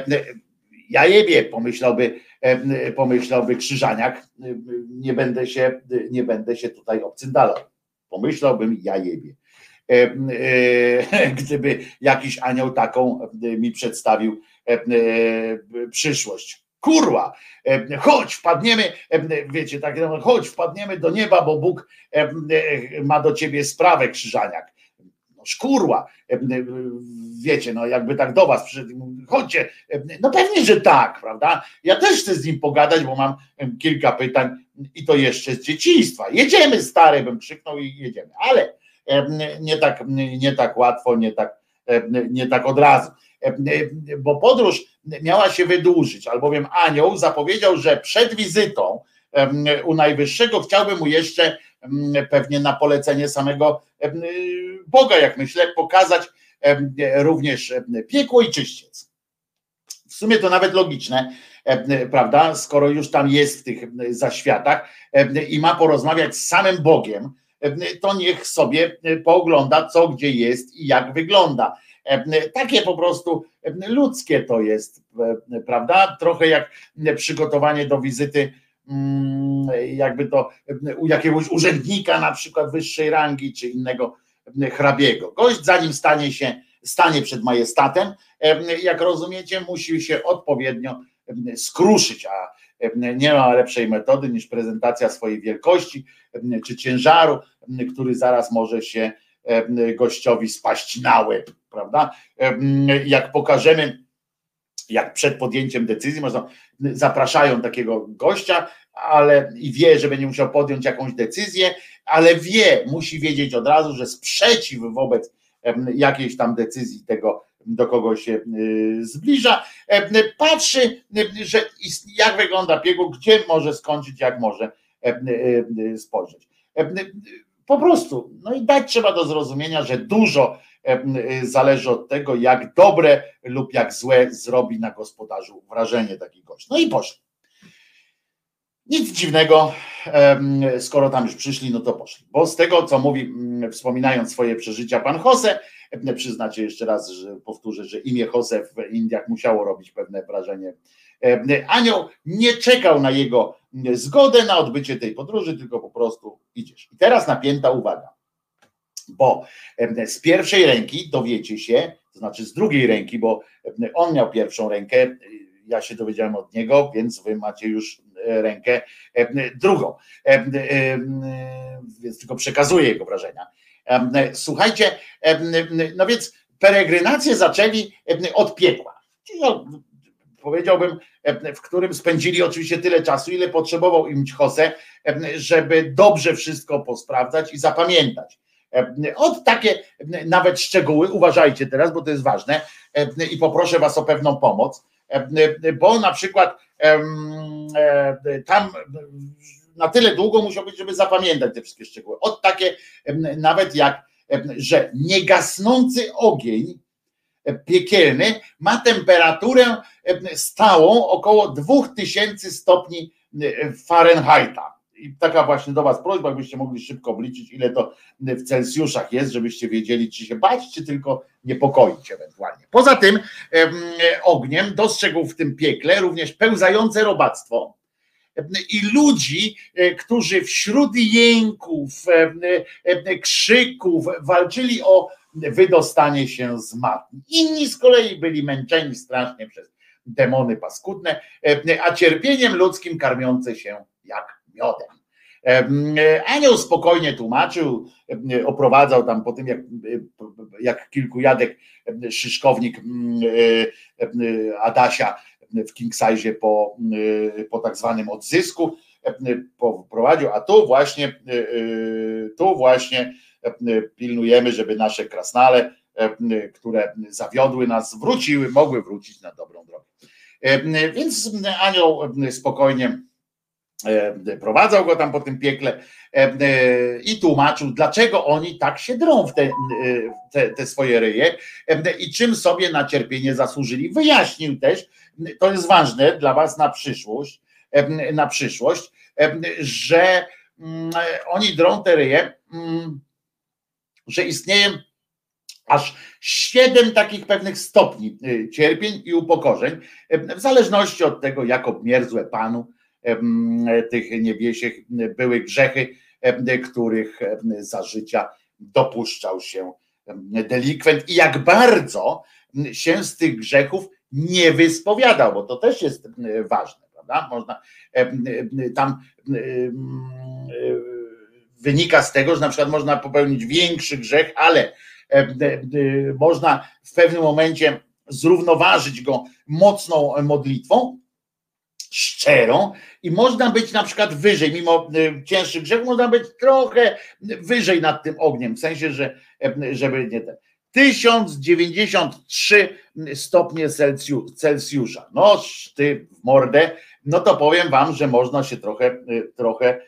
ja jebie, pomyślałby, pomyślałby Krzyżaniak, nie będę się, nie będę się tutaj obcyndalał. Pomyślałbym, ja jebie. Gdyby jakiś anioł taką mi przedstawił przyszłość. Kurwa, chodź, wpadniemy, wiecie, tak, chodź, wpadniemy do nieba, bo Bóg ma do ciebie sprawę, Krzyżaniak. No szkurła, wiecie, no jakby tak do was przyszedł, chodźcie, no pewnie, że tak, prawda? Ja też chcę z nim pogadać, bo mam kilka pytań i to jeszcze z dzieciństwa. Jedziemy, stary, bym krzyknął i jedziemy, ale nie tak, nie tak łatwo, nie tak, nie tak od razu. Bo podróż miała się wydłużyć, albowiem anioł zapowiedział, że przed wizytą u Najwyższego chciałby mu jeszcze pewnie na polecenie samego Boga, jak myślę, pokazać również piekło i czyściec. W sumie to nawet logiczne, prawda, skoro już tam jest w tych zaświatach i ma porozmawiać z samym Bogiem, to niech sobie poogląda, co gdzie jest i jak wygląda. Takie po prostu ludzkie to jest, prawda? Trochę jak przygotowanie do wizyty, jakby to u jakiegoś urzędnika na przykład wyższej rangi, czy innego hrabiego. Gość, zanim stanie się, stanie przed majestatem, jak rozumiecie, musi się odpowiednio skruszyć, a nie ma lepszej metody niż prezentacja swojej wielkości czy ciężaru, który zaraz może się gościowi spaść na łeb, prawda? Jak pokażemy, jak przed podjęciem decyzji, można, zapraszają takiego gościa, ale i wie, że będzie musiał podjąć jakąś decyzję, ale wie, musi wiedzieć od razu, że sprzeciw wobec jakiejś tam decyzji tego, do kogo się zbliża, patrzy, że jak wygląda piekło, gdzie może skończyć, jak może spojrzeć. Po prostu, no i dać trzeba do zrozumienia, że dużo zależy od tego, jak dobre lub jak złe zrobi na gospodarzu wrażenie taki gość. No i poszli. Nic dziwnego, skoro tam już przyszli, no to poszli. Bo z tego, co mówi, wspominając swoje przeżycia pan Jose, Przyznacie jeszcze raz, że powtórzę, że imię Jose w Indiach musiało robić pewne wrażenie. Anioł nie czekał na jego zgodę na odbycie tej podróży, tylko po prostu idziesz. I teraz napięta uwaga, bo z pierwszej ręki dowiecie się, to znaczy z drugiej ręki, bo on miał pierwszą rękę, ja się dowiedziałem od niego, więc wy macie już rękę drugą, więc tylko przekazuję jego wrażenia. Słuchajcie, no więc peregrinację zaczęli od piekła, czyli powiedziałbym, w którym spędzili oczywiście tyle czasu, ile potrzebował im Jose, żeby dobrze wszystko posprawdzać i zapamiętać. Od takie nawet szczegóły, uważajcie teraz, bo to jest ważne i poproszę was o pewną pomoc, bo na przykład tam na tyle długo musiał być, żeby zapamiętać te wszystkie szczegóły. Od takie nawet jak, że niegasnący ogień piekielny ma temperaturę stałą około dwa tysiące stopni Fahrenheita. I taka właśnie do was prośba, jakbyście mogli szybko obliczyć, ile to w Celsjuszach jest, żebyście wiedzieli, czy się bać, czy tylko niepokoić ewentualnie. Poza tym ogniem dostrzegł w tym piekle również pełzające robactwo i ludzi, którzy wśród jęków, krzyków walczyli o wydostanie się z matni. Inni z kolei byli męczeni strasznie przez demony paskudne, a cierpieniem ludzkim karmiące się jak miodem. Anioł spokojnie tłumaczył, oprowadzał tam po tym, jak, jak kilku jadek szyszkownik Adasia w King Size po, po tak zwanym odzysku prowadził, a tu właśnie tu właśnie pilnujemy, żeby nasze krasnale, które zawiodły nas, wróciły, mogły wrócić na dobrą drogę. Więc anioł spokojnie prowadzał go tam po tym piekle i tłumaczył, dlaczego oni tak się drą w te, te, te swoje ryje i czym sobie na cierpienie zasłużyli. Wyjaśnił też, to jest ważne dla was na przyszłość, na przyszłość, że oni drą te ryje, że istnieje aż siedem takich pewnych stopni cierpień i upokorzeń, w zależności od tego, jak obmierzłe Panu tych niebiesiech były grzechy, których za życia dopuszczał się delikwent i jak bardzo się z tych grzechów nie wyspowiadał, bo to też jest ważne, prawda? Można tam wynika z tego, że na przykład można popełnić większy grzech, ale można w pewnym momencie zrównoważyć go mocną modlitwą, szczerą, i można być na przykład wyżej, mimo cięższych grzechów, można być trochę wyżej nad tym ogniem, w sensie, że żeby nie ten. tysiąc dziewięćdziesiąt trzy stopnie Celsjusza. No ty w mordę, no to powiem wam, że można się trochę, trochę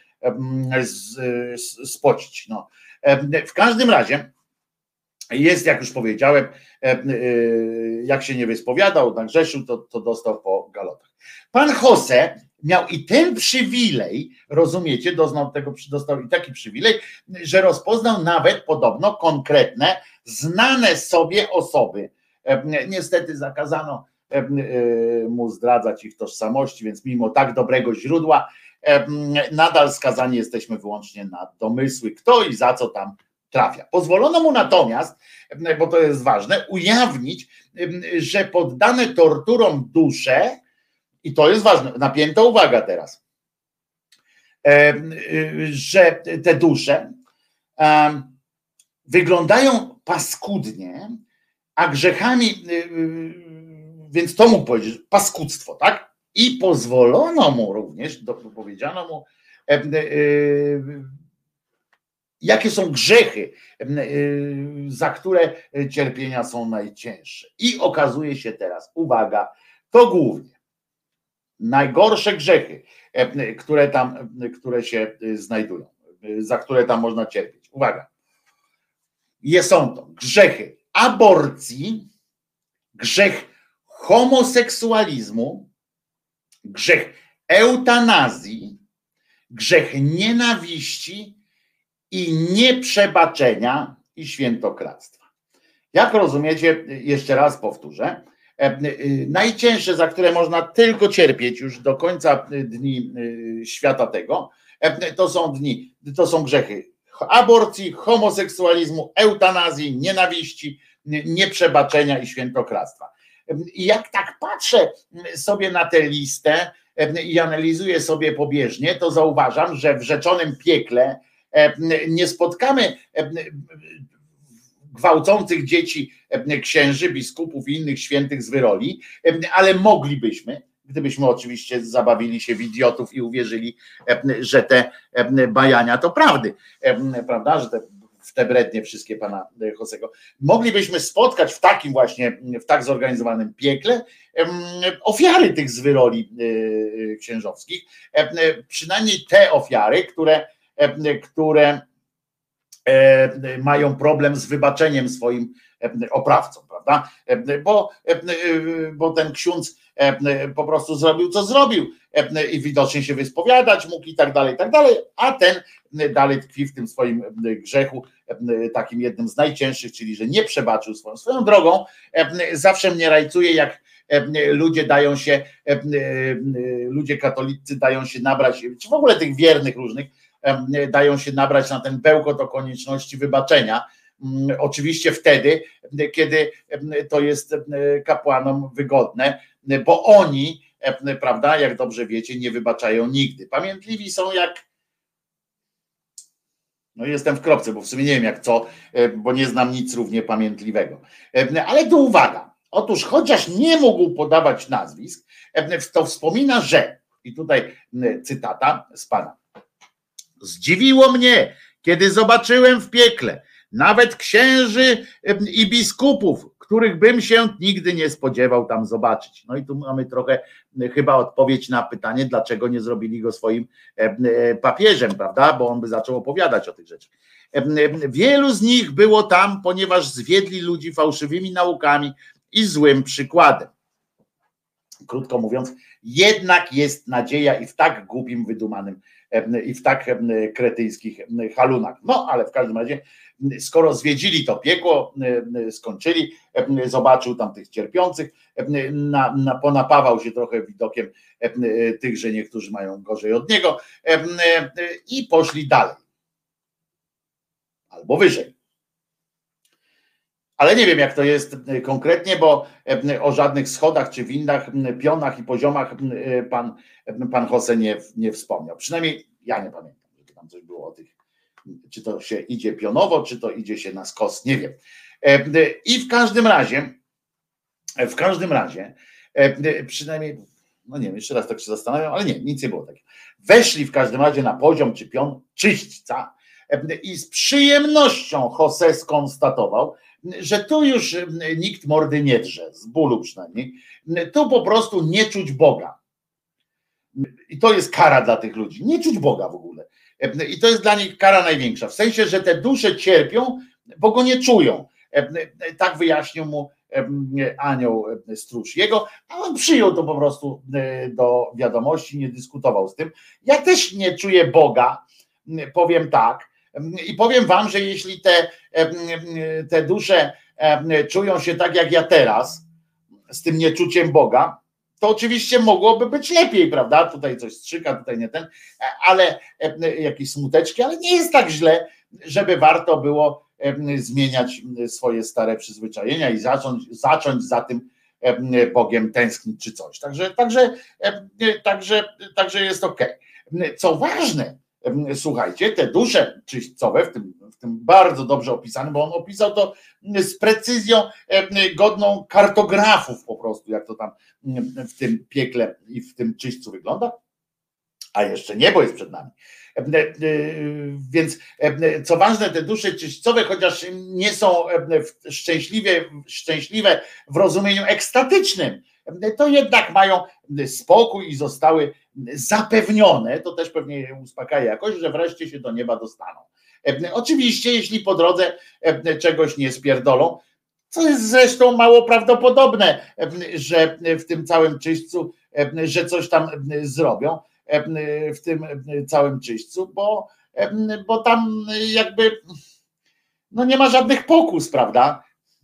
spocić. No. W każdym razie jest, jak już powiedziałem, jak się nie wyspowiadał, nagrzeszył, to, to dostał po galotach. Pan Jose miał i ten przywilej, rozumiecie, doznał tego, dostał i taki przywilej, że rozpoznał nawet podobno konkretne, znane sobie osoby. Niestety zakazano mu zdradzać ich tożsamości, więc mimo tak dobrego źródła nadal skazani jesteśmy wyłącznie na domysły, kto i za co tam trafia. Pozwolono mu natomiast, bo to jest ważne, ujawnić, że poddane torturom dusze, i to jest ważne, napięta uwaga teraz, że te dusze wyglądają paskudnie, a grzechami, więc to mógł powiedzieć, paskudztwo, tak? I pozwolono mu również, powiedziano mu, jakie są grzechy, za które cierpienia są najcięższe. I okazuje się teraz, uwaga, to głównie najgorsze grzechy, które tam, które się znajdują, za które tam można cierpieć. Uwaga, są to grzechy aborcji, grzech homoseksualizmu, grzech eutanazji, grzech nienawiści i nieprzebaczenia i świętokradztwa. Jak rozumiecie, jeszcze raz powtórzę, najcięższe, za które można tylko cierpieć już do końca dni świata tego, to są dni, to są grzechy aborcji, homoseksualizmu, eutanazji, nienawiści, nieprzebaczenia i świętokradztwa. I jak tak patrzę sobie na tę listę i analizuję sobie pobieżnie, to zauważam, że w rzeczonym piekle nie spotkamy gwałcących dzieci księży, biskupów i innych świętych z wyroli, ale moglibyśmy, gdybyśmy oczywiście zabawili się w idiotów i uwierzyli, że te bajania to prawdy, prawda, że te, w te brednie wszystkie pana Josego, moglibyśmy spotkać w takim właśnie, w tak zorganizowanym piekle ofiary tych zwyroli księżowskich, przynajmniej te ofiary, które, które mają problem z wybaczeniem swoim oprawcom, prawda? Bo, bo ten ksiądz po prostu zrobił, co zrobił i widocznie się wyspowiadać mógł i tak dalej, i tak dalej, a ten dalej tkwi w tym swoim grzechu, takim jednym z najcięższych, czyli że nie przebaczył swoją, swoją drogą. Zawsze mnie rajcuje, jak ludzie dają się, ludzie katolicy dają się nabrać, czy w ogóle tych wiernych różnych, dają się nabrać na ten bełkot o konieczności wybaczenia. Oczywiście wtedy, kiedy to jest kapłanom wygodne, bo oni, prawda, jak dobrze wiecie, nie wybaczają nigdy. Pamiętliwi są jak, no jestem w kropce, bo w sumie nie wiem jak co, bo nie znam nic równie pamiętliwego. Ale tu uwaga, otóż chociaż nie mógł podawać nazwisk, to wspomina, że, i tutaj cytata z pana, zdziwiło mnie, kiedy zobaczyłem w piekle nawet księży i biskupów, których bym się nigdy nie spodziewał tam zobaczyć. No i tu mamy trochę chyba odpowiedź na pytanie, dlaczego nie zrobili go swoim papieżem, prawda? Bo on by zaczął opowiadać o tych rzeczach. Wielu z nich było tam, ponieważ zwiedli ludzi fałszywymi naukami i złym przykładem. Krótko mówiąc, jednak jest nadzieja i w tak głupim, wydumanym i w tak kretyńskich halunach. No ale w każdym razie, skoro zwiedzili to piekło, skończyli, zobaczył tam tych cierpiących, na, na, ponapawał się trochę widokiem tych, że niektórzy mają gorzej od niego i poszli dalej. Albo wyżej. Ale nie wiem, jak to jest konkretnie, bo o żadnych schodach czy windach, pionach i poziomach pan, pan Jose nie, nie wspomniał. Przynajmniej ja nie pamiętam, że tam coś było o tych, czy to się idzie pionowo, czy to idzie się na skos, nie wiem. I w każdym razie, w każdym razie, przynajmniej, no nie wiem, jeszcze raz tak się zastanawiam, ale nie, nic nie było takiego. Weszli w każdym razie na poziom czy pion czyśćca i z przyjemnością Jose skonstatował, że tu już nikt mordy nie drze, z bólu przynajmniej, tu po prostu nie czuć Boga. I to jest kara dla tych ludzi, nie czuć Boga w ogóle. I to jest dla nich kara największa, w sensie, że te dusze cierpią, bo go nie czują. Tak wyjaśnił mu anioł stróż jego, a on przyjął to po prostu do wiadomości, nie dyskutował z tym. Ja też nie czuję Boga, powiem tak, i powiem wam, że jeśli te, te dusze czują się tak jak ja teraz, z tym nieczuciem Boga, to oczywiście mogłoby być lepiej, prawda? Tutaj coś strzyka, tutaj nie ten, ale jakieś smuteczki, ale nie jest tak źle, żeby warto było zmieniać swoje stare przyzwyczajenia i zacząć, zacząć za tym Bogiem tęsknić czy coś. Także, także, także, także jest okej. Co ważne, słuchajcie, te dusze czyśćcowe, w tym, w tym bardzo dobrze opisane, bo on opisał to z precyzją godną kartografów po prostu, jak to tam w tym piekle i w tym czyśćcu wygląda, a jeszcze niebo jest przed nami. Więc co ważne, te dusze czyśćcowe, chociaż nie są szczęśliwe, szczęśliwe w rozumieniu ekstatycznym, to jednak mają spokój i zostały zapewnione, to też pewnie je uspokaja jakoś, że wreszcie się do nieba dostaną. Oczywiście, jeśli po drodze czegoś nie spierdolą, co jest zresztą mało prawdopodobne, że w tym całym czyśćcu, że coś tam zrobią w tym całym czyśćcu, bo, bo tam jakby no nie ma żadnych pokus, prawda?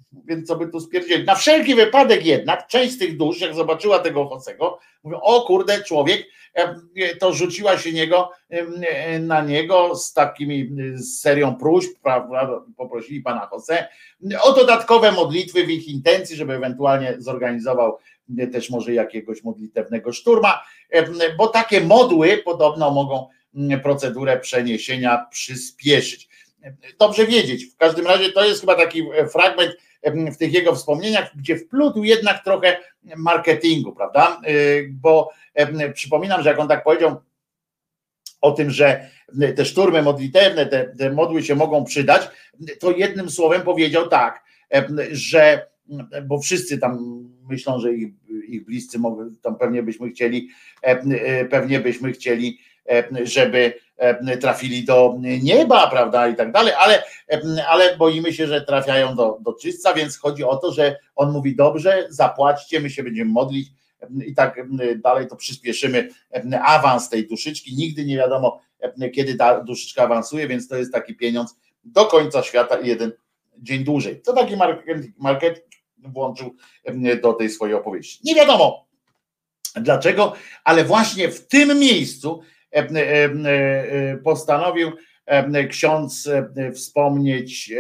Więc co by tu spierdzieli. Na wszelki wypadek jednak część z tych dusz, jak zobaczyła tego Josego, mówią, o kurde, człowiek, to rzuciła się niego, na niego z takimi, z serią próśb, prawda, poprosili pana Jose o dodatkowe modlitwy w ich intencji, żeby ewentualnie zorganizował też może jakiegoś modlitewnego szturma, bo takie modły podobno mogą procedurę przeniesienia przyspieszyć. Dobrze wiedzieć, w każdym razie to jest chyba taki fragment w tych jego wspomnieniach, gdzie wplótł jednak trochę marketingu, prawda? Bo przypominam, że jak on tak powiedział o tym, że te szturmy modlitewne, te, te modły się mogą przydać, to jednym słowem powiedział tak, że, bo wszyscy tam myślą, że ich, ich bliscy mogą, tam pewnie byśmy chcieli, pewnie byśmy chcieli, żeby trafili do nieba, prawda, i tak dalej, ale, ale boimy się, że trafiają do, do czystca, więc chodzi o to, że on mówi, dobrze, zapłaćcie, my się będziemy modlić i tak dalej, to przyspieszymy awans tej duszyczki, nigdy nie wiadomo, kiedy ta duszyczka awansuje, więc to jest taki pieniądz do końca świata i jeden dzień dłużej. To taki marketing, marketing włączył do tej swojej opowieści. Nie wiadomo dlaczego, ale właśnie w tym miejscu postanowił ksiądz wspomnieć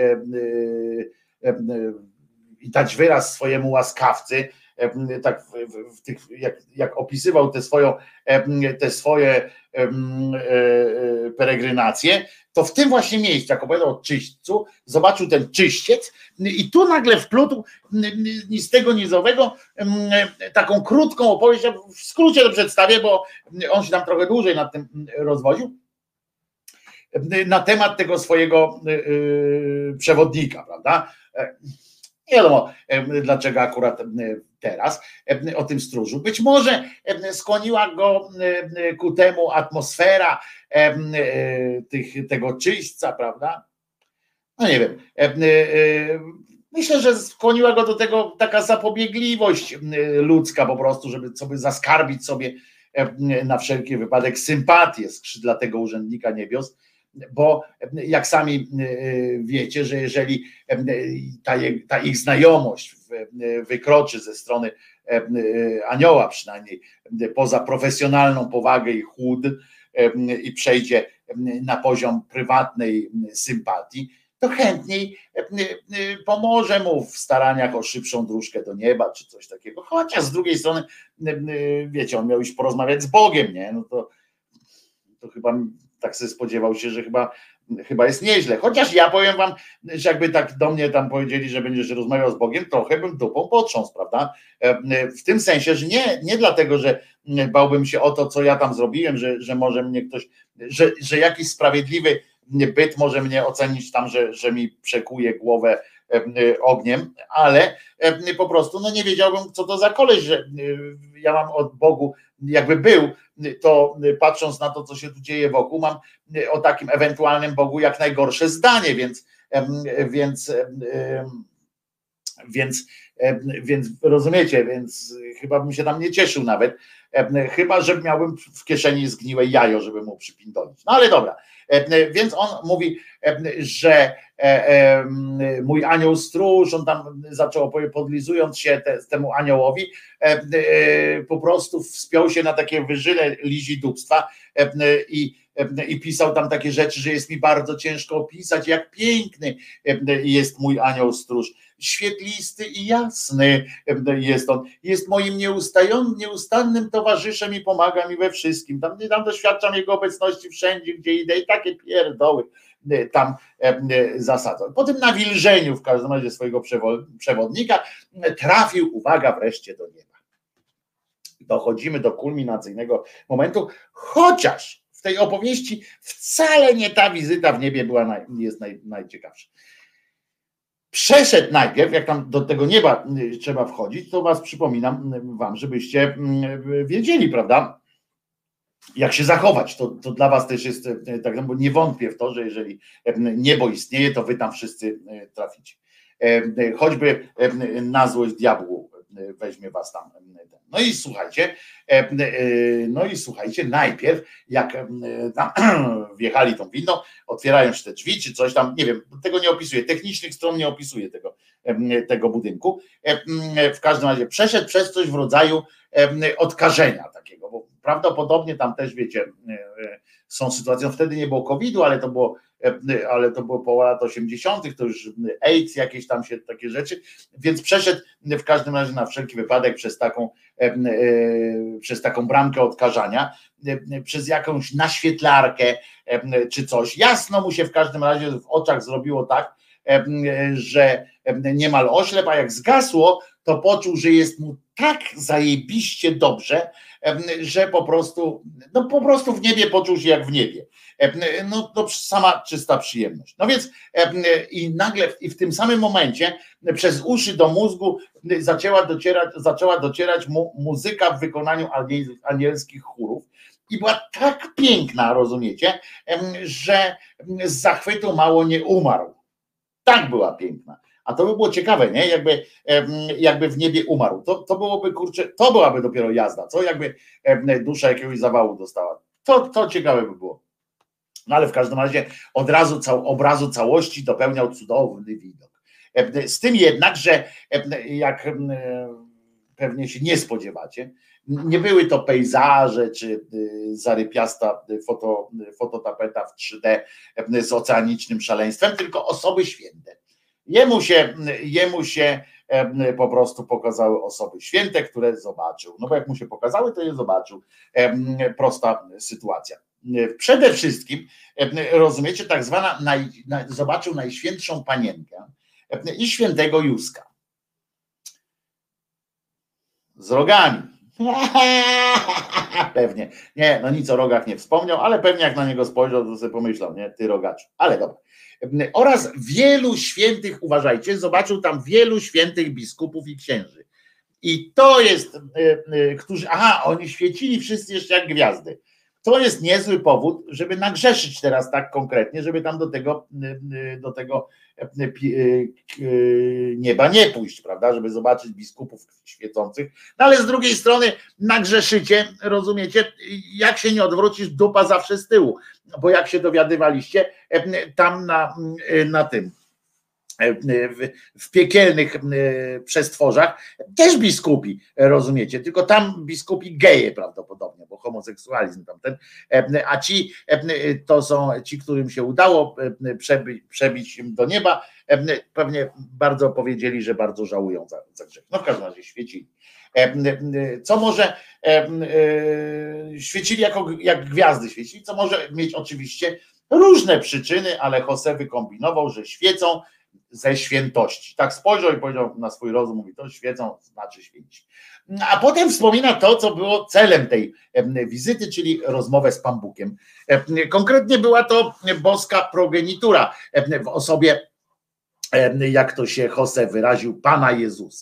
i dać wyraz swojemu łaskawcy, tak w tych, jak, jak opisywał te, swoją, te swoje peregrinacje, to w tym właśnie miejscu, jak opowiadał o czyśćcu, zobaczył ten czyściec i tu nagle wplótł ni z tego nizowego taką krótką opowieść, ja w skrócie to przedstawię, bo on się tam trochę dłużej nad tym rozwodził, na temat tego swojego przewodnika, prawda? Nie wiadomo, dlaczego akurat teraz o tym stróżu. Być może skłoniła go ku temu atmosfera tych, tego czyśćca, prawda? No nie wiem. Myślę, że skłoniła go do tego taka zapobiegliwość ludzka po prostu, żeby sobie zaskarbić sobie na wszelki wypadek sympatię skrzydlatego urzędnika niebios, bo jak sami wiecie, że jeżeli ta, ta ich znajomość wykroczy ze strony anioła przynajmniej poza profesjonalną powagę i chłód i przejdzie na poziom prywatnej sympatii, to chętniej pomoże mu w staraniach o szybszą dróżkę do nieba, czy coś takiego. Chociaż z drugiej strony, wiecie, on miał iść porozmawiać z Bogiem, nie? No to, to chyba tak sobie spodziewał się, że chyba, chyba jest nieźle. Chociaż ja powiem wam, że jakby tak do mnie tam powiedzieli, że będziesz rozmawiał z Bogiem, trochę bym dupą potrząsł, prawda? W tym sensie, że nie, nie dlatego, że bałbym się o to, co ja tam zrobiłem, że, że może mnie ktoś, że, że jakiś sprawiedliwy byt może mnie ocenić tam, że, że mi przekuje głowę ogniem, ale po prostu no nie wiedziałbym, co to za koleś, że ja mam od Bogu, jakby był, to patrząc na to, co się tu dzieje wokół, mam o takim ewentualnym Bogu jak najgorsze zdanie, więc więc więc, więc rozumiecie, więc chyba bym się tam nie cieszył nawet, chyba że miałbym w kieszeni zgniłe jajo, żeby mu przypindolić. No ale dobra, więc on mówi, że mój anioł stróż, on tam zaczął, podlizując się te, temu aniołowi, po prostu wspiął się na takie wyżyle lizidóbstwa i, i pisał tam takie rzeczy, że jest mi bardzo ciężko opisać, jak piękny jest mój anioł stróż. Świetlisty i jasny jest on, jest moim nieustannym towarzyszem i pomaga mi we wszystkim. Tam, tam doświadczam jego obecności wszędzie, gdzie idę i takie pierdoły tam zasadzał. Po tym nawilżeniu w każdym razie swojego przewodnika trafił, uwaga, wreszcie do nieba. Dochodzimy do kulminacyjnego momentu, chociaż w tej opowieści wcale nie ta wizyta w niebie była naj, jest naj, najciekawsza. Przeszedł najpierw, jak tam do tego nieba trzeba wchodzić, to was przypominam wam, żebyście wiedzieli, prawda, jak się zachować. To, to dla was też jest tak, bo nie wątpię w to, że jeżeli niebo istnieje, to wy tam wszyscy traficie. Choćby na złość diabłu weźmie was tam. No i słuchajcie, no i słuchajcie, najpierw jak tam wjechali tą windą, otwierają się te drzwi, czy coś tam, nie wiem, tego nie opisuję, technicznych stron nie opisuję tego tego budynku. W każdym razie przeszedł przez coś w rodzaju odkażenia takiego, bo prawdopodobnie tam też, wiecie, są sytuacje, wtedy nie było kowida, ale to było, ale to było po lat osiemdziesiątych, to już AIDS, jakieś tam się takie rzeczy, więc przeszedł w każdym razie na wszelki wypadek przez taką, przez taką bramkę odkażania, przez jakąś naświetlarkę czy coś. Jasno mu się w każdym razie w oczach zrobiło tak, że niemal oślep, a jak zgasło, to poczuł, że jest mu tak zajebiście dobrze, że po prostu, no po prostu w niebie poczuł się jak w niebie. No to sama czysta przyjemność. No więc i nagle i w tym samym momencie przez uszy do mózgu zaczęła docierać, zaczęła docierać mu muzyka w wykonaniu anielskich chórów i była tak piękna, rozumiecie, że z zachwytu mało nie umarł. Tak była piękna. A to by było ciekawe, nie? Jakby, jakby w niebie umarł. To, to byłoby, kurczę, to byłaby dopiero jazda, co? Jakby dusza jakiegoś zawału dostała. To, to ciekawe by było. No ale w każdym razie od razu cał, obrazu całości dopełniał cudowny widok. Z tym jednak, że jak pewnie się nie spodziewacie, nie były to pejzaże czy zarypiasta foto, fototapeta w trzy D z oceanicznym szaleństwem, tylko osoby święte. Jemu się, jemu się po prostu pokazały osoby święte, które zobaczył. No bo jak mu się pokazały, to je zobaczył. Prosta sytuacja. Przede wszystkim, rozumiecie, tak zwana, naj, zobaczył Najświętszą Panienkę i świętego Józka. Z rogami. Pewnie. Nie, no nic o rogach nie wspomniał, ale pewnie jak na niego spojrzał, to sobie pomyślał, nie, ty rogaczu. Ale dobra. Oraz wielu świętych, uważajcie, zobaczył tam wielu świętych biskupów i księży. I to jest, którzy, aha, oni świecili wszyscy jeszcze jak gwiazdy. To jest niezły powód, żeby nagrzeszyć teraz tak konkretnie, żeby tam do tego, do tego nieba nie pójść, prawda, żeby zobaczyć biskupów świecących. No ale z drugiej strony nagrzeszycie, rozumiecie, jak się nie odwrócisz, dupa zawsze z tyłu, bo jak się dowiadywaliście, tam na, na tym, W, w piekielnych przestworzach też biskupi, rozumiecie, tylko tam biskupi geje prawdopodobnie, bo homoseksualizm tamten, a ci to są ci, którym się udało przebi, przebić do nieba, pewnie bardzo powiedzieli, że bardzo żałują za, za grzech. No w każdym razie świecili. Co może świecili jako, jak gwiazdy świecili, co może mieć oczywiście różne przyczyny, ale José wykombinował, że świecą ze świętości. Tak spojrzał i powiedział na swój rozum, mówi, to świecą znaczy święci. A potem wspomina to, co było celem tej wizyty, czyli rozmowę z Pan Bugiem. Konkretnie była to boska progenitura w osobie, jak to się José wyraził, Pana Jezusa.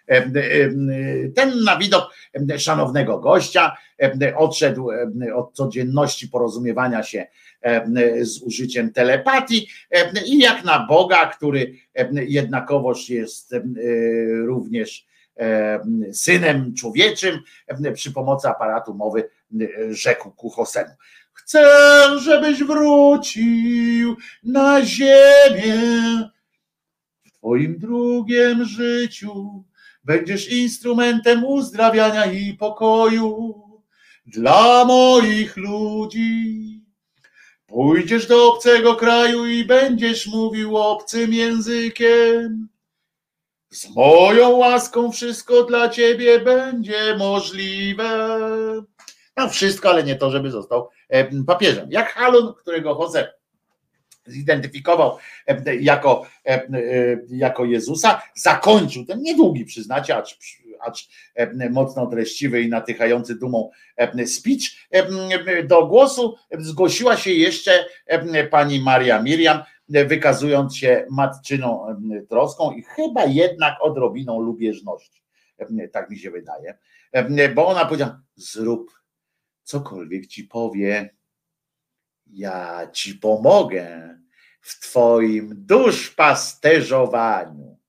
Ten na widok szanownego gościa odszedł od codzienności porozumiewania się z użyciem telepatii i jak na Boga, który jednakowoż jest również synem człowieczym, przy pomocy aparatu mowy rzekł ku Josemu: chcę, żebyś wrócił na ziemię. W twoim drugim życiu będziesz instrumentem uzdrawiania i pokoju dla moich ludzi. Pójdziesz do obcego kraju i będziesz mówił obcym językiem. Z moją łaską wszystko dla ciebie będzie możliwe. No wszystko, ale nie to, żeby został papieżem. Jak Halun, którego José zidentyfikował jako, jako Jezusa, zakończył ten niedługi, przyznacie, acz, acz mocno treściwy i natychający dumą speech. Do głosu zgłosiła się jeszcze pani Maria Miriam, wykazując się matczyną troską i chyba jednak odrobiną lubieżności. Tak mi się wydaje. Bo ona powiedziała: zrób cokolwiek ci powie, ja ci pomogę w twoim duszpasterzowaniu.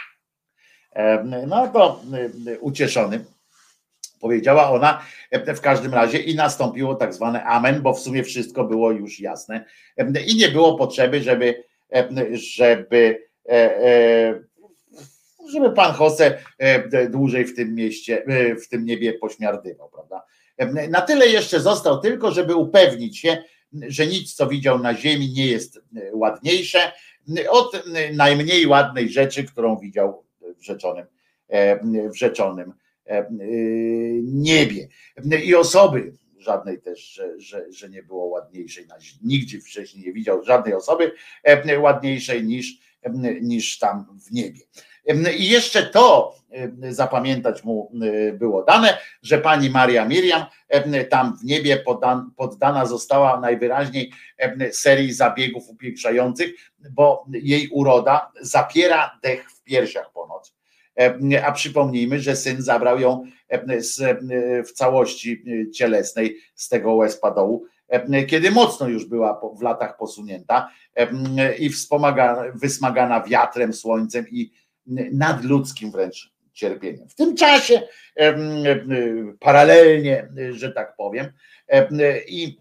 No to ucieszony, powiedziała ona w każdym razie, i nastąpiło tak zwane amen, bo w sumie wszystko było już jasne i nie było potrzeby, żeby, żeby żeby pan Jose dłużej w tym mieście, w tym niebie pośmiardywał, prawda? Na tyle jeszcze został tylko, żeby upewnić się, że nic, co widział na ziemi, nie jest ładniejsze od najmniej ładnej rzeczy, którą widział w rzeczonym, w rzeczonym niebie. I osoby żadnej też, że, że, że nie było ładniejszej, nigdzie wcześniej nie widział żadnej osoby ładniejszej niż, niż tam w niebie. I jeszcze to zapamiętać mu było dane, że pani Maria Miriam tam w niebie poddana została najwyraźniej serii zabiegów upiększających, bo jej uroda zapiera dech w piersiach ponoć. A przypomnijmy, że syn zabrał ją z, w całości cielesnej z tego łez-padołu, kiedy mocno już była w latach posunięta i wspomagana, wysmagana wiatrem, słońcem i nadludzkim wręcz cierpieniem. W tym czasie paralelnie, że tak powiem, i,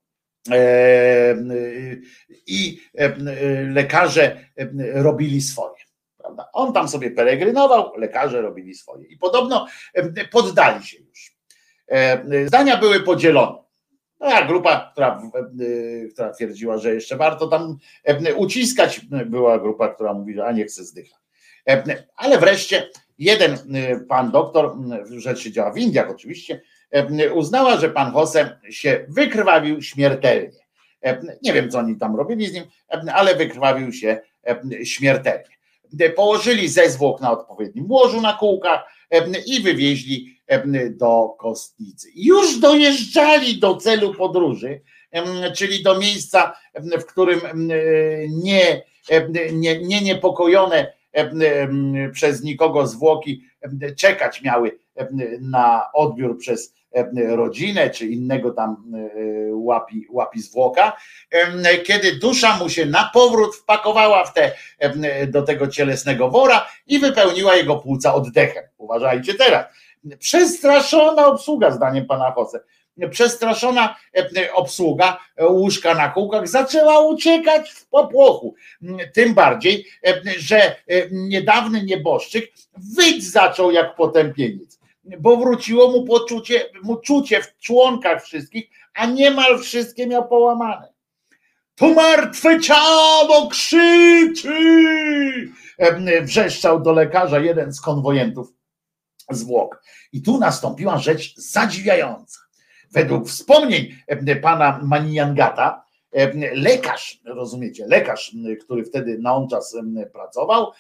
i lekarze robili swoje. Prawda? On tam sobie peregrynował, lekarze robili swoje i podobno poddali się już. Zdania były podzielone. No, a grupa, która, która twierdziła, że jeszcze warto tam uciskać, była grupa, która mówi, że a nie chce zdycha. Ale wreszcie jeden pan doktor, rzecz się działa w Indiach oczywiście, uznała, że pan Jose się wykrwawił śmiertelnie. Nie wiem, co oni tam robili z nim, ale wykrwawił się śmiertelnie. Położyli ze zwłok na odpowiednim łożu na kółkach i wywieźli do Kostnicy. Już dojeżdżali do celu podróży, czyli do miejsca, w którym nie, nie, nie niepokojone przez nikogo zwłoki czekać miały na odbiór przez rodzinę czy innego tam łapi, łapi zwłoka, kiedy dusza mu się na powrót wpakowała w te, do tego cielesnego wora i wypełniła jego płuca oddechem. Uważajcie teraz. Przestraszona obsługa, zdaniem pana Jose, przestraszona obsługa łóżka na kółkach zaczęła uciekać w popłochu. Tym bardziej, że niedawny nieboszczyk wyć zaczął jak potępieniec, bo wróciło mu poczucie, mu czucie w członkach wszystkich, a niemal wszystkie miał połamane. To martwe ciało krzyczy! Wrzeszczał do lekarza jeden z konwojentów zwłok. I tu nastąpiła rzecz zadziwiająca. Według wspomnień pana Maniangata, lekarz, rozumiecie, lekarz, który wtedy na on czas pracował,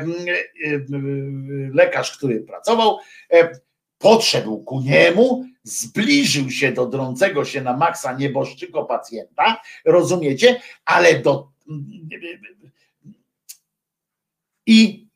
lekarz, który pracował, podszedł ku niemu, zbliżył się do drącego się na maksa nieboszczyko pacjenta, rozumiecie, ale do i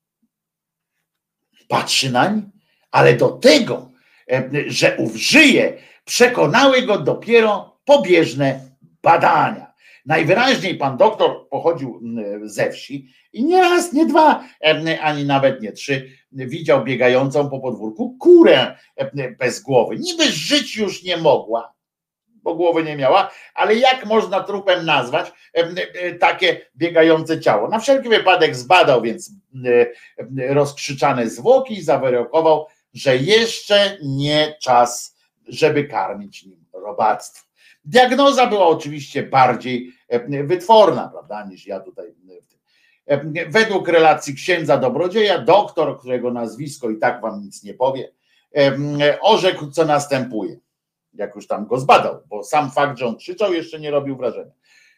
patrzy nań, ale do tego, że ów żyje, przekonały go dopiero pobieżne badania. Najwyraźniej pan doktor pochodził ze wsi i nie raz, nie dwa, ani nawet nie trzy, widział biegającą po podwórku kurę bez głowy. Niby żyć już nie mogła, bo głowy nie miała, ale jak można trupem nazwać takie biegające ciało? Na wszelki wypadek zbadał więc rozkrzyczane zwłoki i zawyrokował, że jeszcze nie czas, żeby karmić nim robactwo. Diagnoza była oczywiście bardziej wytworna, prawda, niż ja tutaj. Według relacji księdza dobrodzieja, doktor, którego nazwisko i tak wam nic nie powie, orzekł, co następuje. Jak już tam go zbadał, bo sam fakt, że on krzyczał, jeszcze nie robił wrażenia.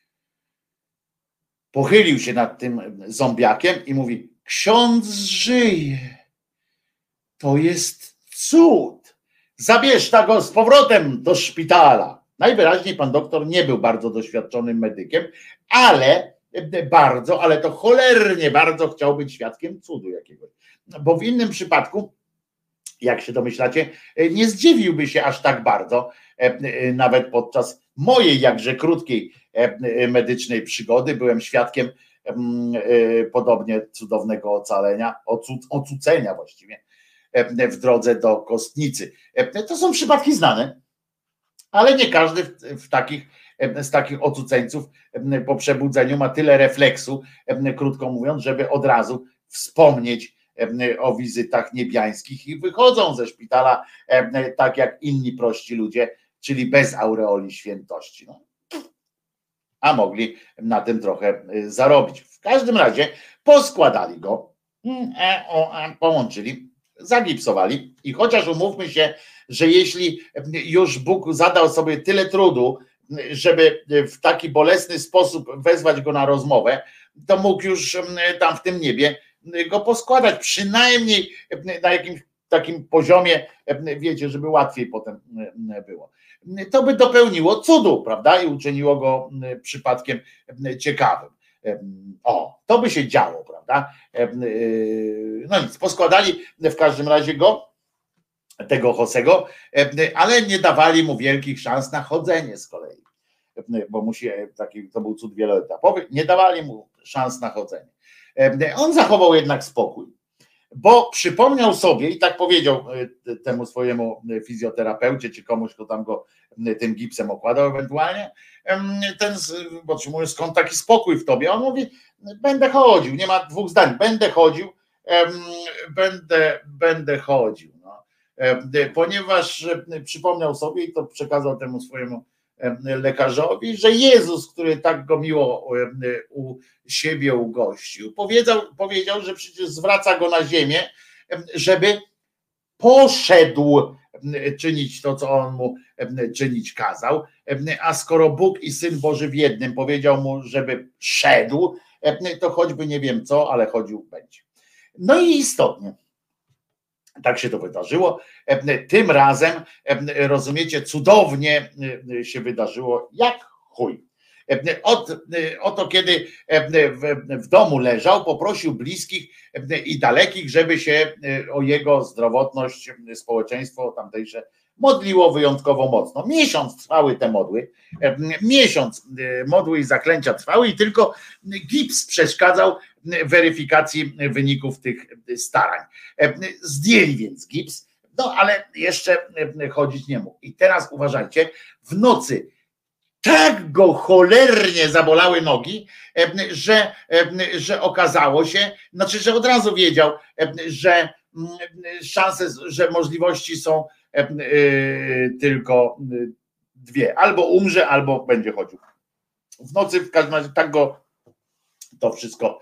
Pochylił się nad tym zombiakiem i mówi: ksiądz żyje. To jest cud. Zabierz go z powrotem do szpitala. Najwyraźniej pan doktor nie był bardzo doświadczonym medykiem, ale bardzo, ale to cholernie bardzo chciał być świadkiem cudu jakiegoś. Bo w innym przypadku, jak się domyślacie, nie zdziwiłby się aż tak bardzo, nawet podczas mojej jakże krótkiej medycznej przygody byłem świadkiem podobnie cudownego ocalenia, ocucenia właściwie w drodze do Kostnicy. To są przypadki znane, ale nie każdy w, w takich, z takich ocuceńców po przebudzeniu ma tyle refleksu, krótko mówiąc, żeby od razu wspomnieć o wizytach niebiańskich i wychodzą ze szpitala tak jak inni prości ludzie, czyli bez aureoli świętości. No. A mogli na tym trochę zarobić. W każdym razie poskładali go, połączyli, zagipsowali i chociaż umówmy się, że jeśli już Bóg zadał sobie tyle trudu, żeby w taki bolesny sposób wezwać go na rozmowę, to mógł już tam w tym niebie go poskładać, przynajmniej na jakimś takim poziomie, wiecie, żeby łatwiej potem było. To by dopełniło cudu, prawda? I uczyniło go przypadkiem ciekawym. O, to by się działo, prawda? No nic, poskładali w każdym razie go, tego Josego, ale nie dawali mu wielkich szans na chodzenie z kolei, bo musi, taki, to był cud wieloetapowy, nie dawali mu szans na chodzenie. On zachował jednak spokój, bo przypomniał sobie i tak powiedział temu swojemu fizjoterapeucie, czy komuś, kto tam go tym gipsem okładał ewentualnie, ten, bo mówi, skąd taki spokój w tobie? On mówi, będę chodził, nie ma dwóch zdań, będę chodził, będę, będę chodził. No. Ponieważ przypomniał sobie i to przekazał temu swojemu lekarzowi, że Jezus, który tak go miło u siebie ugościł, powiedział, powiedział, że przecież zwraca go na ziemię, żeby poszedł czynić to, co on mu czynić kazał, a skoro Bóg i Syn Boży w jednym powiedział mu, żeby szedł, to choćby nie wiem co, ale chodził będzie. No i istotnie tak się to wydarzyło. Tym razem, rozumiecie, cudownie się wydarzyło jak chuj. Od, oto kiedy w, w domu leżał, poprosił bliskich i dalekich, żeby się o jego zdrowotność społeczeństwo tamtejsze modliło wyjątkowo mocno. Miesiąc trwały te modły, miesiąc modły i zaklęcia trwały i tylko gips przeszkadzał weryfikacji wyników tych starań. Zdjęli więc gips, no ale jeszcze chodzić nie mógł. I teraz uważajcie, w nocy tak go cholernie zabolały nogi, że, że okazało się, znaczy, że od razu wiedział, że szanse, że możliwości są tylko dwie. Albo umrze, albo będzie chodził. W nocy w każdym razie tak go to wszystko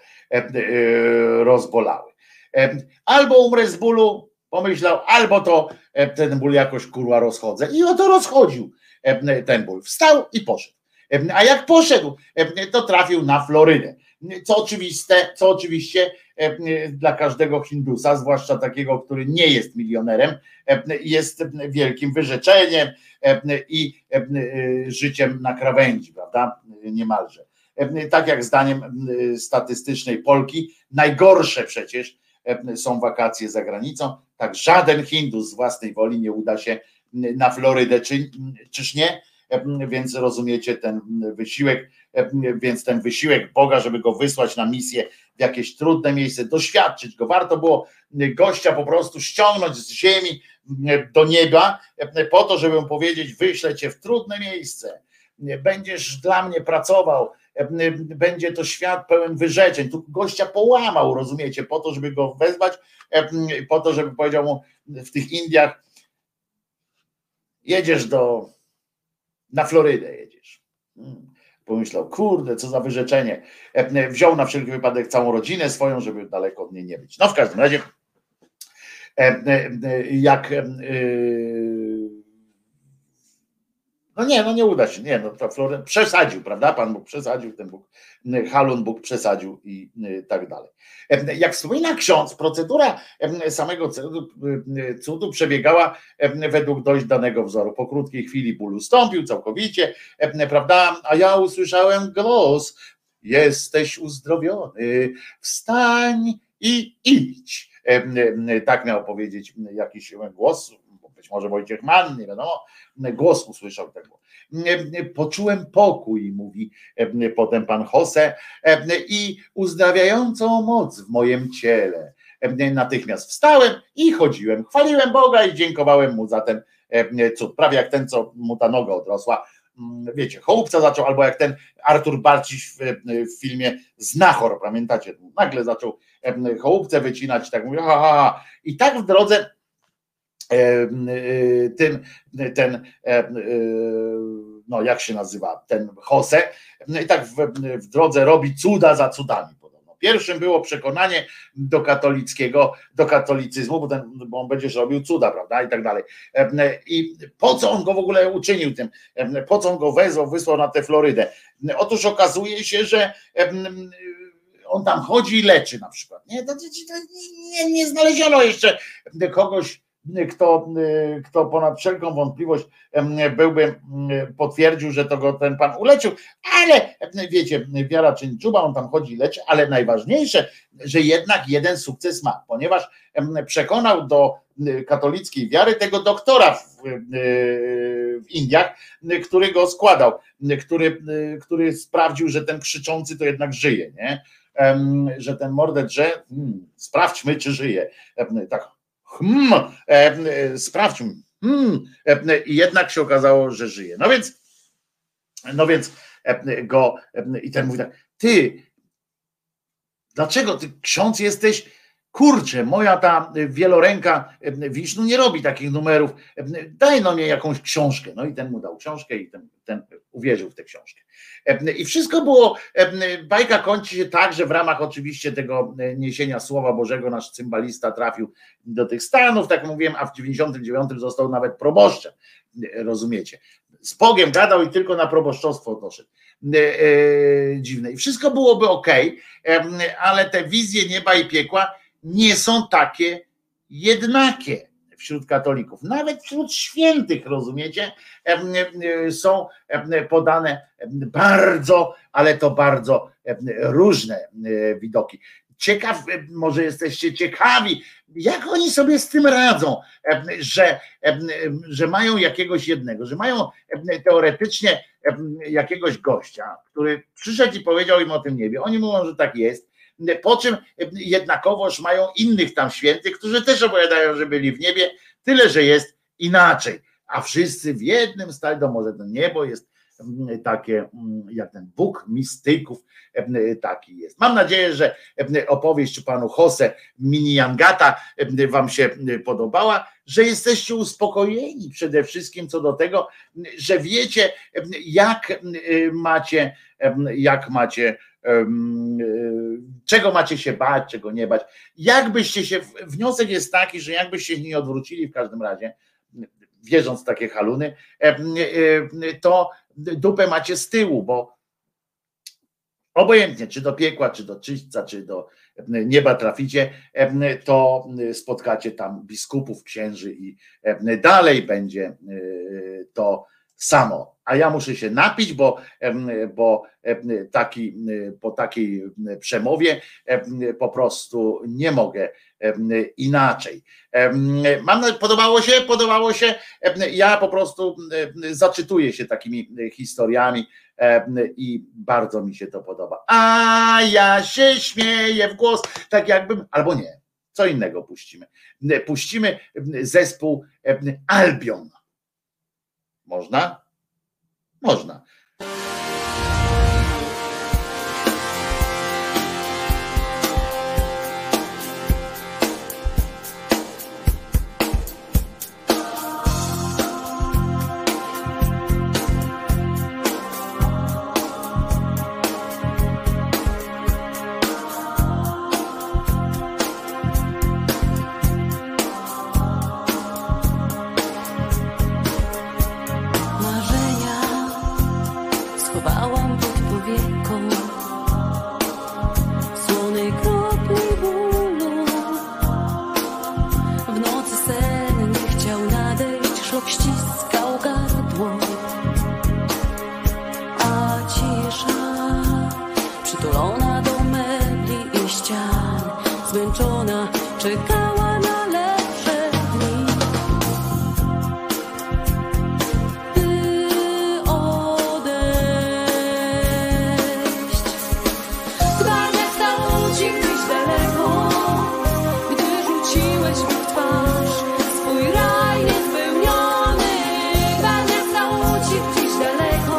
rozbolały. Albo umrę z bólu, pomyślał, albo to ten ból jakoś kurwa rozchodzę. I oto rozchodził ten ból. Wstał i poszedł. A jak poszedł, to trafił na Florydę. Co oczywiste, co oczywiście dla każdego Hindusa, zwłaszcza takiego, który nie jest milionerem, jest wielkim wyrzeczeniem i życiem na krawędzi, prawda? Niemalże. Tak jak zdaniem statystycznej Polki, najgorsze przecież są wakacje za granicą, tak żaden Hindus z własnej woli nie uda się na Florydę, czy, czyż nie? Więc rozumiecie ten wysiłek, więc ten wysiłek Boga, żeby go wysłać na misję w jakieś trudne miejsce, doświadczyć go. Warto było gościa po prostu ściągnąć z ziemi do nieba po to, żeby mu powiedzieć, wyślę cię w trudne miejsce, będziesz dla mnie pracował, będzie to świat pełen wyrzeczeń. Tu gościa połamał, rozumiecie, po to, żeby go wezwać, po to, żeby powiedział mu w tych Indiach, jedziesz do, na Florydę jedziesz. Pomyślał, kurde, co za wyrzeczenie. Wziął na wszelki wypadek całą rodzinę swoją, żeby daleko od niej nie być. No w każdym razie, jak no nie, no nie uda się, nie, no to Floryda przesadził, prawda, Pan Bóg przesadził, ten Bóg, Halun Bóg przesadził i tak dalej. Jak wspomina ksiądz, procedura samego cudu, cudu przebiegała według dość danego wzoru. Po krótkiej chwili ból ustąpił całkowicie, prawda, a ja usłyszałem głos, jesteś uzdrowiony, wstań i idź. Tak miał powiedzieć jakiś głos, być może Wojciech Mann, nie wiadomo, głos usłyszał tego. Poczułem pokój, mówi potem pan Jose, i uzdrawiającą moc w moim ciele. Natychmiast wstałem i chodziłem, chwaliłem Boga i dziękowałem mu za ten cud. Prawie jak ten, co mu ta noga odrosła, wiecie, Chołupca zaczął, albo jak ten Artur Barciś w, w filmie Znachor, pamiętacie, nagle zaczął Chołupce wycinać, tak mówię, ha, ha, ha. I tak w drodze tym, ten, no jak się nazywa, ten Jose, i tak w, w drodze robi cuda za cudami. Pierwszym było przekonanie do katolickiego, do katolicyzmu, bo, ten, bo on będziesz robił cuda, prawda, i tak dalej. I po co on go w ogóle uczynił tym? Po co on go wezwał, wysłał na tę Florydę? Otóż okazuje się, że on tam chodzi i leczy na przykład. Nie, to, to nie, nie znaleziono jeszcze kogoś, kto, kto ponad wszelką wątpliwość byłby, potwierdził, że to go ten pan uleczył, ale wiecie, wiara czyni czuba, on tam chodzi i leczy, ale najważniejsze, że jednak jeden sukces ma, ponieważ przekonał do katolickiej wiary tego doktora w, w Indiach, który go składał, który, który sprawdził, że ten krzyczący to jednak żyje, nie? Że ten mordę drze, hmm, sprawdźmy, czy żyje. Tak. Hmm, e, sprawdźmy. Hmm, e, I jednak się okazało, że żyje. No więc, no więc e, go e, i ten mówi tak, ty, dlaczego ty ksiądz jesteś? Kurczę, moja ta wieloręka Wisznu nie robi takich numerów. Daj no mnie jakąś książkę. No i ten mu dał książkę i ten, ten uwierzył w tę książkę. I wszystko było, bajka kończy się tak, że w ramach oczywiście tego niesienia Słowa Bożego nasz cymbalista trafił do tych Stanów, tak mówiłem, a w dziewięćdziesiątym dziewiątym został nawet proboszczem. Rozumiecie? Z Bogiem gadał i tylko na proboszczostwo doszedł. Dziwne. I wszystko byłoby okej, ale te wizje nieba i piekła nie są takie jednakie wśród katolików. Nawet wśród świętych, rozumiecie, są podane bardzo, ale to bardzo różne widoki. Ciekaw, może jesteście ciekawi, jak oni sobie z tym radzą, że, że mają jakiegoś jednego, że mają teoretycznie jakiegoś gościa, który przyszedł i powiedział im o tym niebie. Oni mówią, że tak jest. Po czym jednakowoż mają innych tam świętych, którzy też opowiadają, że byli w niebie, tyle, że jest inaczej. A wszyscy w jednym stali, to może to niebo jest takie, jak ten Bóg mistyków taki jest. Mam nadzieję, że opowieść panu Jose Minijangata wam się podobała, że jesteście uspokojeni przede wszystkim co do tego, że wiecie, jak macie, jak macie czego macie się bać, czego nie bać. Jakbyście się, wniosek jest taki, że jakbyście się nie odwrócili w każdym razie, wierząc w takie haluny, to dupę macie z tyłu, bo obojętnie, czy do piekła, czy do czyśćca, czy do nieba traficie, to spotkacie tam biskupów, księży i dalej będzie to samo. A ja muszę się napić, bo, bo taki, po takiej przemowie po prostu nie mogę inaczej. Mam, podobało się? Podobało się? Ja po prostu zaczytuję się takimi historiami i bardzo mi się to podoba. A ja się śmieję w głos, tak jakbym, albo nie, co innego puścimy. Puścimy zespół Albion. Można? Można. Daleko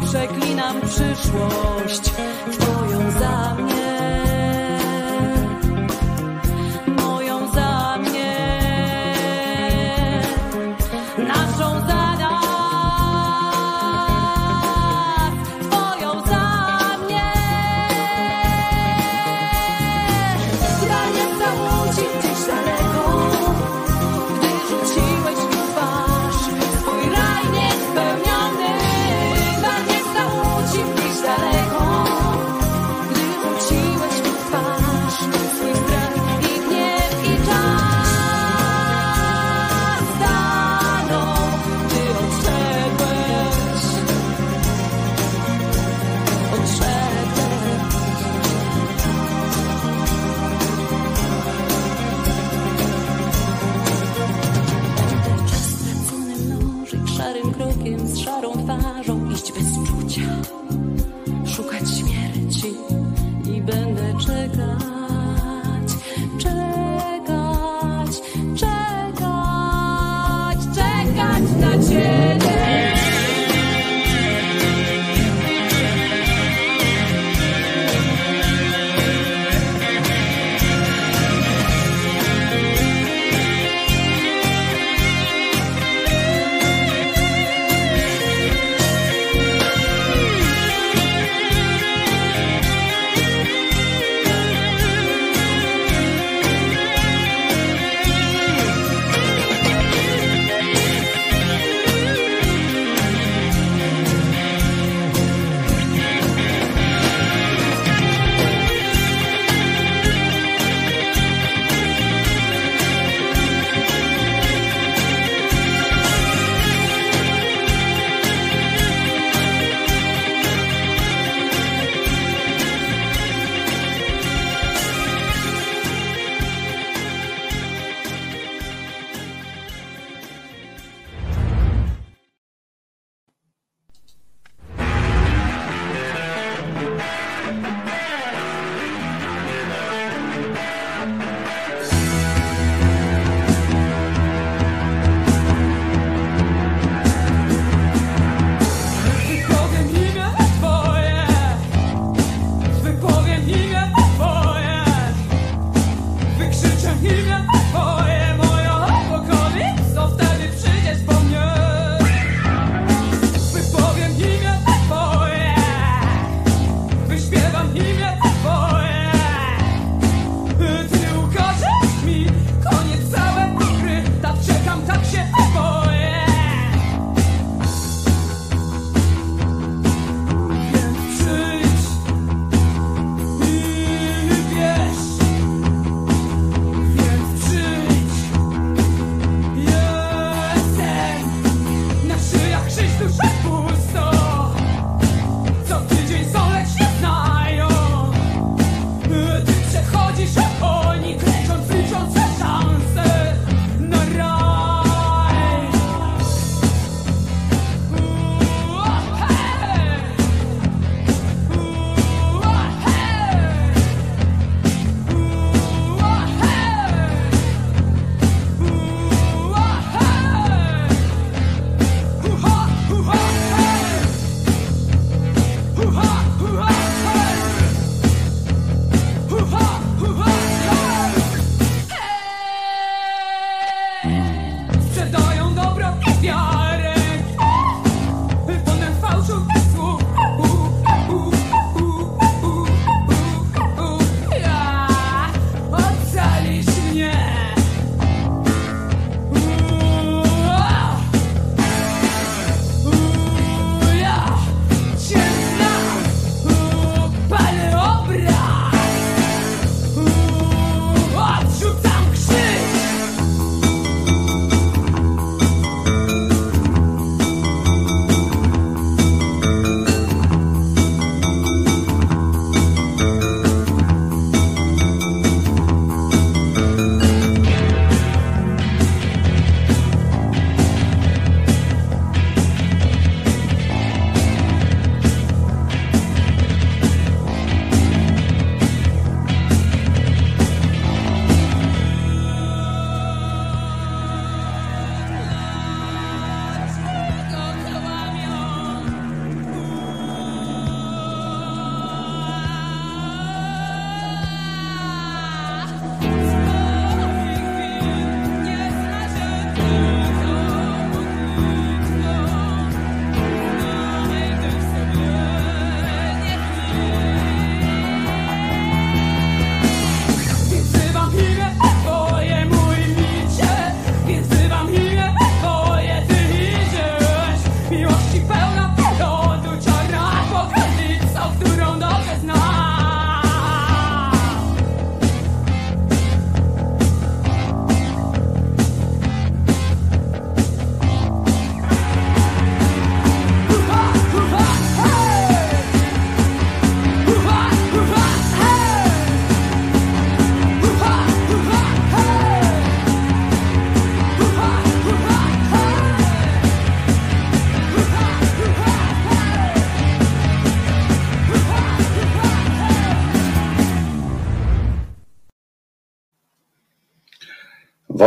przeklinam przyszłość twoją za mnie, moją za mnie, naszą za nas, twoją za mnie. Chyba nie stało ci gdzieś daleko, gdy rzuciłeś mi w twarz swój raj niespełniony. Chyba nie stało ci gdzieś daleko,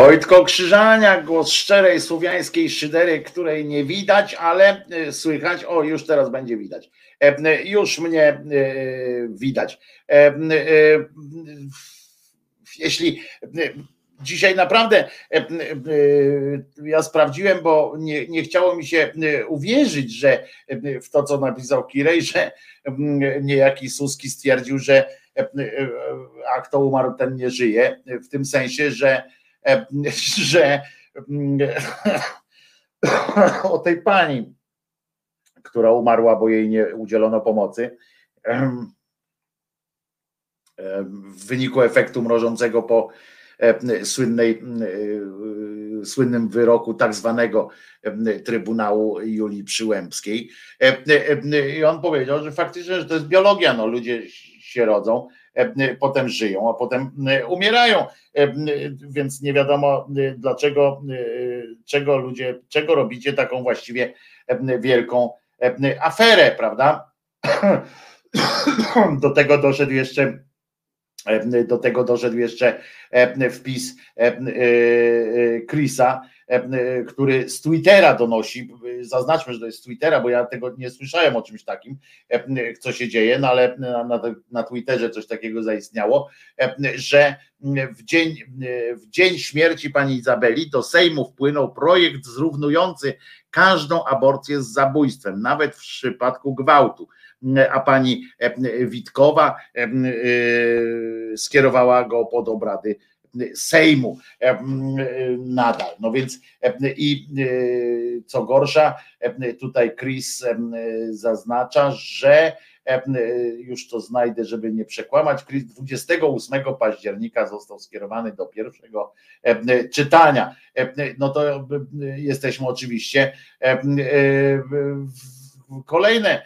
Wojtko Krzyżaniak, głos szczerej słowiańskiej szydery, której nie widać, ale słychać. O, już teraz będzie widać. Już mnie widać. Jeśli dzisiaj naprawdę ja sprawdziłem, bo nie, nie chciało mi się uwierzyć, że w to, co napisał Kirej, że niejaki Suski stwierdził, że a kto umarł, ten nie żyje, w tym sensie, że że o tej pani, która umarła, bo jej nie udzielono pomocy w wyniku efektu mrożącego po słynnej, słynnym wyroku tak zwanego Trybunału Julii Przyłębskiej. I on powiedział, że faktycznie, że to jest biologia, no ludzie się rodzą, potem żyją, a potem umierają, więc nie wiadomo dlaczego, czego ludzie, czego robicie taką właściwie wielką aferę, prawda? Do tego doszedł jeszcze Do tego doszedł jeszcze wpis Chrisa, który z Twittera donosi, zaznaczmy, że to jest z Twittera, bo ja tego nie słyszałem o czymś takim, co się dzieje, no ale na, na, na Twitterze coś takiego zaistniało, że w dzień, w dzień śmierci pani Izabeli do Sejmu wpłynął projekt zrównujący każdą aborcję z zabójstwem, nawet w przypadku gwałtu. A pani Witkowa skierowała go pod obrady Sejmu nadal. No więc i co gorsza, tutaj Chris zaznacza, że już to znajdę, żeby nie przekłamać, Chris dwudziestego ósmego października został skierowany do pierwszego czytania. No to jesteśmy oczywiście kolejne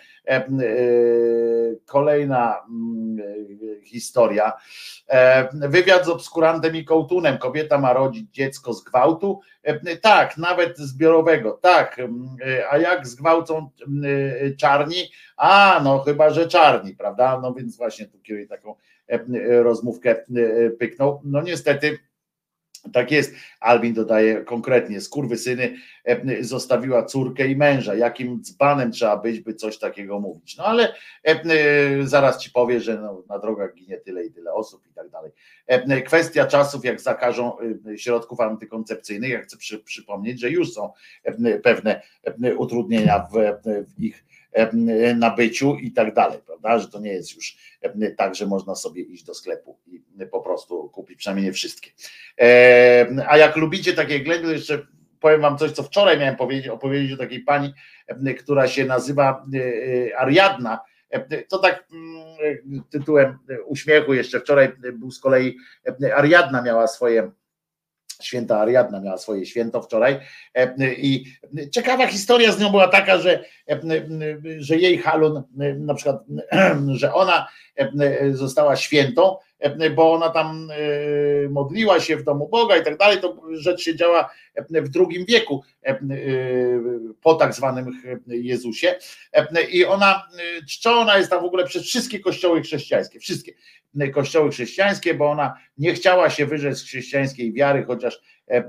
Kolejna historia. Wywiad z obskurantem i kołtunem. Kobieta ma rodzić dziecko z gwałtu. Tak, nawet zbiorowego. Tak, a jak zgwałcą czarni? A, no chyba, że czarni, prawda? No więc właśnie tu kiedyś taką rozmówkę pyknął. No niestety tak jest. Albin dodaje konkretnie, skurwysyny zostawiła córkę i męża. Jakim dzbanem trzeba być, by coś takiego mówić. No ale zaraz ci powie, że no, na drogach ginie tyle i tyle osób i tak dalej. Kwestia czasów, jak zakażą środków antykoncepcyjnych, ja chcę przy, przypomnieć, że już są pewne utrudnienia w, w ich nabyciu i tak dalej, prawda, że to nie jest już tak, że można sobie iść do sklepu i po prostu kupić, przynajmniej nie wszystkie. A jak lubicie takie ględy, jeszcze powiem wam coś, co wczoraj miałem powiedzieć, opowiedzieć o takiej pani, która się nazywa Ariadna. To tak tytułem uśmiechu jeszcze wczoraj był z kolei Ariadna miała swoje Święta Ariadna miała swoje święto wczoraj i ciekawa historia z nią była taka, że, że jej Halun na przykład, że ona została świętą, bo ona tam modliła się w domu Boga i tak dalej, to rzecz się działa w drugim wieku po tak zwanym Jezusie i ona czczona jest tam w ogóle przez wszystkie kościoły chrześcijańskie, wszystkie kościoły chrześcijańskie, bo ona nie chciała się wyrzec z chrześcijańskiej wiary, chociaż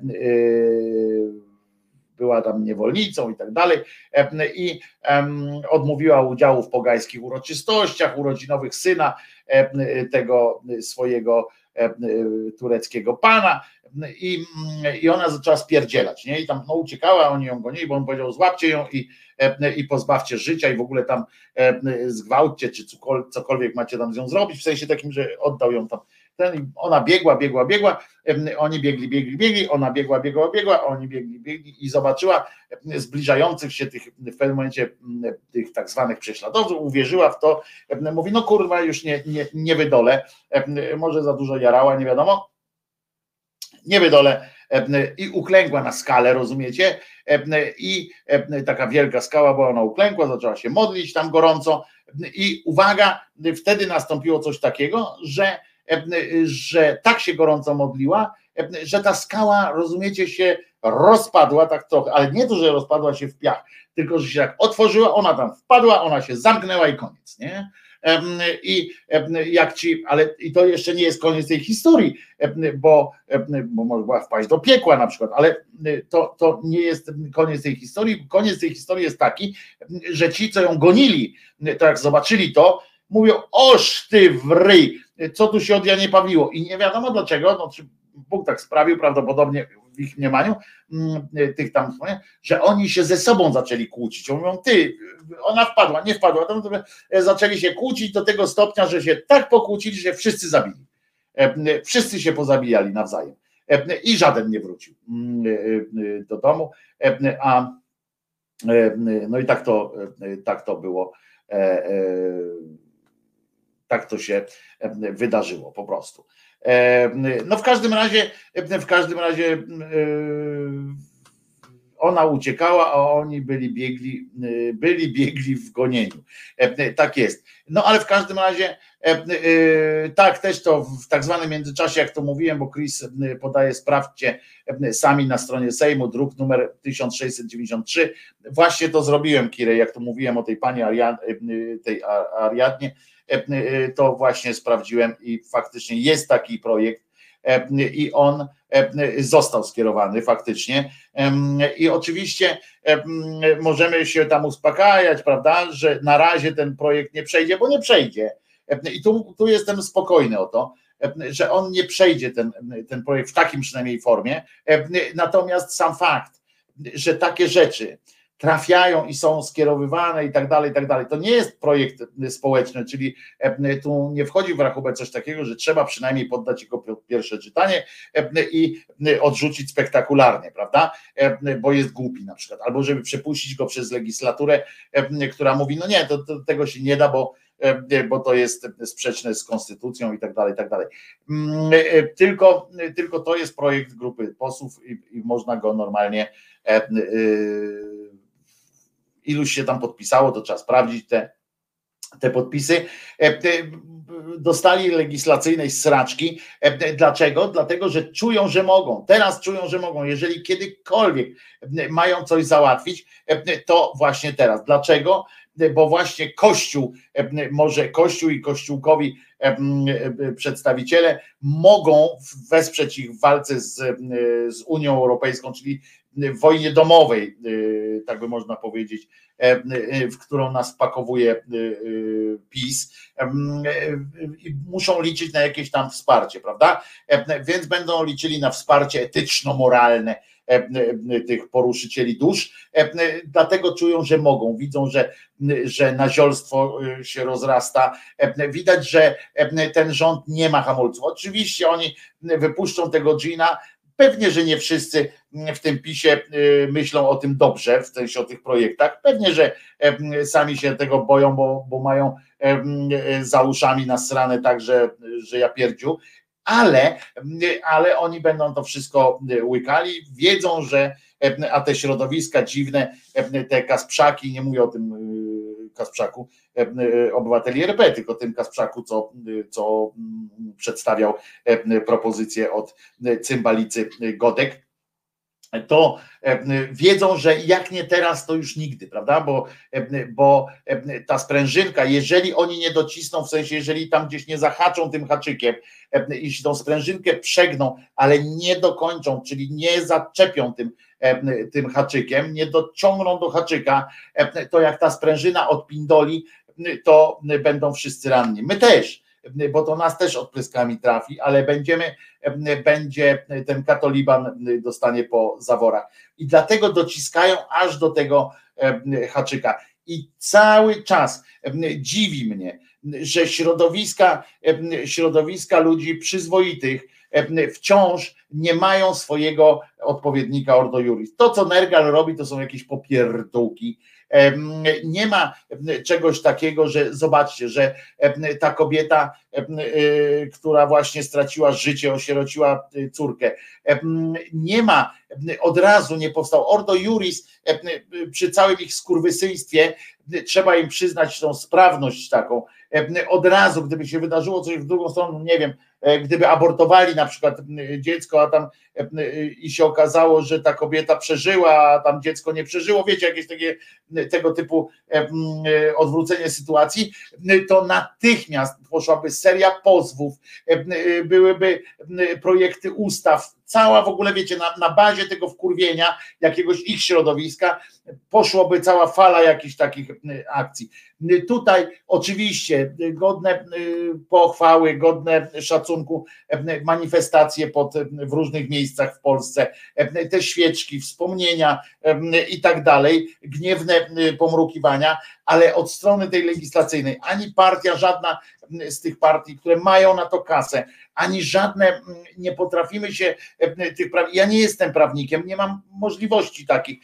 była tam niewolnicą i tak dalej i odmówiła udziału w pogańskich uroczystościach urodzinowych syna tego swojego tureckiego pana i, i ona zaczęła spierdzielać, nie? I tam no, uciekała, oni ją gonili, bo on powiedział złapcie ją i, i pozbawcie życia i w ogóle tam zgwałćcie, czy cokolwiek macie tam z nią zrobić, w sensie takim, że oddał ją tam. Ten, ona biegła, biegła, biegła, oni biegli, biegli, biegli, ona biegła, biegła, biegła, oni biegli, biegli i zobaczyła zbliżających się tych w pewnym momencie tych tak zwanych prześladowców, uwierzyła w to, mówi no kurwa już nie, nie, nie wydolę, może za dużo jarała, nie wiadomo, nie wydolę i uklękła na skalę, rozumiecie, i taka wielka skała była, ona uklękła, zaczęła się modlić tam gorąco i uwaga, wtedy nastąpiło coś takiego, że że tak się gorąco modliła, że ta skała, rozumiecie, się rozpadła tak trochę, ale nie to, że rozpadła się w piach, tylko że się jak otworzyła, ona tam wpadła, ona się zamknęła i koniec, nie? I jak ci, ale i to jeszcze nie jest koniec tej historii, bo, bo może była wpaść do piekła na przykład, ale to, to nie jest koniec tej historii. Koniec tej historii jest taki, że ci, co ją gonili, to jak zobaczyli to, mówią, oż ty wryj, co tu się od Janie Pawliło. I nie wiadomo dlaczego, no, czy Bóg tak sprawił, prawdopodobnie w ich mniemaniu, tych tam, że oni się ze sobą zaczęli kłócić. Mówią, ty, ona wpadła, nie wpadła. To zaczęli się kłócić do tego stopnia, że się tak pokłócili, że wszyscy zabili. Wszyscy się pozabijali nawzajem. I żaden nie wrócił do domu. A no i tak to, tak to było. Tak to się wydarzyło po prostu. No w każdym razie, w każdym razie ona uciekała, a oni byli biegli, byli biegli w gonieniu. Tak jest. No ale w każdym razie tak, też to w tak zwanym międzyczasie, jak to mówiłem, bo Chris podaje, sprawdźcie sami na stronie Sejmu, druk numer tysiąc sześćset dziewięćdziesiąt trzy. Właśnie to zrobiłem, Kirej, jak to mówiłem o tej pani tej Ariadnie, to właśnie sprawdziłem i faktycznie jest taki projekt i on został skierowany faktycznie i oczywiście możemy się tam uspokajać, prawda, że na razie ten projekt nie przejdzie, bo nie przejdzie i tu, tu jestem spokojny o to, że on nie przejdzie, ten, ten projekt w takim przynajmniej formie, natomiast sam fakt, że takie rzeczy trafiają i są skierowywane i tak dalej, i tak dalej. To nie jest projekt społeczny, czyli tu nie wchodzi w rachubę coś takiego, że trzeba przynajmniej poddać jego pierwsze czytanie i odrzucić spektakularnie, prawda? Bo jest głupi na przykład, albo żeby przepuścić go przez legislaturę, która mówi, no nie, to, to tego się nie da, bo bo to jest sprzeczne z konstytucją i tak dalej, i tak dalej. Tylko, tylko to jest projekt grupy posłów i, i można go normalnie, iluś się tam podpisało, to trzeba sprawdzić te, te podpisy. Dostali legislacyjnej sraczki. Dlaczego? Dlatego, że czują, że mogą. Teraz czują, że mogą. Jeżeli kiedykolwiek mają coś załatwić, to właśnie teraz. Dlaczego? Bo właśnie Kościół, może Kościół i Kościółkowi przedstawiciele mogą wesprzeć ich w walce z, z Unią Europejską, czyli w wojnie domowej, tak by można powiedzieć, w którą nas pakowuje PiS, muszą liczyć na jakieś tam wsparcie, prawda? Więc będą liczyli na wsparcie etyczno-moralne tych poruszycieli dusz, dlatego czują, że mogą, widzą, że, że naziolstwo się rozrasta, widać, że ten rząd nie ma hamulców. Oczywiście oni wypuszczą tego dżina, pewnie, że nie wszyscy w tym PiSie myślą o tym dobrze, w sensie o tych projektach, pewnie, że sami się tego boją, bo, bo mają za uszami nasrane tak, że, że ja pierdziu, ale, ale oni będą to wszystko łykali, wiedzą, że a te środowiska dziwne, te Kasprzaki, nie mówię o tym Kasprzaku obywateli R P, tylko tym Kasprzaku, co, co przedstawiał propozycję od cymbalicy Godek, to wiedzą, że jak nie teraz, to już nigdy, prawda? Bo, bo ta sprężynka, jeżeli oni nie docisną, w sensie, jeżeli tam gdzieś nie zahaczą tym haczykiem i tą sprężynkę przegną, ale nie dokończą, czyli nie zaczepią tym, tym haczykiem, nie dociągną do haczyka, to jak ta sprężyna odpindoli, to będą wszyscy ranni. My też, bo to nas też odpryskami trafi, ale będziemy, będzie ten katoliban dostanie po zaworach. I dlatego dociskają aż do tego haczyka. I cały czas dziwi mnie, że środowiska, środowiska ludzi przyzwoitych wciąż nie mają swojego odpowiednika Ordo Iuris. To, co Nergal robi, to są jakieś popierdółki. Nie ma czegoś takiego, że zobaczcie, że ta kobieta, która właśnie straciła życie, osierociła córkę, nie ma, od razu nie powstał Ordo Iuris, przy całym ich skurwysyństwie trzeba im przyznać tą sprawność taką, od razu, gdyby się wydarzyło coś w drugą stronę, nie wiem, gdyby abortowali na przykład dziecko, a tam i się okazało, że ta kobieta przeżyła, a tam dziecko nie przeżyło, wiecie, jakieś takie tego typu odwrócenie sytuacji, to natychmiast poszłaby seria pozwów, byłyby projekty ustaw, cała w ogóle, wiecie, na, na bazie tego wkurwienia jakiegoś ich środowiska poszłoby cała fala jakichś takich akcji. Tutaj oczywiście godne pochwały, godne szacunku manifestacje pod, w różnych miejscach w Polsce, te świeczki, wspomnienia i tak dalej, gniewne pomrukiwania, ale od strony tej legislacyjnej ani partia, żadna z tych partii, które mają na to kasę, ani żadne, nie potrafimy się tych praw. Ja nie jestem prawnikiem, nie mam możliwości takich.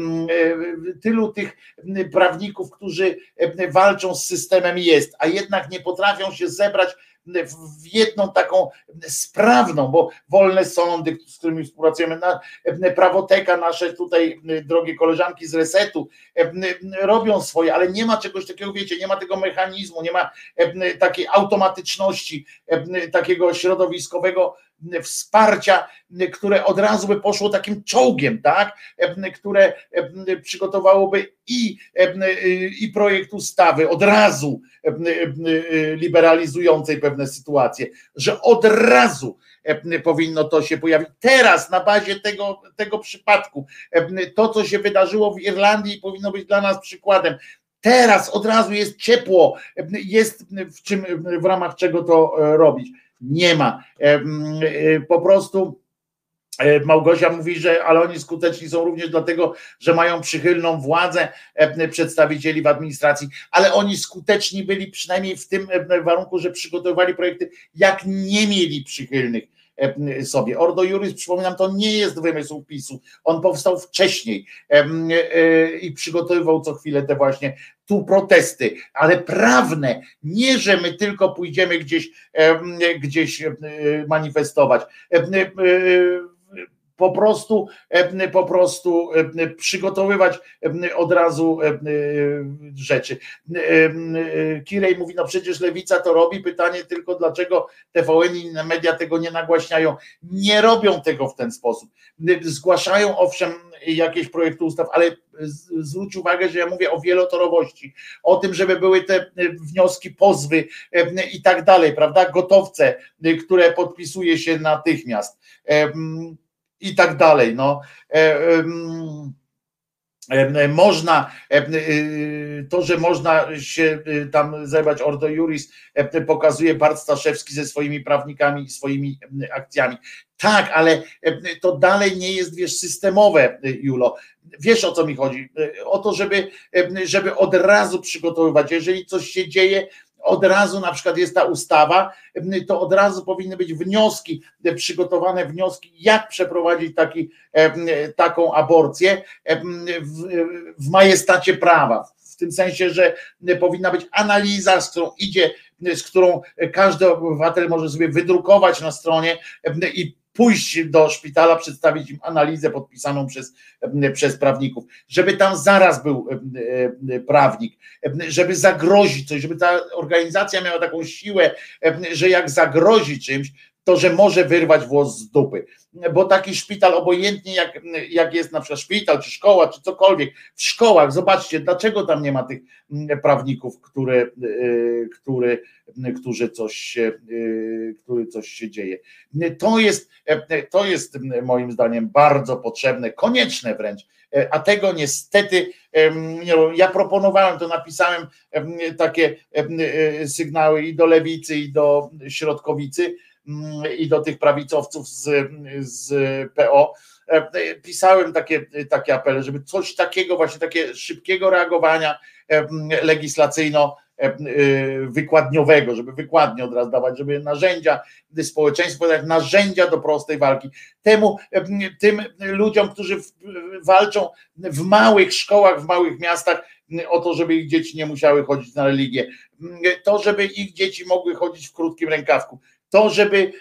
Tylu tych prawników, którzy walczą z systemem jest, a jednak nie potrafią się zebrać w jedną taką sprawną, bo wolne sądy, z którymi współpracujemy, prawoteka, nasze tutaj drogie koleżanki z Resetu robią swoje, ale nie ma czegoś takiego, wiecie, nie ma tego mechanizmu, nie ma takiej automatyczności, takiego środowiskowego wsparcia, które od razu by poszło takim czołgiem, tak, które przygotowałoby i, i projekt ustawy od razu liberalizującej pewne sytuacje, że od razu powinno to się pojawić. Teraz na bazie tego, tego przypadku, to co się wydarzyło w Irlandii powinno być dla nas przykładem. Teraz od razu jest ciepło, jest w czym, w ramach czego to robić. Nie ma. Po prostu Małgosia mówi, że ale oni skuteczni są również dlatego, że mają przychylną władzę przedstawicieli w administracji, ale oni skuteczni byli przynajmniej w tym warunku, że przygotowywali projekty, jak nie mieli przychylnych sobie. Ordo Iuris, przypominam, to nie jest wymysł PiSu, on powstał wcześniej i przygotowywał co chwilę te właśnie tu protesty, ale prawne, nie, że my tylko pójdziemy gdzieś, gdzieś manifestować. Po prostu, po prostu przygotowywać od razu rzeczy. Kirej mówi, no przecież Lewica to robi, pytanie tylko dlaczego T V N i inne media tego nie nagłaśniają. Nie robią tego w ten sposób. Zgłaszają owszem jakieś projekty ustaw, ale zwróć uwagę, że ja mówię o wielotorowości, o tym, żeby były te wnioski, pozwy i tak dalej, prawda, gotowce, które podpisuje się natychmiast. I tak dalej. No. Można, to, że można się tam zajmować Ordo Iuris, pokazuje Bart Staszewski ze swoimi prawnikami i swoimi akcjami. Tak, ale to dalej nie jest, wiesz, systemowe, Julo. Wiesz, o co mi chodzi? O to, żeby, żeby od razu przygotowywać, jeżeli coś się dzieje, od razu na przykład jest ta ustawa, to od razu powinny być wnioski, przygotowane wnioski, jak przeprowadzić taki, taką aborcję w, w majestacie prawa. W tym sensie, że powinna być analiza, z którą idzie, z którą każdy obywatel może sobie wydrukować na stronie i pójść do szpitala, przedstawić im analizę podpisaną przez, przez prawników, żeby tam zaraz był prawnik, żeby zagrozić coś, żeby ta organizacja miała taką siłę, że jak zagrozi czymś, to że może wyrwać włos z dupy. Bo taki szpital, obojętnie jak, jak jest na przykład szpital, czy szkoła, czy cokolwiek, w szkołach, zobaczcie, dlaczego tam nie ma tych prawników, które, które, którzy coś się, który coś się dzieje. To jest, to jest moim zdaniem bardzo potrzebne, konieczne wręcz, a tego niestety, ja proponowałem, to napisałem takie sygnały i do lewicy, i do środkowicy, i do tych prawicowców z, z P O, pisałem takie, takie apele, żeby coś takiego, właśnie takie szybkiego reagowania legislacyjno wykładniowego, żeby wykładnie od razu dawać, żeby narzędzia społeczeństwu, dać narzędzia do prostej walki. Temu, tym ludziom, którzy walczą w małych szkołach, w małych miastach o to, żeby ich dzieci nie musiały chodzić na religię, to, żeby ich dzieci mogły chodzić w krótkim rękawku, to, żeby,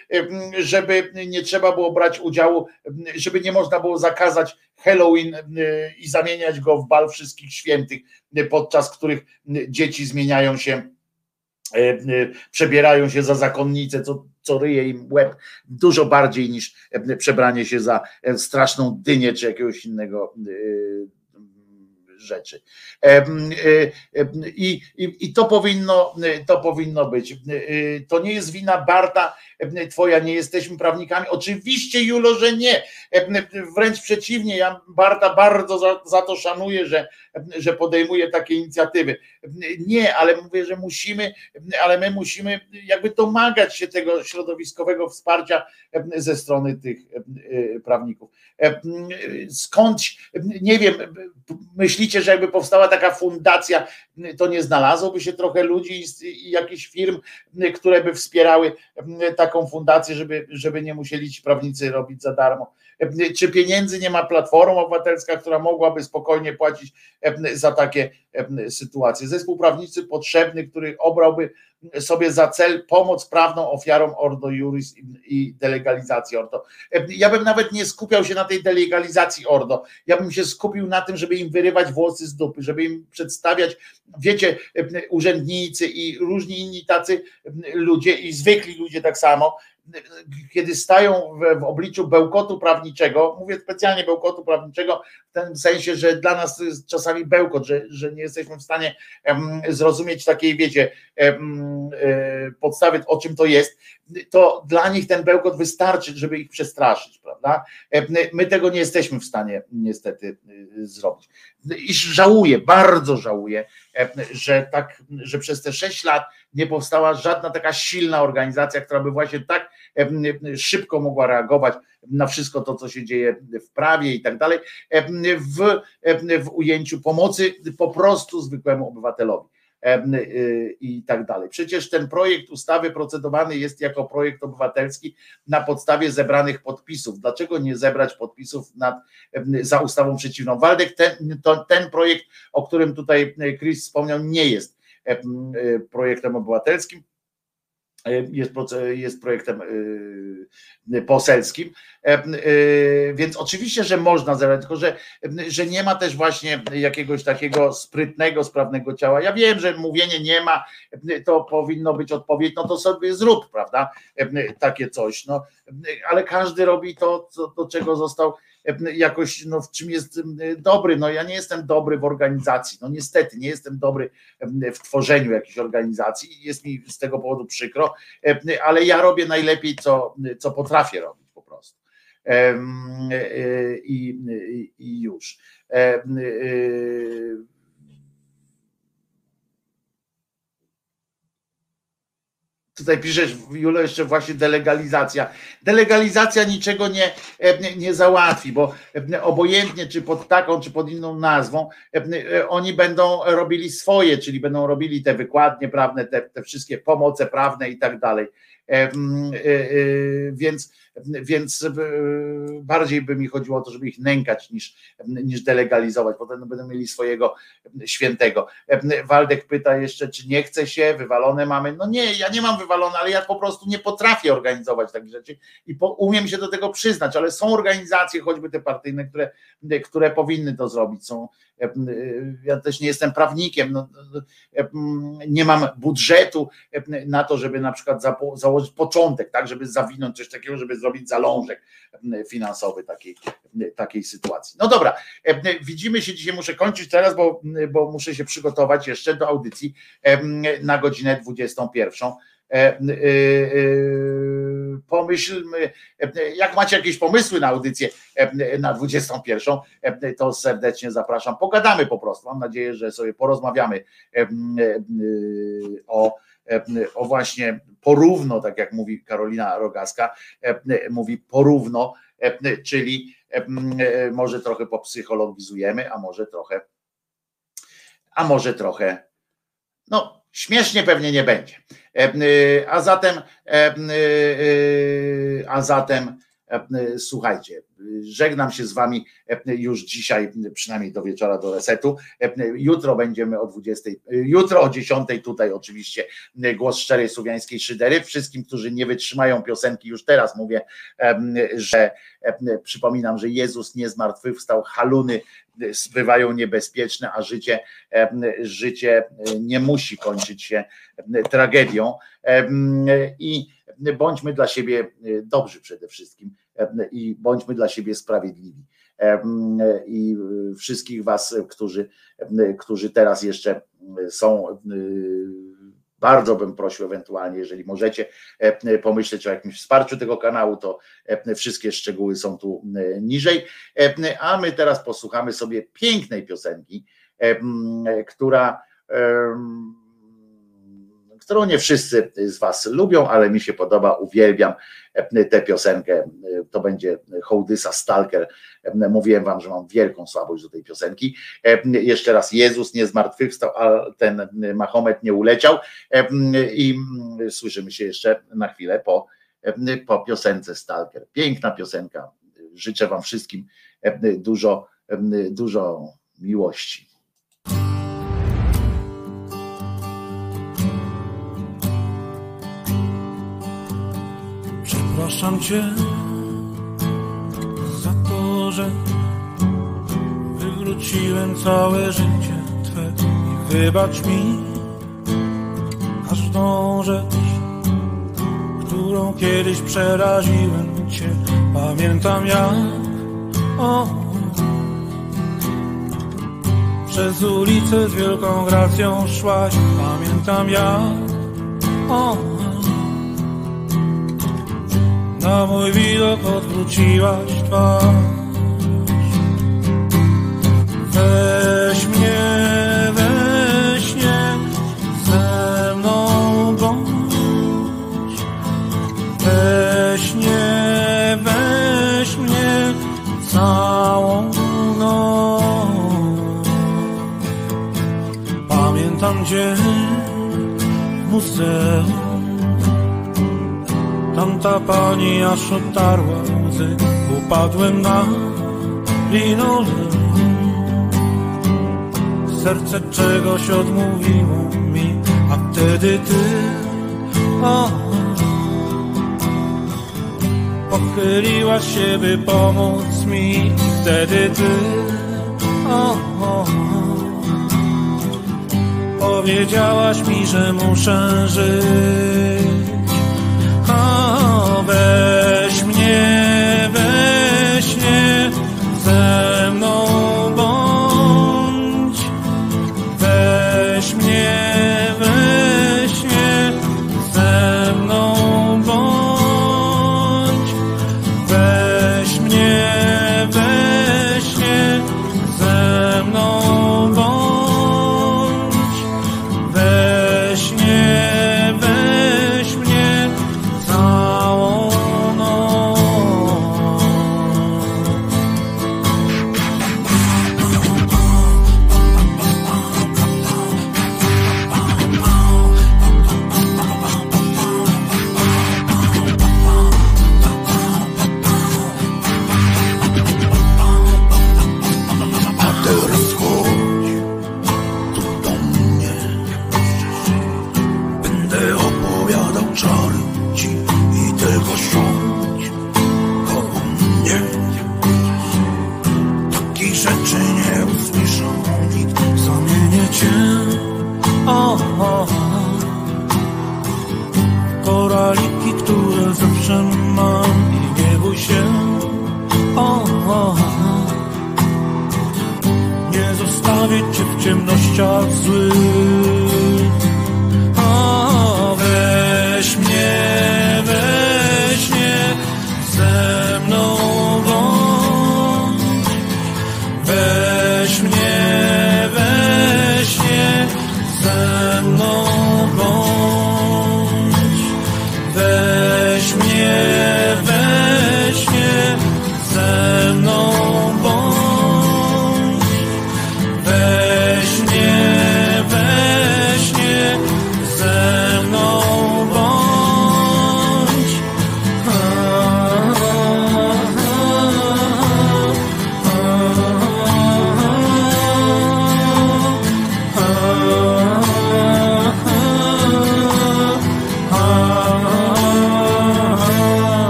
żeby nie trzeba było brać udziału, żeby nie można było zakazać Halloween i zamieniać go w bal wszystkich świętych, podczas których dzieci zmieniają się przebierają się za zakonnice, co, co ryje im łeb dużo bardziej niż przebranie się za straszną dynię czy jakiegoś innego rzeczy. I, i, i to powinno, to powinno być. To nie jest wina Barta twoja, nie jesteśmy prawnikami. Oczywiście, Julo, że nie. Wręcz przeciwnie, ja Barta bardzo za, za to szanuję, że, że podejmuje takie inicjatywy. Nie, ale mówię, że musimy, ale my musimy jakby domagać się tego środowiskowego wsparcia ze strony tych prawników. Skądś, nie wiem, myślicie, że jakby powstała taka fundacja, to nie znalazłoby się trochę ludzi i jakichś firm, które by wspierały taką fundację, żeby, żeby nie musieli ci prawnicy robić za darmo. Czy pieniędzy nie ma Platforma Obywatelska, która mogłaby spokojnie płacić za takie sytuacje? Zespół prawniczy potrzebny, który obrałby sobie za cel pomoc prawną ofiarom Ordo Iuris i delegalizacji Ordo. Ja bym nawet nie skupiał się na tej delegalizacji Ordo. Ja bym się skupił na tym, żeby im wyrywać włosy z dupy, żeby im przedstawiać, wiecie, urzędnicy i różni inni tacy ludzie i zwykli ludzie tak samo, kiedy stają w, w obliczu bełkotu prawniczego, mówię specjalnie bełkotu prawniczego, w tym sensie, że dla nas to jest czasami bełkot, że, że nie jesteśmy w stanie um, zrozumieć takiej, wiecie, um, e, podstawy, o czym to jest, to dla nich ten bełkot wystarczy, żeby ich przestraszyć, prawda? My tego nie jesteśmy w stanie niestety zrobić. I żałuję, bardzo żałuję, że tak, że przez te sześć lat nie powstała żadna taka silna organizacja, która by właśnie tak szybko mogła reagować na wszystko to, co się dzieje w prawie i tak dalej, w, w ujęciu pomocy po prostu zwykłemu obywatelowi i tak dalej. Przecież ten projekt ustawy procedowany jest jako projekt obywatelski na podstawie zebranych podpisów. Dlaczego nie zebrać podpisów nad, za ustawą przeciwną? Waldek, ten, to, ten projekt, o którym tutaj Chris wspomniał, nie jest projektem obywatelskim, jest, jest projektem poselskim, więc oczywiście, że można zebrać, tylko że, że nie ma też właśnie jakiegoś takiego sprytnego, sprawnego ciała. Ja wiem, że mówienie nie ma, to powinno być odpowiedź, no to sobie zrób, prawda, takie coś, no, ale każdy robi to, co, do czego został jakoś, no w czym jest dobry. No ja nie jestem dobry w organizacji, no niestety nie jestem dobry w tworzeniu jakiejś organizacji i jest mi z tego powodu przykro, ale ja robię najlepiej, co, co potrafię robić po prostu. I, i już. Tutaj piszesz, Julo, jeszcze właśnie delegalizacja. Delegalizacja niczego nie, nie załatwi, bo obojętnie czy pod taką, czy pod inną nazwą, oni będą robili swoje, czyli będą robili te wykładnie prawne, te, te wszystkie pomoce prawne i tak dalej. Więc, więc bardziej by mi chodziło o to, żeby ich nękać niż, niż delegalizować, potem będą mieli swojego świętego. Waldek pyta jeszcze, czy nie chce się, wywalone mamy. No nie, ja nie mam wywalone, ale ja po prostu nie potrafię organizować takich rzeczy i po, umiem się do tego przyznać, ale są organizacje, choćby te partyjne, które, które powinny to zrobić. Są, ja też nie jestem prawnikiem, no, nie mam budżetu na to, żeby na przykład założyć początek, tak, żeby zawinąć coś takiego, żeby zrobić zalążek finansowy takiej, takiej sytuacji. No dobra, widzimy się dzisiaj, muszę kończyć teraz, bo, bo muszę się przygotować jeszcze do audycji na godzinę dwudziestą pierwszą. Pomyślmy, jak macie jakieś pomysły na audycję na dwudziestą pierwszą, to serdecznie zapraszam, pogadamy po prostu, mam nadzieję, że sobie porozmawiamy o, o właśnie porówno, tak jak mówi Karolina Rogaska, mówi porówno, czyli może trochę popsychologizujemy, a może trochę a może trochę no śmiesznie pewnie nie będzie. A zatem, a zatem Słuchajcie, żegnam się z wami już dzisiaj, przynajmniej do wieczora, do resetu. Jutro będziemy o dwudziestej, jutro o dziesiątej tutaj oczywiście głos szczerej słowiańskiej szydery. Wszystkim, którzy nie wytrzymają piosenki, już teraz mówię, że przypominam, że Jezus nie zmartwychwstał, haluny bywają niebezpieczne, a życie, życie nie musi kończyć się tragedią. I bądźmy dla siebie dobrzy przede wszystkim i bądźmy dla siebie sprawiedliwi. I wszystkich was, którzy, którzy teraz jeszcze są, bardzo bym prosił ewentualnie, jeżeli możecie pomyśleć o jakimś wsparciu tego kanału, to wszystkie szczegóły są tu niżej. A my teraz posłuchamy sobie pięknej piosenki, która którą nie wszyscy z was lubią, ale mi się podoba, uwielbiam tę piosenkę. To będzie Hołdysa Stalker. Mówiłem wam, że mam wielką słabość do tej piosenki. Jeszcze raz, Jezus nie zmartwychwstał, a ten Mahomet nie uleciał. I słyszymy się jeszcze na chwilę po, po piosence Stalker. Piękna piosenka. Życzę wam wszystkim dużo, dużo miłości. Przepraszam cię za to, że wywróciłem całe życie twe i wybacz mi każdą rzecz, którą kiedyś przeraziłem cię. Pamiętam jak o, przez ulicę z wielką gracją szłaś. Pamiętam jak o, na mój widok odwróciłaś twarz. Weź mnie we śnie, ze mną bądź. Weź mnie, weź mnie całą noc. Pamiętam dzień w muzeum. Tamta pani aż otarła łzy. Upadłem na linoleum. Serce czegoś odmówiło mi, a wtedy ty o, pochyliłaś się, by pomóc mi. I wtedy ty o, o, powiedziałaś mi, że muszę żyć. O, weź mnie we śnie, ze mną bądź. Weź mnie we śnie, ze mną bądź. Weź mnie we śnie, ze mną bądź. Weź mnie, weź mnie całą noc. A teraz chodź tu do mnie. Będę opowiadał czary ci i tylko siądź koło mnie. Takich rzeczy nie usłyszał nikt. Zamienię cię o, o, koraliki, które zawsze mam. I nie bój się o, o, nie zostawię cię w ciemnościach złych. O, weź mnie we śnie, ze mną bądź. Weź mnie we śnie, ze mną bądź. Weź mnie we śnie, ze mną bądź. Weź mnie we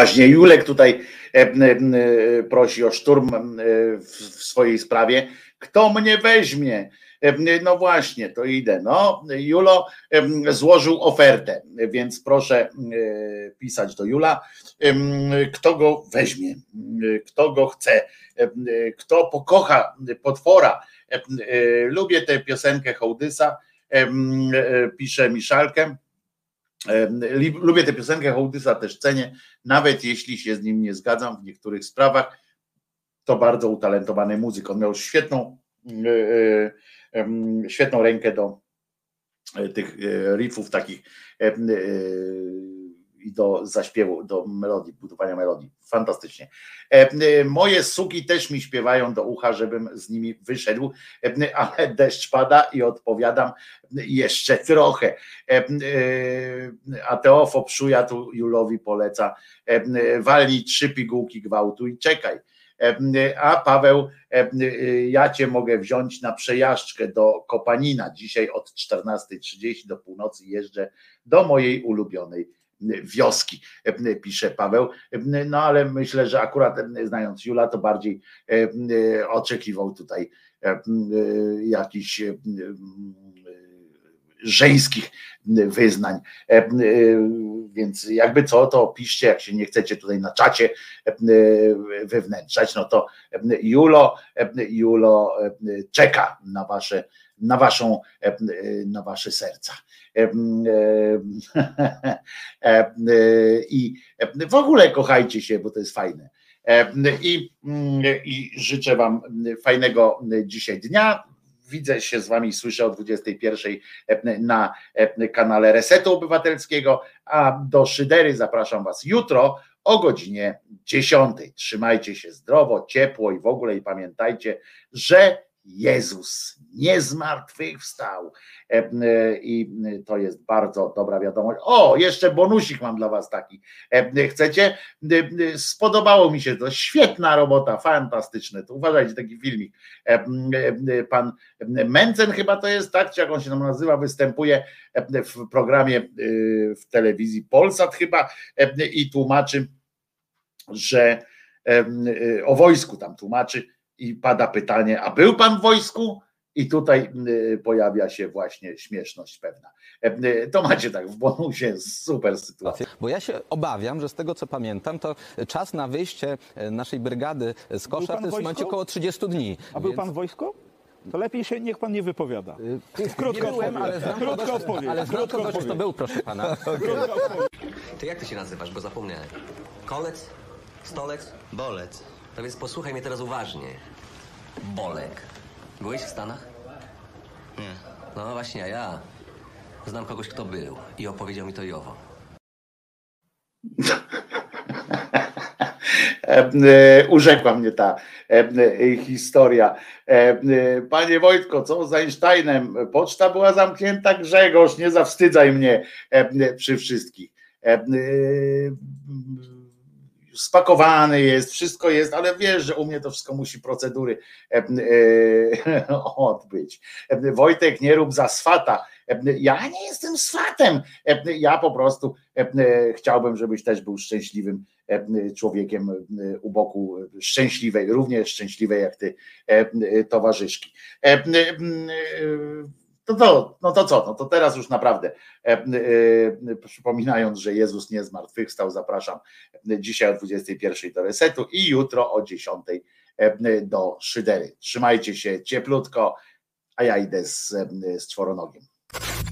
Właśnie Julek tutaj prosi o szturm w swojej sprawie. Kto mnie weźmie? No właśnie, to idę. No, Julo złożył ofertę, więc proszę pisać do Jula, kto go weźmie, kto go chce, kto pokocha potwora. Lubię tę piosenkę Hołdysa, pisze Miszalkę. Lubię tę piosenkę Hołdysa, też cenię, nawet jeśli się z nim nie zgadzam w niektórych sprawach. To bardzo utalentowany muzyk. On miał świetną, świetną rękę do tych riffów takich i do zaśpiewu, do melodii, budowania melodii. Fantastycznie. Moje suki też mi śpiewają do ucha, żebym z nimi wyszedł, ale deszcz pada i odpowiadam jeszcze trochę. A Teofo Pszuja tu Julowi poleca, walnij trzy pigułki gwałtu i czekaj. A Paweł, ja cię mogę wziąć na przejażdżkę do Kopanina. Dzisiaj od czternastej trzydzieści do północy jeżdżę do mojej ulubionej wioski, pisze Paweł. No ale myślę, że akurat znając Jula, to bardziej oczekiwał tutaj jakichś żeńskich wyznań, więc jakby co, to piszcie, jak się nie chcecie tutaj na czacie wywnętrzać, no to Julo, Julo czeka na wasze, na waszą, na wasze serca. I w ogóle kochajcie się, bo to jest fajne. I, i życzę wam fajnego dzisiaj dnia. Widzę się z wami, słyszę o dwudziestej pierwszej na kanale Resetu Obywatelskiego, a do Szydery zapraszam was jutro o godzinie dziesiątej. Trzymajcie się zdrowo, ciepło i w ogóle i pamiętajcie, że Jezus nie zmartwychwstał i to jest bardzo dobra wiadomość. O, jeszcze bonusik mam dla was taki. Chcecie? Spodobało mi się to, świetna robota, fantastyczne. To uważajcie, taki filmik. Pan Mencen chyba to jest, tak? Czy jak on się tam nazywa, występuje w programie w telewizji Polsat chyba i tłumaczy, że o wojsku tam tłumaczy, i pada pytanie, a był pan w wojsku? I tutaj pojawia się właśnie śmieszność pewna. To macie tak w bonusie, super sytuacja. Bo ja się obawiam, że z tego co pamiętam, to czas na wyjście naszej brygady z kosza to jest w momencie około trzydziestu dni. A był pan w wojsku? To lepiej się niech pan nie wypowiada. Krótko nie byłem, ale znam Krótko kogoś, odpowiedź. ale znam kogoś, kto był, proszę pana. Ty jak ty się nazywasz, bo zapomniałem. Kolec? Stolec? Bolec. To więc posłuchaj mnie teraz uważnie. Bolek. Byłeś w Stanach? Nie. No właśnie, a ja znam kogoś, kto był i opowiedział mi to i owo. Urzekła mnie ta historia. Panie Wojtko, co z Einsteinem? Poczta była zamknięta, Grzegorz, nie zawstydzaj mnie przy wszystkich. Spakowany jest, wszystko jest, ale wiesz, że u mnie to wszystko musi procedury odbyć. Wojtek, nie rób za swata. Ja nie jestem swatem. Ja po prostu chciałbym, żebyś też był szczęśliwym człowiekiem u boku szczęśliwej, równie szczęśliwej jak ty towarzyszki. To, to, no to co, no to teraz już naprawdę e, e, przypominając, że Jezus nie zmartwychwstał, zapraszam dzisiaj o dwudziestej pierwszej do Resetu i jutro o dziesiątej e, do Szydery. Trzymajcie się cieplutko, a ja idę z, z czworonogiem.